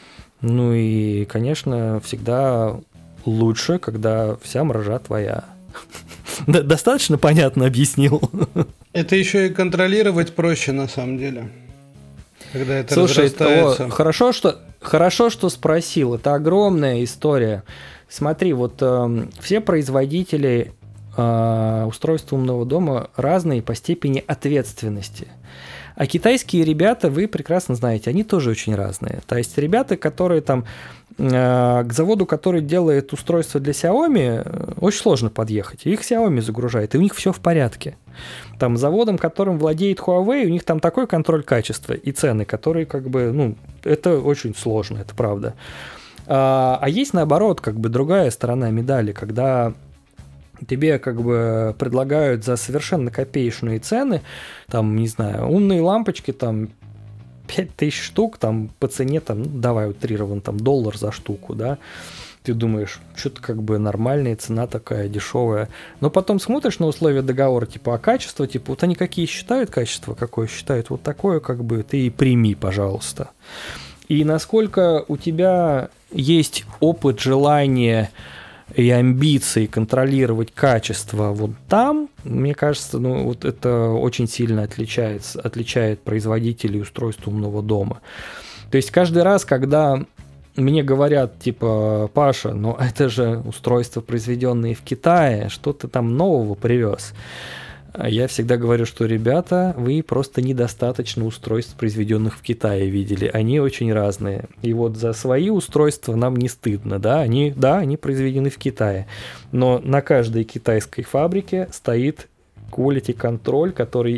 Speaker 5: и, конечно, всегда лучше, когда вся маржа твоя. Достаточно понятно объяснил?
Speaker 2: Это еще и контролировать проще, на самом деле. Когда это
Speaker 5: Слушай,
Speaker 2: разрастается.
Speaker 5: Хорошо, что спросил. Это огромная история. Смотри, вот все производители устройств умного дома разные по степени ответственности. А китайские ребята, вы прекрасно знаете, они тоже очень разные. То есть ребята, которые там к заводу, который делает устройства для Xiaomi, очень сложно подъехать. Их Xiaomi загружает, и у них все в порядке. Там заводом, которым владеет Huawei, у них там такой контроль качества и цены, которые как бы, это очень сложно, это правда. А есть наоборот, как бы другая сторона медали, когда тебе как бы предлагают за совершенно копеечные цены, там, не знаю, умные лампочки, там, 5000 штук, там, по цене, там, давай утрирован, там, $1 за штуку, да, ты думаешь, что-то как бы нормальная цена такая, дешевая, но потом смотришь на условия договора, типа, а качество, типа, вот они какие считают качество, какое считают, вот такое, как бы, ты и прими, пожалуйста. И насколько у тебя есть опыт, желание и амбиции контролировать качество вот там, мне кажется, вот это очень сильно отличает производителей устройств умного дома. То есть каждый раз, когда мне говорят, типа, Паша, это же устройства, произведенные в Китае, что ты там нового привез? Я всегда говорю, что, ребята, вы просто недостаточно устройств, произведенных в Китае, видели. Они очень разные. И вот за свои устройства нам не стыдно, да? Они произведены в Китае. Но на каждой китайской фабрике стоит quality control, который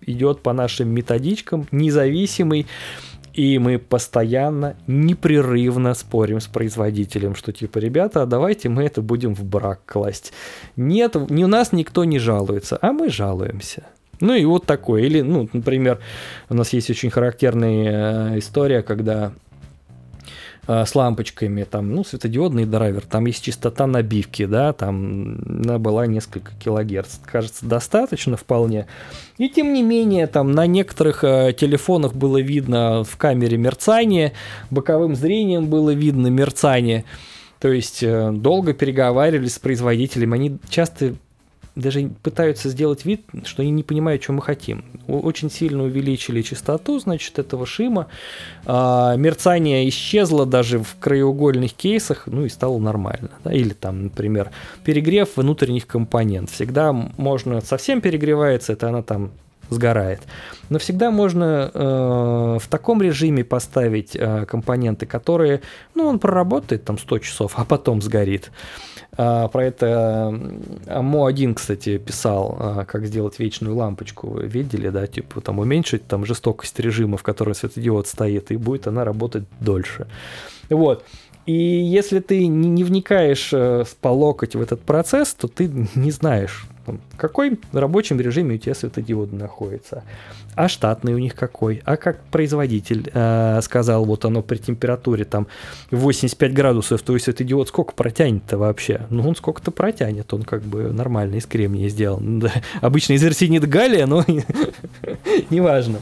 Speaker 5: идет по нашим методичкам, независимый, и мы постоянно, непрерывно спорим с производителем, что типа, ребята, давайте мы это будем в брак класть. Нет, у нас никто не жалуется, а мы жалуемся. Ну и вот такое. Или, ну, например, у нас есть очень характерная история, когда с лампочками, там, ну, светодиодный драйвер, там есть частота набивки, да, там она была несколько килогерц, кажется, достаточно вполне. И тем не менее, там на некоторых телефонах было видно в камере мерцание, боковым зрением было видно мерцание. То есть долго переговаривались с производителем, они часто даже пытаются сделать вид, что они не понимают, что мы хотим. Очень сильно увеличили частоту, значит, этого шима. Мерцание исчезло даже в краеугольных кейсах, ну и стало нормально. Да? Или там, например, перегрев внутренних компонент. Всегда можно, совсем перегревается, это она там сгорает. Но всегда можно в таком режиме поставить компоненты, которые, ну, он проработает там 100 часов, а потом сгорит. Про это АМО-1, кстати, писал, как сделать вечную лампочку. Видели, да, типа там уменьшить там жестокость режима, в котором светодиод стоит, и будет она работать дольше. Вот. И если ты не вникаешь по локоть в этот процесс, то ты не знаешь, в какой рабочем режиме у тебя светодиод находится. А штатный у них какой? А как производитель сказал, вот оно при температуре там 85 градусов, то есть светодиод сколько протянет-то вообще? Ну, он сколько-то протянет, он как бы нормально из кремния сделан. Да. Обычно из версинит галлия, но неважно.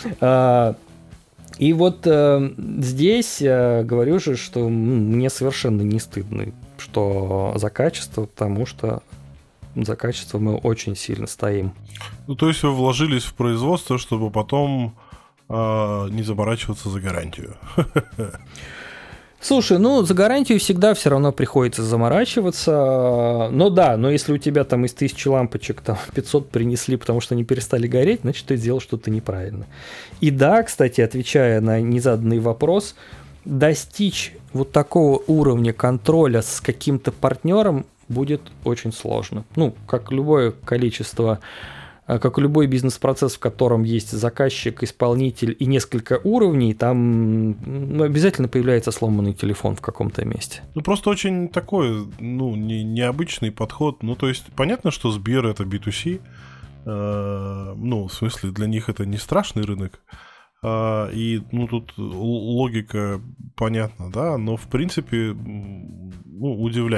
Speaker 5: И вот здесь говорю же, что мне совершенно не стыдно, что за качество, потому что за качество мы очень сильно стоим.
Speaker 3: Ну, то есть вы вложились в производство, чтобы потом не заморачиваться за гарантию.
Speaker 5: Слушай, ну, за гарантию всегда все равно приходится заморачиваться. Но да, но если у тебя там из 1000 лампочек там 500 принесли, потому что они перестали гореть, значит, ты сделал что-то неправильно. И да, кстати, отвечая на незаданный вопрос, достичь вот такого уровня контроля с каким-то партнером будет очень сложно. Ну, как любое количество, как любой бизнес-процесс, в котором есть заказчик, исполнитель и несколько уровней, там обязательно появляется сломанный телефон в каком-то месте.
Speaker 3: Ну, просто очень такой, ну, необычный подход. Ну, то есть, понятно, что Сбер — это B2C. Ну, в смысле, для них это не страшный рынок. И, ну, тут логика понятна, да, но, в принципе, ну,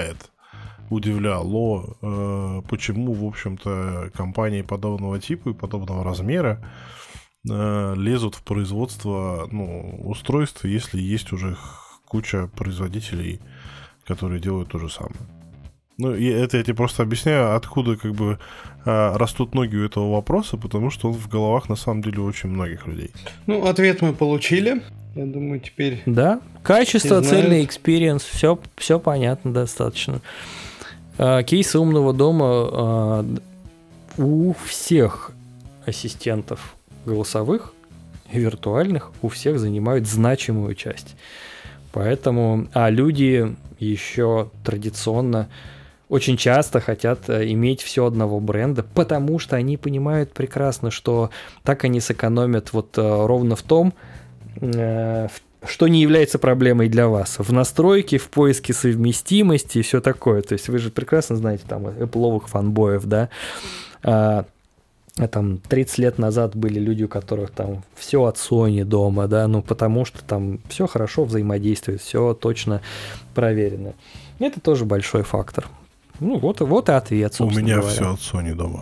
Speaker 3: удивляло, почему, в общем-то, компании подобного типа и подобного размера лезут в производство, ну, устройств, если есть уже куча производителей, которые делают то же самое. Ну, и это я тебе просто объясняю, откуда как бы растут ноги у этого вопроса, потому что он в головах на самом деле у очень многих людей.
Speaker 2: Ну, ответ мы получили. Я думаю, теперь...
Speaker 5: Да, качество, цельный экспириенс, все понятно достаточно. Кейсы умного дома у всех ассистентов голосовых и виртуальных, у всех занимают значимую часть. Поэтому, люди еще традиционно очень часто хотят иметь все одного бренда, потому что они понимают прекрасно, что так они сэкономят вот ровно в том, что не является проблемой для вас. В настройке, в поиске совместимости и все такое. То есть вы же прекрасно знаете там Apple'овых фанбоев, да. Там 30 лет назад были люди, у которых там все от Sony дома, да, ну потому что там все хорошо взаимодействует, все точно проверено. Это тоже большой фактор. Ну вот и ответ, собственно говоря.
Speaker 3: У меня все от Sony дома.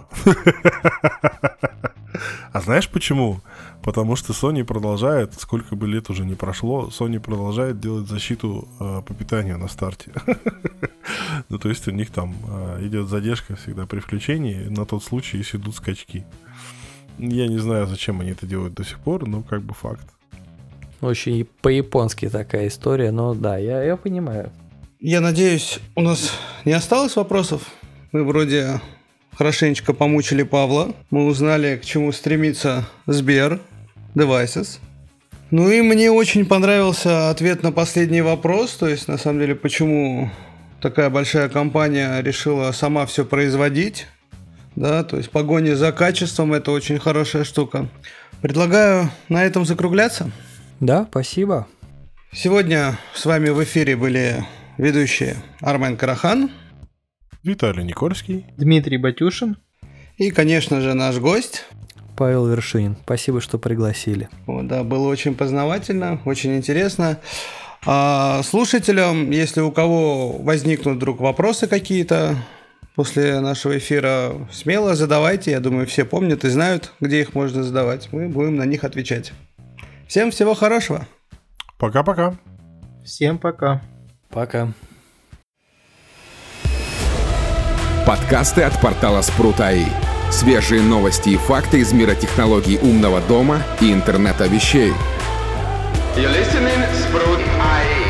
Speaker 3: А знаешь почему? Потому что Sony продолжает, сколько бы лет уже не прошло, Sony продолжает делать защиту по питанию на старте. Ну, то есть у них там идет задержка всегда при включении на тот случай, если идут скачки. Я не знаю, зачем они это делают до сих пор, но как бы факт.
Speaker 5: Очень по-японски такая история, но да, я понимаю.
Speaker 2: Я надеюсь, у нас не осталось вопросов? Мы вроде хорошенечко помучили Павла. Мы узнали, к чему стремится Сбер Devices. Ну и мне очень понравился ответ на последний вопрос. То есть, на самом деле, почему такая большая компания решила сама все производить. да, то есть погоня за качеством – это очень хорошая штука. Предлагаю на этом закругляться.
Speaker 5: Да, спасибо.
Speaker 2: Сегодня с вами в эфире были ведущие Армен Карахан,
Speaker 3: Виталий Никольский,
Speaker 4: Дмитрий Батюшин
Speaker 2: и, конечно же, наш гость
Speaker 5: Павел Вершинин. Спасибо, что пригласили.
Speaker 2: Да, было очень познавательно, очень интересно. А слушателям, если у кого возникнут вдруг вопросы какие-то после нашего эфира, смело задавайте. Я думаю, все помнят и знают, где их можно задавать. Мы будем на них отвечать. Всем всего хорошего.
Speaker 3: Пока-пока.
Speaker 4: Всем пока.
Speaker 5: Пока.
Speaker 1: Подкасты от портала Спрут.АИ. Свежие новости и факты из мира технологий умного дома и интернета вещей.
Speaker 6: You're listening Sprout.ai.